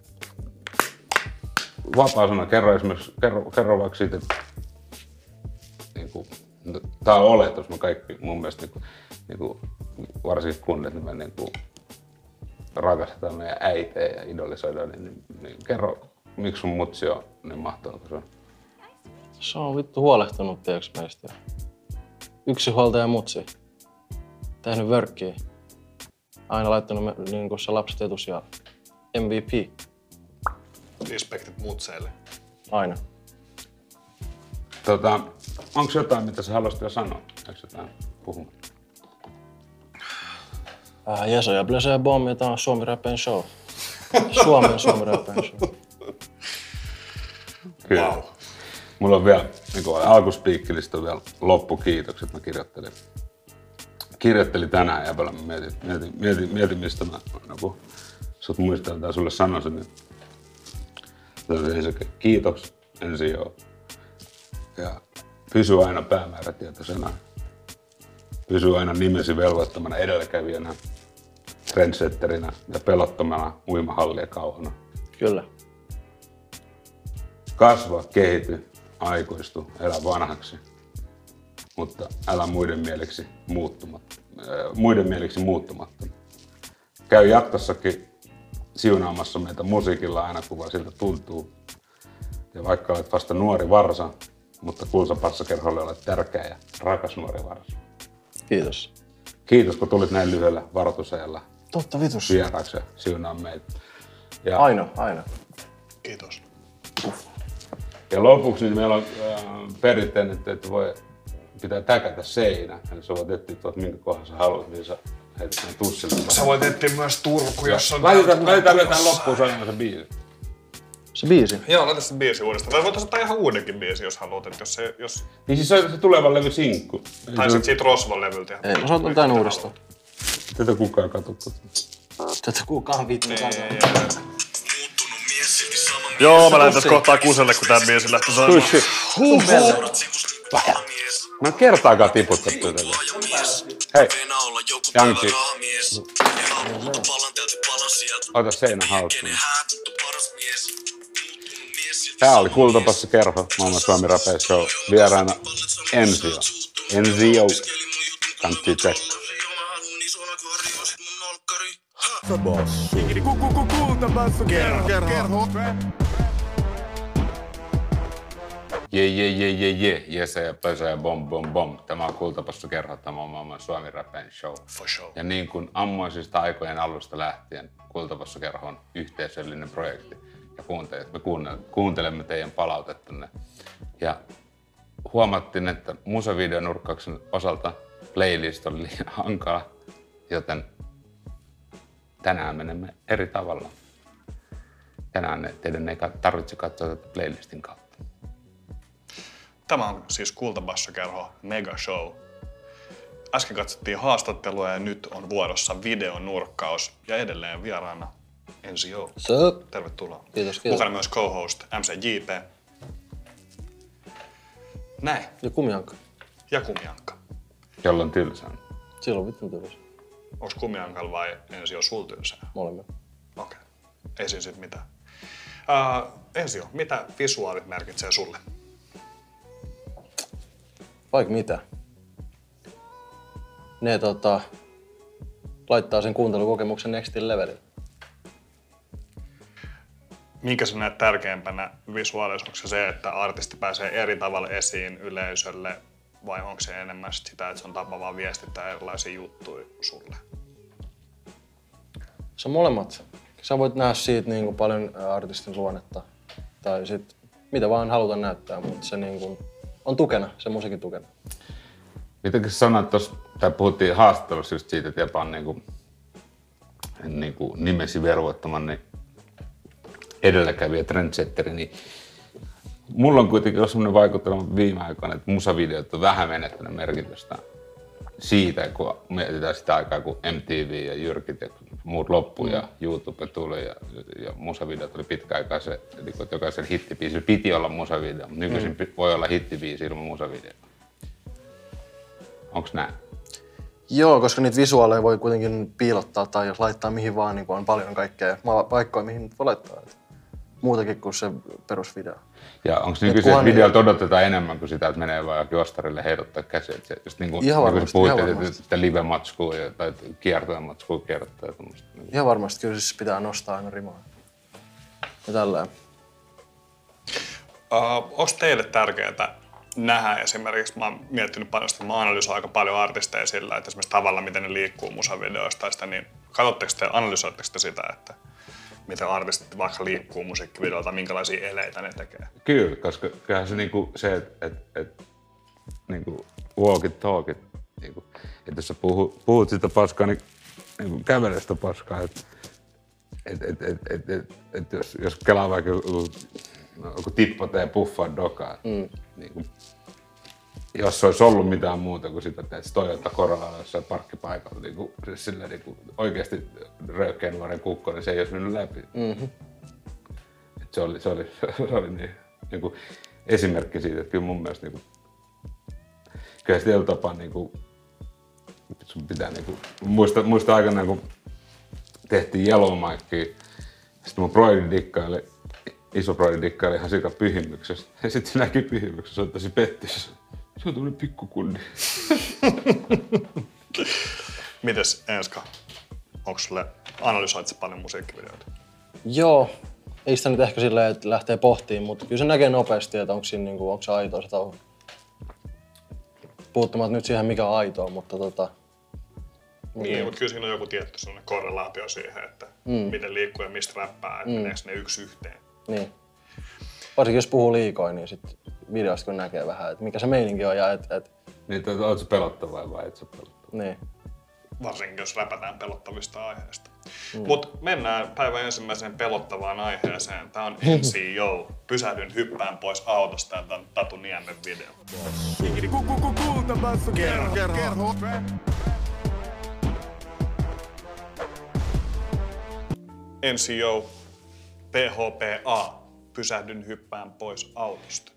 Speaker 2: Vapaa sana, kerro esimerkiksi, kerro, kerro vaikka siitä, että niin kuin, no, tää on oletus, mä kaikki mun mielestä niin kuin, niin kuin, varsinkin kunnet, niin me niin kuin, rakastetaan meidän äitejä ja idolisoidaan, niin, niin, niin kerro, miksi sun mutsi on niin mahtava kuin se on?
Speaker 4: Se on vittu huolehtunut tiiäks meistä. Yksinhuoltaja mutsi. Tehnyt vörkkiä. Aina laittanut me, niin kuin se lapset etusijalle. M V P.
Speaker 3: Respektit mutseille.
Speaker 4: Aina.
Speaker 2: Tota, onko jotain, mitä sä haluaisit vielä sanoa? Eikö jotain puhumaan?
Speaker 4: Äh, Jeso ja Blese ja Bomb ja tää on Suomi Rappen Show. Suomen Suomi Rappen Show.
Speaker 2: Kyllä.
Speaker 3: Wow.
Speaker 2: Mulla on vielä, niin kuin alkuspiikkilistä on vielä loppukiitokset. Mä kirjoittelin, kirjoittelin tänään ja paljon mietin, mietin, mietin, mietin mistä mä niin sut muistan tai sulle sanoisin. Niin se on ensinnäkin kiitos ensin joo. Ja pysy aina päämäärätietoisena. Pysy aina nimesi velvoittamana edelläkävijänä, trendsetterinä ja pelottomana uimahallien kauhana.
Speaker 4: Kyllä.
Speaker 2: Kasva, kehity, aikuistu, elä vanhaksi, mutta älä muiden mieliksi muuttumatta. Äh, muiden mieliksi muuttumatta. Käy jatkossakin siunaamassa meitä musiikilla aina, kun vaan siltä tuntuu. Ja vaikka olet vasta nuori varsa, mutta Kultapassakerholle olet tärkeä ja rakas nuori varsa.
Speaker 4: Kiitos.
Speaker 2: Kiitos, kun tulit näin lyhyellä varoitusajalla
Speaker 4: Totta vitus.
Speaker 2: vieraaksi ja siunaa meitä. Ja,
Speaker 4: Aina, aina.
Speaker 3: Kiitos.
Speaker 2: ja lopuksi niin meillä on äh, perinteinen, että, että voi pitää täkätä seinä. Eli sä voit etsiä tuolta minkä kohan sä haluat, niin sä heität sen tussille.
Speaker 3: Sä voit etsiä myös Turku, jos on...
Speaker 2: Laitetaan, laitetaan vielä tähän loppuun sanomaan se biisi.
Speaker 4: Se biisi.
Speaker 3: Joo, laita se biisi uudestaan. Tai voitaisiin ottaa ihan uudenkin biisi, jos haluat. Että jos se, jos...
Speaker 2: Niin siis se on se tulevan levy sinkku.
Speaker 3: Tai sit siitä Rosvon levyltä.
Speaker 4: Ei, mä soitan tän uudestaan.
Speaker 2: Tätä kukaan katsottu.
Speaker 4: Tätä kukaan vittu kanssa.
Speaker 3: Joo, mä lähden tässä kohtaa kuselle, kun tää biisi lähti soimaan.
Speaker 2: Mä en kertaakaan tiputtanut tätä. Hei, Janki. Ota seinä haltuun. Tää oli Kultapassakerho, maailman Suomi Rape Show. Vieraana Enzio. Enzio. Kanttii tsekkaa.
Speaker 1: Bossu. Kultapassakerho.
Speaker 2: Je, je, je, je, je, jese ja pösö ja bom, bom, bom. Tämä on Kultapassakerho, tämä on maailman Suomi Rapen Show.
Speaker 3: For sure.
Speaker 2: Ja niin kuin ammoisista aikojen alusta lähtien, Kultapassakerho on yhteisöllinen projekti. Ja kuuntelijat, me kuuntelemme teidän palautettanne. Ja huomattiin, että musavideonurkkauksen osalta playlist oli liian hankala, joten tänään menemme eri tavalla. Tänään teidän ei tarvitse katsoa tätä playlistin kautta.
Speaker 3: Tämä on siis Kultapassakerho Mega Show. Äsken katsottiin haastattelua ja nyt on vuorossa videonurkkaus. Ja edelleen vieraana Enzio.
Speaker 4: Sup.
Speaker 3: Tervetuloa.
Speaker 4: Kiitos, kiitos.
Speaker 3: Mukana myös co-host M C J P. Näin.
Speaker 4: Ja Kumiankka.
Speaker 3: Ja Kumiankka.
Speaker 2: Jolla on tylsää.
Speaker 4: Silloin vittu tylsä.
Speaker 3: Onks Kumiankalla vai Enzio sul tylsää?
Speaker 4: Molemmat.
Speaker 3: Okei. Okay. Ei siinä sit mitään. Uh, Enzio, mitä visuaalit merkitsee sulle?
Speaker 4: Vaikka mitä. Ne tota, laittaa sen kuuntelukokemuksen nextin levelille.
Speaker 3: Minkä sä näet tärkeimpänä visuaalissa? Onko se se, että artisti pääsee eri tavalla esiin yleisölle vai onko se enemmän sitä, että se on tapa vaan viestittää erilaisia juttuja sulle?
Speaker 4: Se on molemmat. Sä voit nähdä siitä niin kuin paljon artistin luonnetta tai sit mitä vaan halutaan näyttää, mutta se niin kuin on tukena, se musiikin tukena.
Speaker 2: Mitenkin sanoit tuossa, tai puhuttiin haastattelussa just siitä, että Japan niin kuin, niin kuin nimesi vervoittaman niin edelläkävijä trendsetteri, niin mulla on kuitenkin ollut sellainen vaikutelma viime aikoina, että musavideot on vähän menettänyt merkitystä siitä, kun mietitään sitä aikaa, kun M T V ja Jyrkit ja muut loppui mm. ja YouTube tuli ja, ja musavideot oli pitkä aikaa se, että jokaisen hittibiisillä piti olla musavideo, mutta nykyisin mm. voi olla hittibiisi ilman musavideota. Onks näin?
Speaker 4: Joo, koska niitä visuaaleja voi kuitenkin piilottaa tai jos laittaa mihin vaan, niin on paljon kaikkea paikkoja, mihin voi laittaa. Et muutakin kuin se perusvideo.
Speaker 2: Ja onko nykyisin, että videolta odotetaan enemmän kuin sitä, että menee vaan ostarille heiluttaa käsiä? Että just niin kuin,
Speaker 4: ihan varmasti,
Speaker 2: niin kuin
Speaker 4: ihan
Speaker 2: puhuit,
Speaker 4: varmasti.
Speaker 2: että live-matskua tai kiertojen matskua kiertää ja tommoista.
Speaker 4: Ihan varmasti, kyllä siis pitää nostaa aina rimaa. Ja tällä.
Speaker 3: Uh, onko teille tärkeää nähdä esimerkiksi, mä oon miettinyt paljon sitä, mä analysoin aika paljon artisteja sillä, että esimerkiksi tavalla, miten ne liikkuu musavideoista tai sitä, niin katsotteko te, analysoitteko te sitä, että miten artistit vaikka liikkuu musiikkivideoilla tai minkälaisia eleitä ne tekee?
Speaker 2: Kyllä, koska kyllähän se, niinku, se että et, et, niinku, walk it, talk it. Niinku, että jos sä puhut, puhut sitä paskaa, niin niinku, kävele sitä paskaa. Että et, et, et, et, et, et, jos, jos kelaa vaikka joku, joku tippo tee puffaa dokaa, mm. niinku, jos se olisi ollut mitään muuta kuin sitä, että Toyota Corolla jossain parkkipaikalla, niin kuin, siis sillä, niin kuin, oikeasti röyhkeä nuoren kukko, niin se ei olisi mennyt läpi. Mm-hmm. Et se oli, se oli, se oli niin, niin kuin esimerkki siitä, että kyllä mun mielestä niin kuin, kyllä se tietyllä tapaa niin kuin, sun pitää niin kuin, muista, muista aikanaan kun tehtiin Yellow Mikea, sitten mun broidi dikkaili Isobrodi dikkaili ihan sika pyhimyksestä. Ja sitten se näki pyhimyksessä, ottaisi Pettissä. Se on tämmönen pikkukundi.
Speaker 3: Mites Enska? Onko sulle, analysoit sä paljon musiikkivideoita?
Speaker 4: Joo. Ei sitä nyt ehkä silleen, että lähtee pohtiin, mutta kyllä se näkee nopeasti, että onko, siinä, niinku, onko se aitoa se tauhu. Puuttumatta nyt siihen, mikä on aitoa, mutta tota...
Speaker 3: Niin, niin, mutta kyllä siinä on joku tietty sellainen korrelaatio siihen, että mm. miten liikkuu ja mistä räppää, että mm. meneekö ne yksi yhteen.
Speaker 4: Niin. Varsinkin jos puhuu liikoin, niin sit videosta kun näkee vähän, että mikä se meininki on ja et... et...
Speaker 2: Niin, että oot sä pelottavaa vai et sä pelottavaa?
Speaker 4: Niin.
Speaker 3: Varsinkin jos räpätään pelottavista aiheista. Mm. Mut mennään päivän ensimmäiseen pelottavaan aiheeseen. Tää on N C O. Pysähdyn, hyppään pois autosta ja tää on Tatu Niemen video.
Speaker 1: Kerho, kerho.
Speaker 3: N C O. P H P A. Pysähdyn, hyppään pois autosta.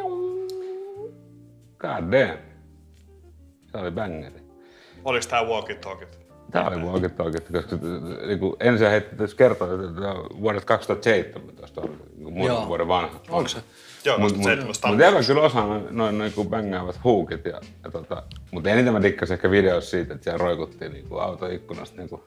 Speaker 2: God damn. Se oli bangeri.
Speaker 3: Oliks tää walkie-talkit?
Speaker 2: Tää oli walkie-talkit, koska niinku, ensin heitti tässä kertoa, että vuodesta kaksituhattaseitsemäntoista on niinku muutaman vuoden vanha.
Speaker 4: Onko se?
Speaker 3: Joo,
Speaker 2: Mut, mut, mut jäbä kyllä osaa noin, noin niinku bängäävät huukit. Ja, ja tota, mut eniten mä dikkasin ehkä videossa siitä, että siellä roikuttiin niinku autoikkunasta niinku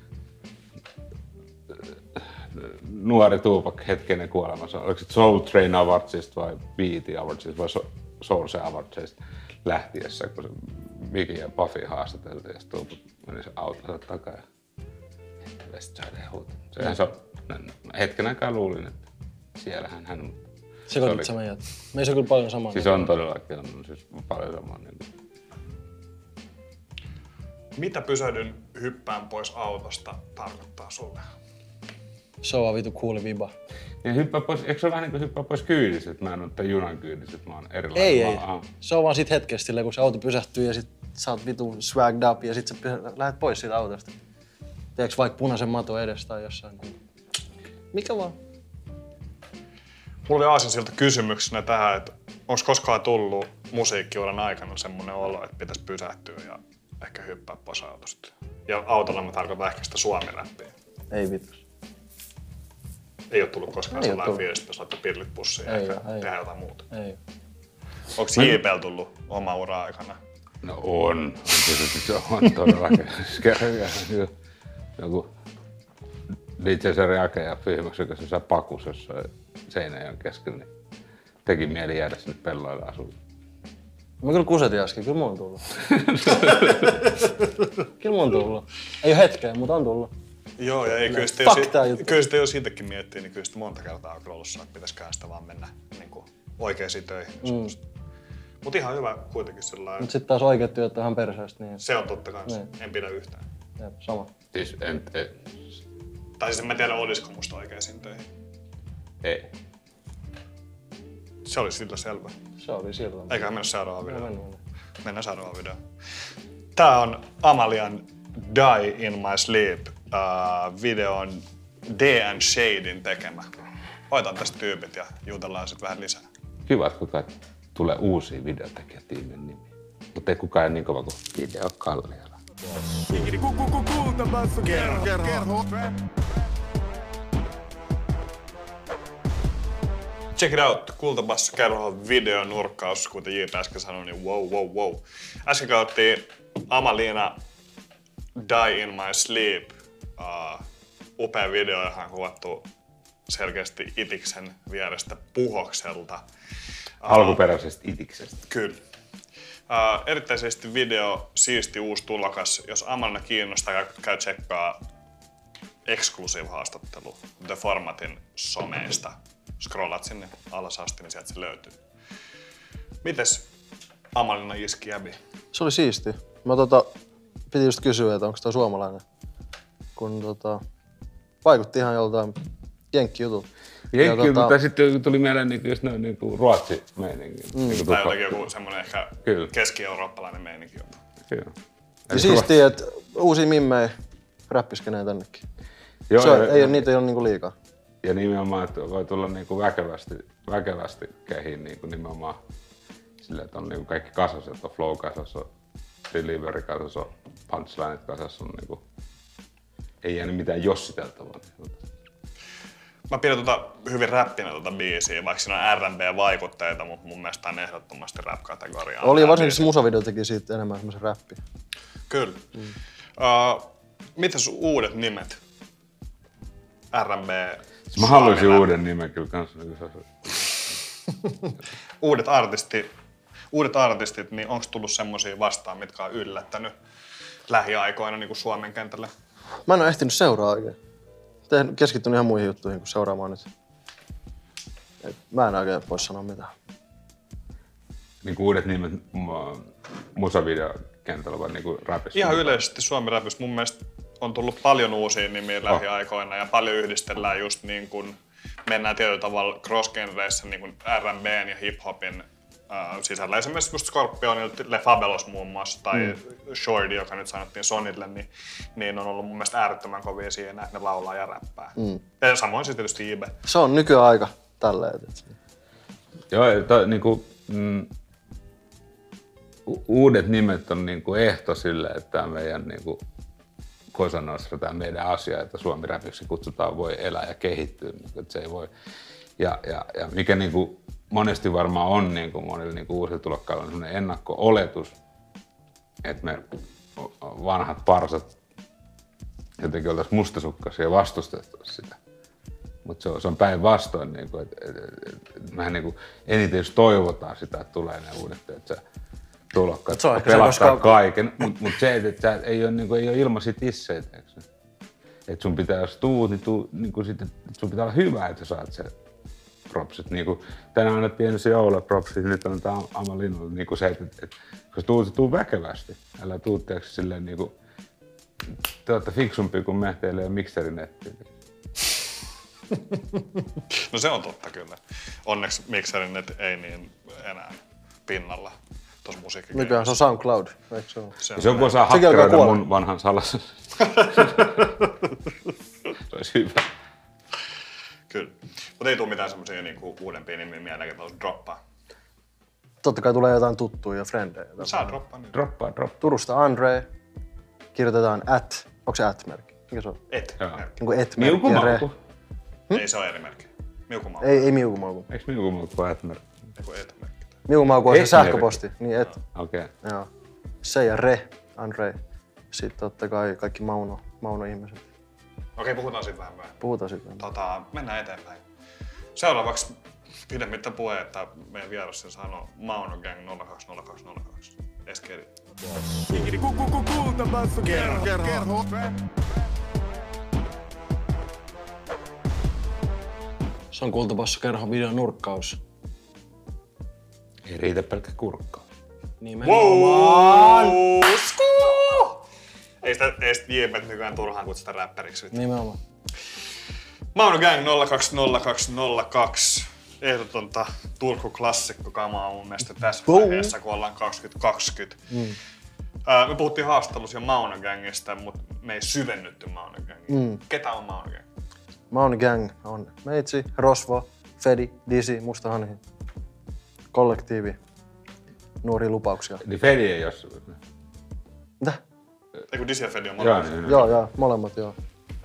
Speaker 2: nuori Tupac hetkeinen kuolemassa. Oliko se Soul Train Awardsista vai Beat Awardsista vai Soul Se Awardsista lähtiessä, kun se Biggie ja Puffy haastateltiin ja sitten Tupac meni se autonsa takaa ja Westside huuta. Sehän se hetken aikaa luulin, että siellähän hän...
Speaker 4: Sekoitit sä meidät? Meissä on kyllä paljon samaa.
Speaker 2: Siis on todellakin, on siis paljon samaa. Niin.
Speaker 3: Mitä pysähdyn, hyppään pois autosta tarkoittaa sulle?
Speaker 4: Se on vaan vitu cooli viba.
Speaker 2: Ja hyppää pois, eikö se ole vähän niin kuin hyppää pois kyydissä, että mä en ole tämän junan kyydissä, että mä oon erilainen?
Speaker 4: Ei,
Speaker 2: mä,
Speaker 4: ei.
Speaker 2: Aha.
Speaker 4: Se on vaan sit hetkestä silleen, kun se auto pysähtyy ja sit sä oot vitu swagged up ja sit sä pysä, lähdet pois siitä autosta. Teekö vaikka punaisen maton edestä tai jossain. Mikä vaan?
Speaker 3: Mulla oli aasinsilta kysymyksenä tähän, että onko koskaan tullut musiikkiuran aikana semmoinen olo, että pitäisi pysähtyä ja ehkä hyppää pois autosta? Ja autolla mä tarkoitan ehkä sitä suomi-räppiä.
Speaker 4: Ei vitus.
Speaker 3: Ei ole tullut koskaan
Speaker 4: Ei
Speaker 3: sellainen fiilis, että saatte pillit pussiin ja
Speaker 4: ei
Speaker 3: ehkä
Speaker 4: ole, ei.
Speaker 3: tehdä jotain muuta.
Speaker 4: Ei.
Speaker 3: Onko J P:llä tullut oma ura aikana?
Speaker 2: No on. Se on todellakin. Joku D J Sari Ake ja Fyhmäksi, joka se pakus jossain Seinäjoen kesken, niin teki mieli jäädä sinne pelloille asumaan.
Speaker 4: Mä kyllä kusetin äsken, kyllä mulla on tullut. Kyllä mulla on tullut. Ei oo hetkeä, mutta on tullut.
Speaker 3: Joo, ja ei, kyllä, sitä jo, kyllä sitä jo siitäkin miettii, niin kyllä sitä monta kertaa on kyllä ollut että pitäisikään sitä vaan mennä niin kuin oikeisiin töihin. Mm. Mut ihan hyvä kuitenkin sellainen.
Speaker 4: Mut sit taas oikeet työt on ihan perseestä, niin...
Speaker 3: Se on totta kanssa.
Speaker 4: Niin.
Speaker 3: En pidä yhtään.
Speaker 4: Jep, sama.
Speaker 2: Siis en... en.
Speaker 3: Tai siis en mä tiedä, olisiko musta oikeisiin töihin.
Speaker 2: Ei.
Speaker 3: Se oli sillä selvä.
Speaker 4: Se oli silloin.
Speaker 3: Eiköhän mennä seuraavaan videoon.
Speaker 4: Mennään.
Speaker 3: Mennään seuraavaan videoon. Tää on Amalian Die in My Sleep. Uh, video on D and Shadin tekemä. Oitan tästä tyypit ja jutellaan sit vähän lisää.
Speaker 2: Kiva, että kukaan tulee uusia videotekijätiimin nimi. Mutta ei kukaan ole niin kova kuin Video Kalliala.
Speaker 1: Kerho, kerho.
Speaker 3: Check it out. Kultabassa Kerhon videonurkkaus, kuten J P äsken sanoi, niin wow, wow, wow. Äsken katsottiin Amalina Die in My Sleep. Uh, upea video, johon on kuvattu selkeästi Itiksen vierestä Puhokselta. Uh,
Speaker 2: Alkuperäisestä Itiksestä.
Speaker 3: Kyllä. Uh, erittäin siisti video, siisti uusi tulokas. Jos Amalina kiinnostaa, käy tsekkaa Exclusive haastattelu The Formatin someista. Scrollat sinne alas asti, niin sieltä se löytyy. Mites Amalina iski jäbi?
Speaker 4: Se oli siisti. Mä tota, piti just kysyä, että onko tää suomalainen. Kun tota, vaikutti ihan joltain jenkkijutulta.
Speaker 2: Jenkki, tota... mutta sitten tuli mieleen niinku just noin niinku ruotsi-meininki.
Speaker 3: Mm. Niinku tai jotenkin joku semmonen ehkä Kyllä. keski-eurooppalainen meininki jopa.
Speaker 2: Kyllä.
Speaker 4: Ja siistiä, että uusia mimmejä räppiskeneen tännekin. Joo, se on, ja, ei ja, niitä ei ole niinku liikaa.
Speaker 2: Ja nimenomaan, että voi tulla niinku väkevästi, väkevästi kehiin niinku nimenomaan silleen, että on niinku kaikki kasassa, että on flow kasassa, on delivery kasassa, on punchlineit kasassa, on niinku, ei jäänyt mitään jossiteltavaa.
Speaker 3: Mä pidän tota hyvin räppinä tota biisiä, vaikka siinä on R and B-vaikutteita, mutta mun mielestä on ehdottomasti rap-kategoria.
Speaker 4: Oli varsinkin se musavideo teki siitä enemmän semmoisen räppi.
Speaker 3: Kyllä. Mm. Uh, mitäs uudet nimet? R and B.
Speaker 2: Mä haluaisin uuden nimen kyllä kanssa.
Speaker 3: uudet, artisti, uudet artistit, niin onko tullut semmosia vastaan, mitkä on yllättänyt lähiaikoina niin kuin Suomen kentällä?
Speaker 4: Mä en oo ehtinyt seuraa oikein. Tein keskittynyt ihan muihin juttuihin kuin seuraamaan nyt. Et mä en oikein voi sanoa mitään.
Speaker 2: Niin kuin uudet nimet musavideokentällä vai niin kuin rapissa?
Speaker 3: Ihan yleisesti Suomi-rapissa mun mielestä on tullut paljon uusia nimiä oh. lähiaikoina ja paljon yhdistellään just niin kuin mennään tietyllä tavalla cross-genreissä niin kuin R and B:n ja hip-hopin äh, sisällä. Esimerkiksi just Scorpionilta, Le Fabelos muun muassa tai mm. Shorty, joka nyt sanottiin Sonille, niin, niin on ollut mun mielestä äärettömän kovia siinä, että ne laulaa ja räppää. Mm. Ja samoin sitten tietysti Ibe.
Speaker 4: Se on nykyaika tälleen.
Speaker 2: Joo, to, niinku, mm, uudet nimet on niinku ehto sille, että tämä meidän niinku, Cosa Nostra, tämä meidän asia, että Suomi-räpiksi kutsutaan, voi elää ja kehittyä. Että se ei voi. Ja, ja, ja mikä niinku, monesti varmaan on niinku, monille niinku, uusille tulokkailla on sellainen ennakko-oletus, että me vanhat parsat jotenkin oltaisiin mustasukkaisia ja vastustettaisiin sitä. Mutta se on, on päinvastoin, niinku, että et, et, et, mehän niinku, eniten jos toivotaan sitä, että tulee ne uudet, että tulokkaat pelastaa kaiken, mutta mut se, että et ei ole niinku, ei ole ilmaisia tisseitä. Että sun pitää, jos tuut, niin, tuu, niinku sit, et sun pitää olla hyvä, että saat se propsit. Niinku, tänään annettiin ensin joulua propsit, nyt annetaan Amalinnolle niinku se, että et, kun tuut, tuu väkevästi. Älä tuu teeksi silleen niinku, te olette fiksumpia kuin me, teille ei ole mikserinettiä.
Speaker 3: No se on totta kyllä. Onneksi mikserinet ei niin enää pinnalla tuossa musiikkikeinossa.
Speaker 4: Nykyään se on SoundCloud, eikö se ole?
Speaker 2: Se on, se on kun osaa hakkeroida mun vanhan salasen. Se olisi hyvä.
Speaker 3: Kyllä. Mutta ei tule mitään semmosia niinku uudempia nimiä mieleen, että olisi droppaa.
Speaker 4: Totta kai tulee jotain tuttuja ja frendejä.
Speaker 3: Saa droppaa nyt.
Speaker 2: Droppaa, droppaa.
Speaker 4: Turusta Andre. Kirjoitetaan at. Onko se at-merkki? Mikä se on?
Speaker 3: Et.
Speaker 4: Niin kuin et-merkki ja re.
Speaker 3: Hmm? Ei se ole eri merkki. Miukumauku.
Speaker 4: Ei, ei miukumauku.
Speaker 2: Eikö miukumauku ole et-merkki?
Speaker 3: Eiku et-merkki.
Speaker 4: Miukumauku on se sähköposti. Niin et.
Speaker 2: Okei. Okay.
Speaker 4: Joo. Se ja re. Andre. Sitten totta kai kaikki Mauno, Mauno-ihmiset.
Speaker 3: Okei, puhutaan siitä vähän myöhemmin.
Speaker 4: Puhutaan siitä vähän.
Speaker 3: Tota, mennään eteenpäin. Seuraavaksi pidemmittä puhe, että meidän vieras sen sanoo Mauno Gang nolla kaksi nolla kaksi nolla kaksi. Eskeri.
Speaker 1: Kerho, kerho.
Speaker 4: Se on Kultapossa Kerho videon nurkkaus.
Speaker 2: Ei riitä pelkkä kurkkaus.
Speaker 4: Nimenomaan!
Speaker 3: Wow! Ei sitä, ei sitä J-Bet nykyään turhaan kutsuta räppäriksi.
Speaker 4: Nimenomaan.
Speaker 3: Mauno Gang nolla kaksi nolla kaksi nolla kaksi. Ehdotonta Turku-klassikkokamaa mun mielestä tässä vaiheessa, kun ollaan kaksituhattakaksikymmentä. Mm. Ää, me puhuttiin haastattelussa jo Mauno Gangista, mutta me ei syvennytty Mauno Gangiin. Mm. Ketä on Mauno Gang?
Speaker 4: Mauno Gang on meitsi, Rosvo, Fedi, Disi, Musta Hanhi. Kollektiivi. Nuoria lupauksia.
Speaker 2: Niin Fedi ei jos...
Speaker 4: Mitä?
Speaker 3: Eiku Disi ja Fedi on molemmat?
Speaker 4: Joo, joo, joo, molemmat joo.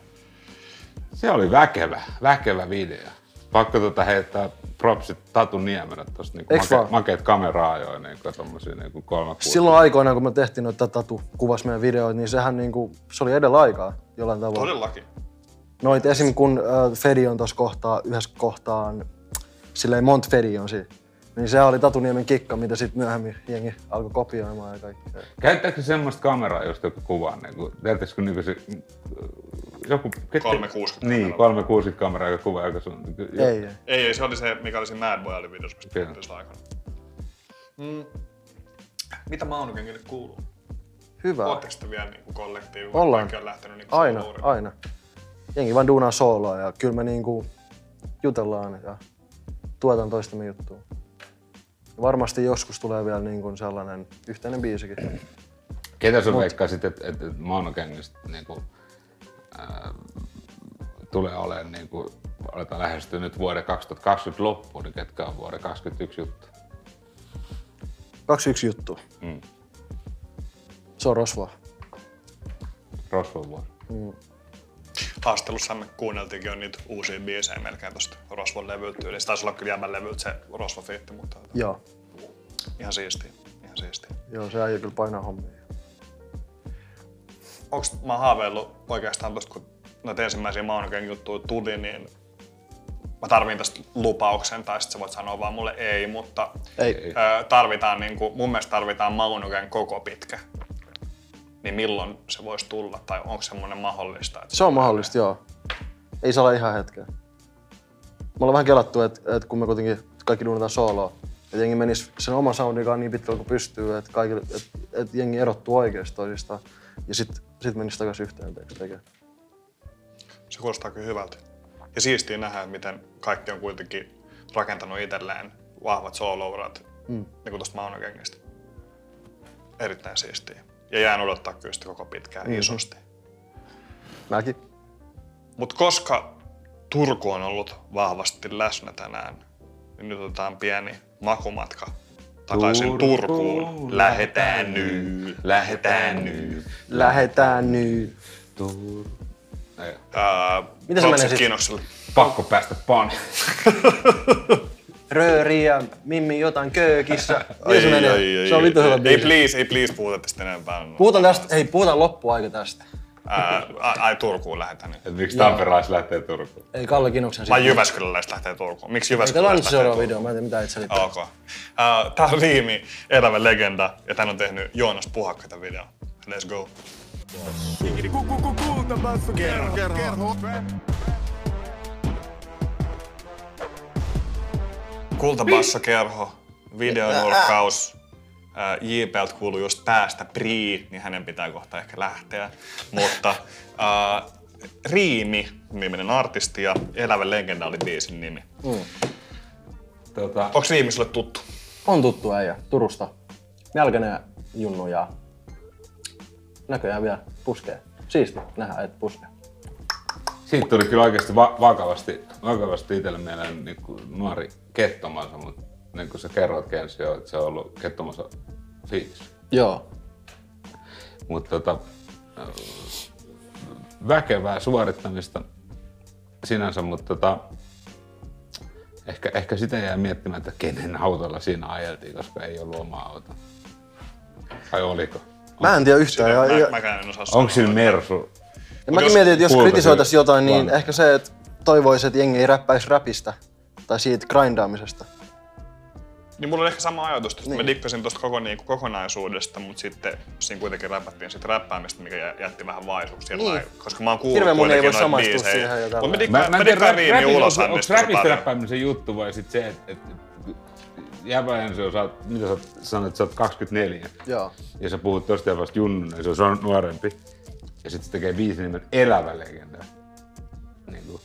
Speaker 2: Se oli väkevä, väkevä video. Pakko tota heittää propsit Tatu Niemelä tosta niinku make, makeet kameraajoja niinku tommosia niinku kolme kuusi.
Speaker 4: Silloin aikoinaan kun me tehtiin noita Tatu kuvas meidän videoita, niin sehän niinku, se oli edellä aikaa jollain tavalla.
Speaker 3: Todellakin.
Speaker 4: Noit esim kun äh, Fedi on tossa kohtaa, yhdessä kohtaan, silleen Mont Fedi on siinä. Niin se oli Tatu Niemen kikka, mitä sit myöhemmin jengi alkoi kopioimaan ja kaikkea.
Speaker 2: Käyttääkö semmoista kameraa, josta joku kuvaa niinku, tiedättekö niinku se... Joku...
Speaker 3: kolmesataakuusikymmentä
Speaker 2: Niin, kolmesataakuusikymmentä kameraa, joka kuvaa joka sun...
Speaker 4: Ei, ei.
Speaker 3: Ei, ei, se oli se, mikä oli siinä Mad Boy oli videossa, mistä puhuttiin sillä aikana. Mm. Mitä Mauno Gangille kuuluu?
Speaker 4: Hyvä.
Speaker 3: Ootteko te vielä niinku kollektiivi?
Speaker 4: Ollaan.
Speaker 3: On lähtenyt niinku
Speaker 4: aina,
Speaker 3: soolourille?
Speaker 4: aina. Jengi vaan duunaa sooloa ja kyllä me niinku jutellaan ja tuetaan toistemme juttua. Varmasti joskus tulee vielä niinku sellainen yhteinen biisikin.
Speaker 2: Ketä sun veikkaisit, että et, et Mauno Gangista niinku, ää, tulee olemaan, niinku, aletaan lähestyä nyt vuoden kaksituhattakaksikymmentä loppuun, niin ketkä on vuoden kaksikymmentäyksi juttu?
Speaker 4: kaksikymmentäyksi juttu.
Speaker 2: Mm.
Speaker 4: Se on Rosvoa.
Speaker 2: Rosvon vuosi.
Speaker 4: Mm.
Speaker 3: Haastattelussa me kuunneltiinkin jo niitä uusia biisejä melkein tosta Rosvon levyltä. Eli se taisi olla kyllä jäbän levyltä se Rosvo-fiitti, mutta
Speaker 4: Joo.
Speaker 3: ihan siistiä. Ihan siistiä.
Speaker 4: Joo, se äijä kyllä painaa hommia.
Speaker 3: Onks mä haaveillut oikeastaan tosta, kun noita ensimmäisiä Mauno Gang juttuja tuli, niin mä tarviin tästä lupauksen, tai sit sä voit sanoa vaan mulle ei, mutta
Speaker 4: Ei.
Speaker 3: Ö, tarvitaan niinku, mun mielestä tarvitaan Mauno Gang koko pitkä. Niin milloin se voisi tulla, tai onko semmoinen mahdollista? Että
Speaker 4: Se on mahdollista, joo. Ei saa olla ihan hetkeä. Me ollaan vähän kelattu, että et kun me kuitenkin kaikki duunataan sooloa, että jengi menisi sen oman soundikaan niin pitkälle kuin pystyy, että et, et jengi erottuu oikeasti toisistaan. Ja sit, sit menisi takaisin yhteen tekemään.
Speaker 3: Se kuulostaa kyllä hyvältä. Ja siistiä nähdä, miten kaikki on kuitenkin rakentanut itselleen vahvat solo-urat mm. niin kuin tosta Mauno Gangista. Erittäin siistiä. Ja jään odottaa kyllä sitä koko pitkään mm-hmm. isosti.
Speaker 4: Mäkin.
Speaker 3: Mut koska Turku on ollut vahvasti läsnä tänään, niin nyt otetaan pieni makumatka takaisin
Speaker 2: Turku,
Speaker 3: Turkuun. Lähetään nyt, lähetään nyt.
Speaker 4: Lähetään nyt.
Speaker 2: Turku.
Speaker 3: Ää,
Speaker 4: Mitä se menee sit?
Speaker 3: Kiinnokselle.
Speaker 2: Pakko päästä pan.
Speaker 4: Rööri ja Mimmi jotain köökissä.
Speaker 3: Ai,
Speaker 4: se menee?
Speaker 3: ai, ai,
Speaker 4: se on vittu hyvä
Speaker 3: ei,
Speaker 4: biisi.
Speaker 3: ei please, ei please puhuta tästä enempää.
Speaker 4: Puhutaan tästä, hei puhutaan loppuaika tästä.
Speaker 3: Ää, ai Turkuun lähetään nyt.
Speaker 2: Et miksi tamperelais lähtee Turkuun?
Speaker 4: Ei Kalle Kinoksen
Speaker 3: Vai Jyväskyläläiset lähtee Turkuun? Miksi
Speaker 4: Eikä
Speaker 3: Jyväskyläläiset
Speaker 4: nyt
Speaker 3: lähtee
Speaker 4: seuraava
Speaker 3: Turkuun?
Speaker 4: video, mä en tiedä mitä et selittää.
Speaker 3: Ok. Uh, tää on Riimi, elävä legenda, ja tän on tehnyt Joonas Puhakka tän video. Let's go.
Speaker 1: Kerho, kerho.
Speaker 3: Kultabassokerho, videonurkkaus. J P:ltä kuuluu just päästä Prii, niin hänen pitää kohta ehkä lähteä. Mutta uh, Riimi, niminen artisti, ja Elävä legenda oli biisin nimi.
Speaker 4: Mm.
Speaker 2: Tota,
Speaker 3: Onks Riimi sulle tuttu?
Speaker 4: On tuttu äijä, Turusta. Nälkäinen junnu ja näköjään vielä puskee. Siisti nähdä, että puskee.
Speaker 2: siitä tuli kyllä oikeasti va- vakavasti, vakavasti itselle mieleen niin kuin nuori Kettomansa, mutta niin kuin sä kerroitkin ensin jo, että se on ollut Kettomansa fiilis.
Speaker 4: Joo.
Speaker 2: Mutta tota, väkevää suorittamista sinänsä, mutta tota, ehkä, ehkä sitä jää miettimään, että kenen autolla siinä ajeltiin, koska ei ollut oma auto. Vai oliko?
Speaker 4: Mä en tiedä yhtään. Ja, ja,
Speaker 3: Mä, mäkään en osaa sanoa.
Speaker 2: Onko sillä Mersu?
Speaker 4: ja mäkin
Speaker 3: jos
Speaker 4: mietin, että jos
Speaker 2: kulta
Speaker 4: kritisoitaisiin
Speaker 2: se
Speaker 4: jotain, niin
Speaker 2: vanha.
Speaker 4: ehkä se, että toivoisi, että jengi ei räppäisi räpistä tai siitä grindaamisesta.
Speaker 3: Niin mulla oli ehkä sama ajatus, että
Speaker 4: Niin.
Speaker 3: mä dikkasin tosta koko, niin, kokonaisuudesta, mutta sitten siinä kuitenkin räpättiin sit räppäämistä, mikä jä- jätti vähän vaisuksi.
Speaker 4: Niin.
Speaker 3: Koska mä oon kuullut
Speaker 4: Hirveän moni ei voi
Speaker 3: kuitenkin noita
Speaker 4: samaistua
Speaker 3: biisejä.
Speaker 4: siihen ja
Speaker 3: Mut mä
Speaker 4: tällainen.
Speaker 3: dikkaan, mä, mä dikkaan Riimi ulos
Speaker 2: onko
Speaker 3: Annista
Speaker 2: räpistä
Speaker 3: paljon.
Speaker 2: räppäämisen juttu vai sit se, että et, jäbä ensin on, sä oot, mitä sä oot, sanoit, että sä oot kaksikymmentäneljä.
Speaker 4: Joo.
Speaker 2: Ja sä puhut tosta jäbästä junnuna, ja se on nuorempi. Ja sit se tekee biisin nimen Elävä legenda. Niin kuin.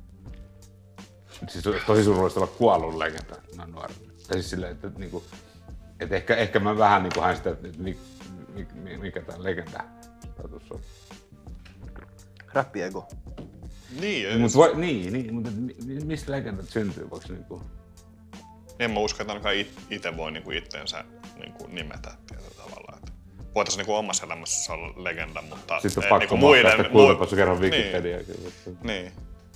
Speaker 2: Siis tosi surullista olla kuollut legenda, noin nuorempi. Ja siis silleen, että niinku, et ehkä, ehkä mä vähän niinku hain sitä, että mi, mi, mi, mikä tää legenda status on.
Speaker 4: Räppiego.
Speaker 3: Niin, ja
Speaker 2: Mut voi, niin, niin, mutta mi- mistä legendat syntyy, voiko niinku?
Speaker 3: en mä usko, että ainakaan it, ite voi niinku itteensä niinku nimetä tietyllä tavalla. Että voitaisiin niinku omassa elämässä olla legenda, mutta
Speaker 2: Sitten on
Speaker 3: eh,
Speaker 2: pakko
Speaker 3: niinku
Speaker 2: muokkaa sitä
Speaker 3: mui-
Speaker 2: kultapassu kerran Wikipediaa.
Speaker 3: Niin. niin.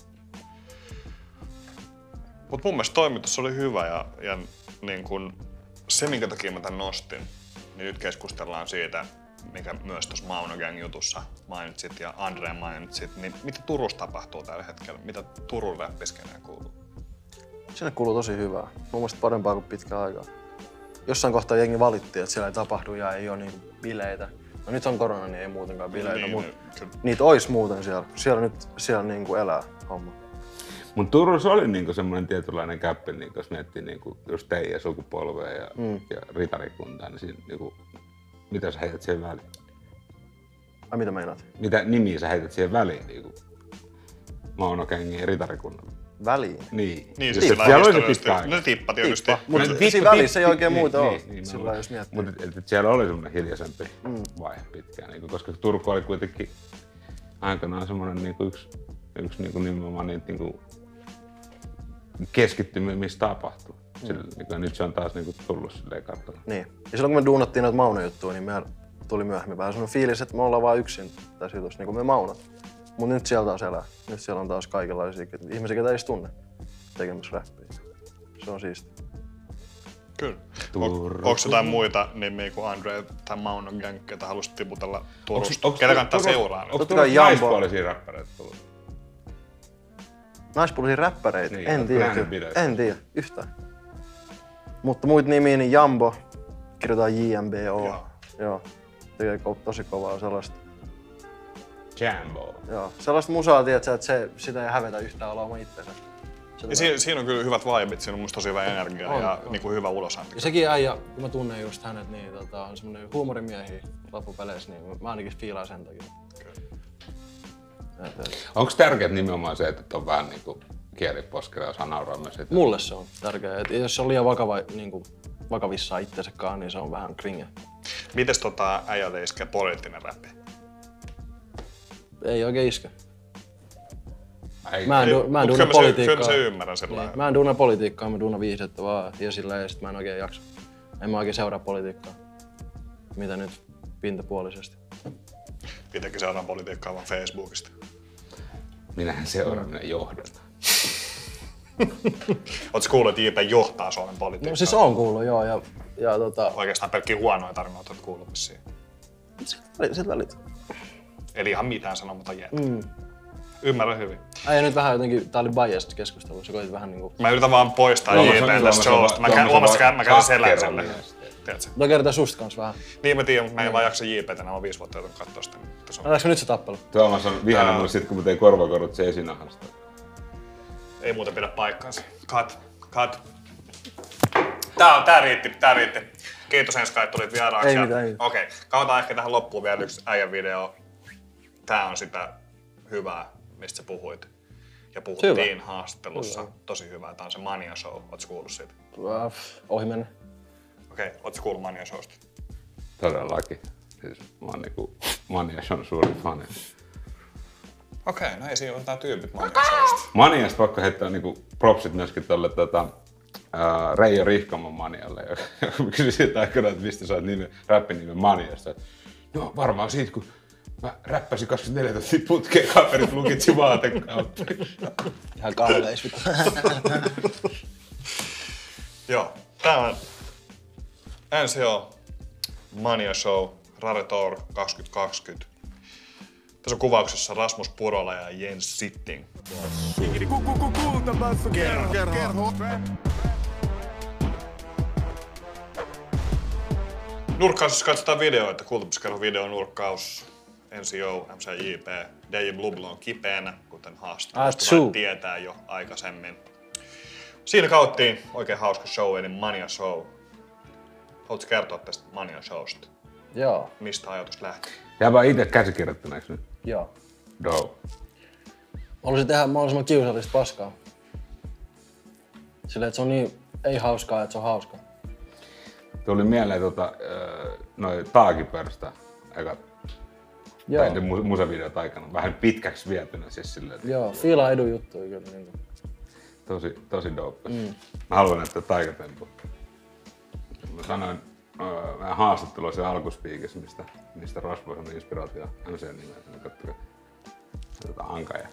Speaker 3: Mut mun mielestä toimitus oli hyvä ja, ja niin kun se, minkä takia mä tän nostin, niin nyt keskustellaan siitä, mikä myös tuossa Mauno Gang jutussa mainitsit ja Andreen mainitsit, niin mitä Turussa tapahtuu tällä hetkellä? Mitä Turun räppiskeneen kuuluu?
Speaker 4: Sinne kuuluu tosi hyvää. Mun mielestä parempaa kuin pitkään aikaa. Jossain kohtaa jengi valitti, että siellä ei tapahdu ja ei ole niinku bileitä. No nyt on korona, niin ei muutenkaan bileitä,
Speaker 3: Niin,
Speaker 4: mutta
Speaker 3: kyllä.
Speaker 4: niitä ois muuten siellä. Siellä nyt siellä niinku elää homma.
Speaker 2: Mut Turussa oli niinku semmoinen tietynlainen käppi, niinku, jos miettii niinku just teidän sukupolvea ja, mm. ja ritarikuntaa, niin siinä, niinku, mitä sä heität siihen väliin?
Speaker 4: Ai mitä meinaat?
Speaker 2: Mitä nimiä sä heität siihen väliin? Niinku, Mauno Gangin ja ritarikunnan.
Speaker 4: Väliin.
Speaker 2: Niin.
Speaker 3: Niin,
Speaker 2: Jos
Speaker 3: siis
Speaker 2: et siellä oli se
Speaker 3: historiallisesti-
Speaker 2: pitkä aika.
Speaker 3: No tippa tietysti.
Speaker 4: Tippa. Mut
Speaker 2: No,
Speaker 4: siinä
Speaker 2: tippa,
Speaker 4: välissä ei
Speaker 2: tippa,
Speaker 4: oikein
Speaker 2: niin,
Speaker 4: muuta
Speaker 2: niin,
Speaker 4: oo.
Speaker 2: niin,
Speaker 4: Sillä
Speaker 2: niin,
Speaker 4: jos miettii.
Speaker 2: Mutta et, et siellä oli semmoinen hiljaisempi mm. vaihe pitkään, niinku, koska Turku oli kuitenkin aikanaan semmoinen niinku yksi, yksi niinku nimenomaan niitä niinku keskittymiä, missä tapahtuu. Mm. Sillä, niinku, nyt se on taas niinku tullut silleen katsoa.
Speaker 4: Niin. Ja silloin kun me duunattiin noita Mauno-juttuja, niin mehän tuli myöhemmin vähän semmoinen fiilis, että me ollaan vaan yksin tässä jutussa, niin kuin me Maunot. Mut nyt siellä taas elää. Nyt siellä on taas kaikenlaisia ihmisiä, ketä ei edes tunne tekemässä räppiä. Se on siistiä.
Speaker 3: Kyllä. On, onko jotain muita nimiä kuin Andre tai Mauno Gang, ketä halusit tiputella Turusta? Ketä kannattaa seuraa?
Speaker 2: Onko Turussa naispuolisia räppäreitä tullut?
Speaker 4: Naispuolisia räppäreitä?
Speaker 2: Niin,
Speaker 4: en tiedä. En tiedä. Yhtään. Mutta muut nimiä, niin Jambo. Kirjoitetaan J M B O. Joo. Joo. Tekee tosi kovaa sellaista.
Speaker 2: Jambo.
Speaker 4: Joo. Sellaista musaa, tiedätkö, että se, sitä ei hävetä yhtään olla oma itsensä.
Speaker 3: Ja siinä, siinä on kyllä hyvät vibit, siinä on musta tosi hyvä energia
Speaker 4: on,
Speaker 3: ja
Speaker 4: on.
Speaker 3: Niin kuin hyvä ulosanti.
Speaker 4: Ja sekin äijä, kun mä tunnen just hänet, niin tota, on semmonen huumorimiehi loppupeleissä, niin mä ainakin fiilaan sen takia.
Speaker 2: Onko tärkeää nimenomaan se, että on vähän niinku kieliposkella ja osaa nauraa myös? Että...
Speaker 4: Mulle se on tärkeää. Et jos se on liian vakava, niinku, vakavissaan itsensäkaan, niin se on vähän kringe.
Speaker 3: Mites tota äijälle iskee poliittinen räppi?
Speaker 4: Ei oikein iske.
Speaker 2: Ei,
Speaker 4: Mä en,
Speaker 3: ei,
Speaker 4: du, mä en
Speaker 3: mut
Speaker 4: duuna
Speaker 3: kyllä mä se-
Speaker 4: politiikkaa.
Speaker 3: kyllä mä se ymmärrän sillä
Speaker 4: Niin, mä en duuna politiikkaa, mä duuna viihdettä vaan. Ja sillä ei sit mä en oikein jaksa. En mä oikein seuraa politiikkaa. Mitä nyt pintapuolisesti.
Speaker 3: Pitääkin seuraan politiikkaa vaan Facebookista.
Speaker 2: Minähän seuraan, minä johdan.
Speaker 3: Ootko kuullut, että J P johtaa Suomen politiikkaa?
Speaker 4: No siis on kuullut, joo. Ja, ja tota...
Speaker 3: Oikeastaan pelkkiä huonoja tarinoita oot kuullut vissiin.
Speaker 4: Sit välit.
Speaker 3: Eli ihan mitään sanoa, mutta jep.
Speaker 4: Mm.
Speaker 3: Ymmärrän hyvin.
Speaker 4: Ai nyt vähän jotenkin, tää oli biased keskustelu, sä koitit vähän niinku...
Speaker 3: Mä yritän vaan poistaa
Speaker 2: Tuomas
Speaker 3: J
Speaker 2: on-
Speaker 3: P:n
Speaker 2: Tuomas
Speaker 3: tästä
Speaker 2: on-
Speaker 3: showsta. Mä
Speaker 2: Tuomas
Speaker 3: käyn
Speaker 2: on
Speaker 3: huomasin,
Speaker 2: vaan
Speaker 3: mä käyn selän
Speaker 2: katkeran
Speaker 3: selle.
Speaker 2: mies.
Speaker 3: Tiedätkö?
Speaker 4: Mä kertaan susta kans vähän.
Speaker 3: Niin mä tiedän, mutta mä en vaan jaksa J P:tä, mä oon viisi vuotta joutunut kattoo sitä.
Speaker 4: Älääkö nyt se tappelu?
Speaker 2: Tuomas on vihainen mulle sit, kun mä tein korvakorut se esinahasta.
Speaker 3: Ei muuten pidä paikkaansa. Cut, cut. Tää, on, tää riitti, tää riitti. Kiitos Enska, että tulit vieraaksi.
Speaker 4: Ei
Speaker 3: ja-
Speaker 4: mitään, ei.
Speaker 3: Okei, okay. Kautaan ehkä tähän loppuun vielä yksi äijän video. Tää on sitä hyvää, mistä sä puhuit. Ja puhuttiin
Speaker 4: Hyvä.
Speaker 3: haastattelussa. Tosi hyvää. Tää on se Mania Show. Ootko kuullut siitä?
Speaker 4: Äh, ohi mennä.
Speaker 3: Okei, okay. Ootko kuullut Mania Showsta?
Speaker 2: Todellakin. Siis mä oon niinku Manias on suuri fani.
Speaker 3: Okei, okay, no ei siinä ole tää tyypit Mania Showsta.
Speaker 2: Maniasta pakko heittää niinku propsit myöskin tolle tota, ää, Reijo Rihkamon Manialle, joka kysyi siitä aikana, että mistä sä oot nime, räppin nimen Maniasta. No varmaan siitä, kun mä räppäsin kaksikymmentäneljä tuntia putkeen, kaverit lukitsi vaatekautta.
Speaker 4: Ihan kahleis vittu.
Speaker 3: Joo, tää on N C O Mania Show Rare Tour kaksituhattakaksikymmentä. Tässä on kuvauksessa Rasmus Purola ja Jens Sitting. Nurkkaus katsotaan videoita. Kultapiskerho video nurkkaus. N C O, M C J P, D J Blublo on kipeänä, kuten haastattelusta
Speaker 4: Atsu.
Speaker 3: vai tietää jo aikaisemmin. Siinä kauttiin oikein hauska show, eli Mania Show. Haluatko kertoa tästä Mania Showsta?
Speaker 4: Joo,
Speaker 3: Mistä ajatus lähti?
Speaker 2: Jää vaan ite käsikirjoittaneeksi nyt.
Speaker 4: joo.
Speaker 2: Do.
Speaker 4: Mä haluaisin tehdä mahdollisimman kiusallista paskaa. Silleen, että se on niin ei hauskaa, että se on hauskaa.
Speaker 2: Tuli mieleen tota, öö, noi taakipörstä eka
Speaker 4: Joo,
Speaker 2: tai mu- musavideot aikana. Vähän pitkäksi vietynä siis silleen, että
Speaker 4: joo. Fiilaa edun juttuja kyllä. Niin kuin.
Speaker 2: tosi, tosi dope. Mm. Mä haluan näyttää taikatempo. Mä sanoin öö, vähän haastattelua siellä alkuspiikissä, mistä, mistä Rasmus on inspiraatio M C:n nimeltä. Niin kattokaa tätä Ankaja.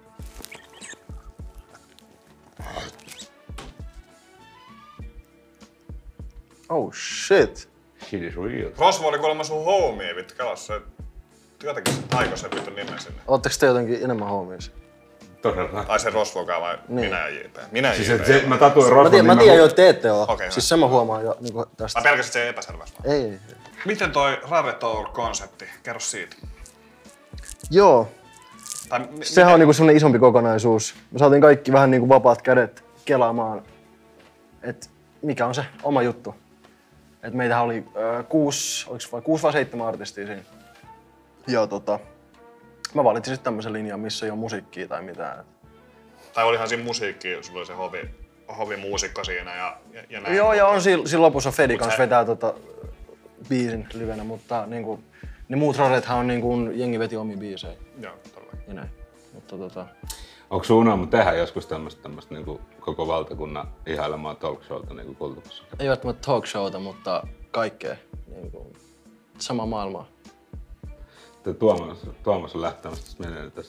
Speaker 4: Oh shit.
Speaker 2: Shit is real.
Speaker 3: Rosvo oli kuulemma sun homie, vittu kalas. Se jotenkin se taikosen vittu nimen sinne.
Speaker 4: Ootteko te jotenkin enemmän homies?
Speaker 2: Todella.
Speaker 3: Ai se Rosvokaan vai
Speaker 4: Niin.
Speaker 3: minä ja J P? Minä ja
Speaker 2: Siis
Speaker 3: J
Speaker 2: et
Speaker 3: P.
Speaker 2: se, mä tatuin
Speaker 4: Mä
Speaker 2: Rosvon
Speaker 4: tiedän, mä
Speaker 2: nimen
Speaker 4: tiedän
Speaker 2: hu-
Speaker 4: jo, että te ette oo.
Speaker 3: Okei,
Speaker 4: Siis
Speaker 3: hyvä.
Speaker 4: sen mä huomaan jo niinku tästä.
Speaker 3: Mä pelkäsin se epäselvästi.
Speaker 4: Ei, ei, ei.
Speaker 3: Miten toi Rare Tour-konsepti? Kerro siitä.
Speaker 4: Joo,
Speaker 3: Tai mi-
Speaker 4: sehän on niinku semmonen isompi kokonaisuus. Me saatiin kaikki vähän niinku vapaat kädet kelaamaan, että mikä on se oma juttu. Et meitähän oli äh, kuusi, oliks vai kuusi vai seitsemän artistia siinä. Ja tota, mä valitsin sitten tämmösen linjan, missä ei oo musiikkia tai mitään.
Speaker 3: Tai olihan siinä musiikki, sulla oli se hovi, hovimuusikko siinä ja, ja, ja näin.
Speaker 4: Joo, ja on siinä, siinä lopussa Fedi
Speaker 3: Mut
Speaker 4: kanssa
Speaker 3: sä-
Speaker 4: vetää tota biisin livenä, mutta niinku, ne muut rarethan on niinku, jengi veti omia biisejä
Speaker 3: Joo, todellakin.
Speaker 4: ja näin. Mutta tota,
Speaker 2: Onko sun unelma tehdä joskus tämmöstä, tämmöstä niinku koko valtakunnan ihailemaa talkshowta niinku Kultupassa?
Speaker 4: ei välttämättä talk showta, mutta kaikkea. Niinku, sama maailmaa.
Speaker 2: Tuomas, Tuomas on lähtemässä tästä menee tästä olisi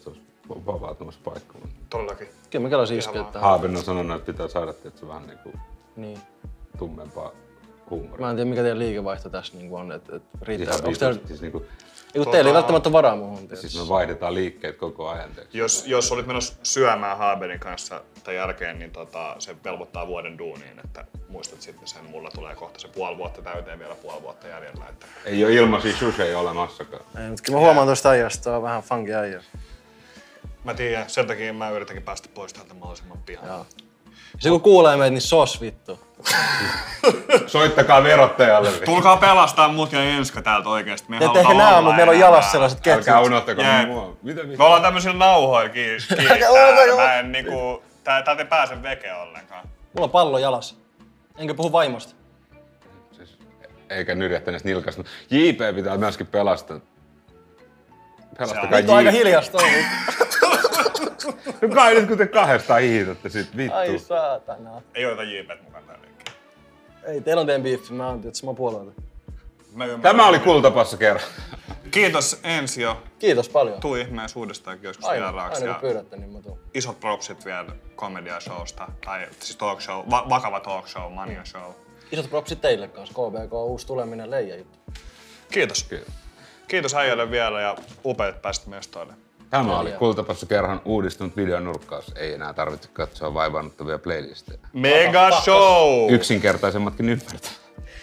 Speaker 2: vapautumispaikka.
Speaker 3: Todellakin.
Speaker 4: Kyllä mä kelasin iskeä tähän.
Speaker 2: Haaven on sanonut, että pitää saada tietysti vähän niinku
Speaker 4: Niin.
Speaker 2: tummempaa huumoria.
Speaker 4: Mä en tiedä mikä teidän liikevaihto tässä niinku on, että et riittää.
Speaker 2: Ihan
Speaker 4: Onks teillä,
Speaker 2: vitusti, siis niinku,
Speaker 4: niinku teillä ei välttämättä varaa muuhun.
Speaker 2: siis me vaihdetaan liikkeet koko ajan.
Speaker 3: Jos, jos olit menossa syömään Haaberin kanssa tämän jälkeen, niin tota, se velvoittaa vuoden duuniin, että muistat sitten sen, mulla tulee kohta se puoli vuotta täyteen, vielä puoli vuotta jäljellä. Että...
Speaker 2: Ei oo ilmaisia susheja olemassakaan.
Speaker 4: Ei, mutta kyllä mä huomaan tuosta äijästä, on vähän funky äijä.
Speaker 3: Mä tiedän, sen takia mä yritänkin päästä pois täältä mahdollisimman pian.
Speaker 4: Joo. Se kun kuulee meitä, niin sos vittu.
Speaker 2: Soittakaa verottajalle.
Speaker 3: Tulkaa pelastaa mut ja Enska täältä oikeesti. Me
Speaker 4: Te ette ehkä näe, mutta meillä on jalassa sellaiset ketjut.
Speaker 2: Älkää unohtako
Speaker 3: Jep.
Speaker 2: mua. Mitä
Speaker 3: Me ollaan tämmöisillä nauhoilla kiinni täällä. Mä en niinku... Tää, täältä ei pääse veke ollenkaan.
Speaker 4: Mulla on pallo jalassa. Enkä puhu vaimosta.
Speaker 2: Siis, eikä nyrjättäneet nilkasta. J P pitää myöskin pelastaa. Pelastakaa
Speaker 4: Nyt on aika
Speaker 2: J P.
Speaker 4: hiljasta ollut.
Speaker 2: No kai nyt kun te kahdestaan hiihdotte sit, vittu.
Speaker 4: Ai saatana.
Speaker 3: Ei oteta J P:t mukaan täällä liikkeelle.
Speaker 4: Ei, teillä on teidän biifi. Mä oon tietysti mä puolueelta.
Speaker 2: Tämä oli kultapassa kerran.
Speaker 3: Kiitos Ensio.
Speaker 4: Kiitos paljon.
Speaker 3: Tuu ihmeessä uudestaankin joskus
Speaker 4: Aina,
Speaker 3: vieraaksi.
Speaker 4: aina
Speaker 3: Ja
Speaker 4: kun pyydätte, niin mä tuun.
Speaker 3: isot propsit vielä Comedy Showsta. Tai siis talk show, va- vakava talk show, Mania show.
Speaker 4: Isot propsit teille kanssa. K B K uusi tuleminen leija juttu.
Speaker 3: Kiitos.
Speaker 2: Kiitos.
Speaker 3: Kiitos äijälle vielä ja upeat päästä mestoille.
Speaker 2: Tämä oli kultapassa kerran uudistunut videonurkkaus. Ei enää tarvitse katsoa vaivaannuttavia playlisteja.
Speaker 3: Mega show!
Speaker 2: Yksinkertaisemmatkin ymmärtää.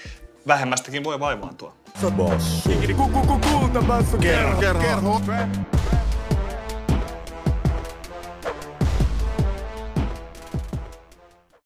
Speaker 3: Vähemmästäkin voi vaivaantua.
Speaker 1: Kultabassu. Kerho. Kerho.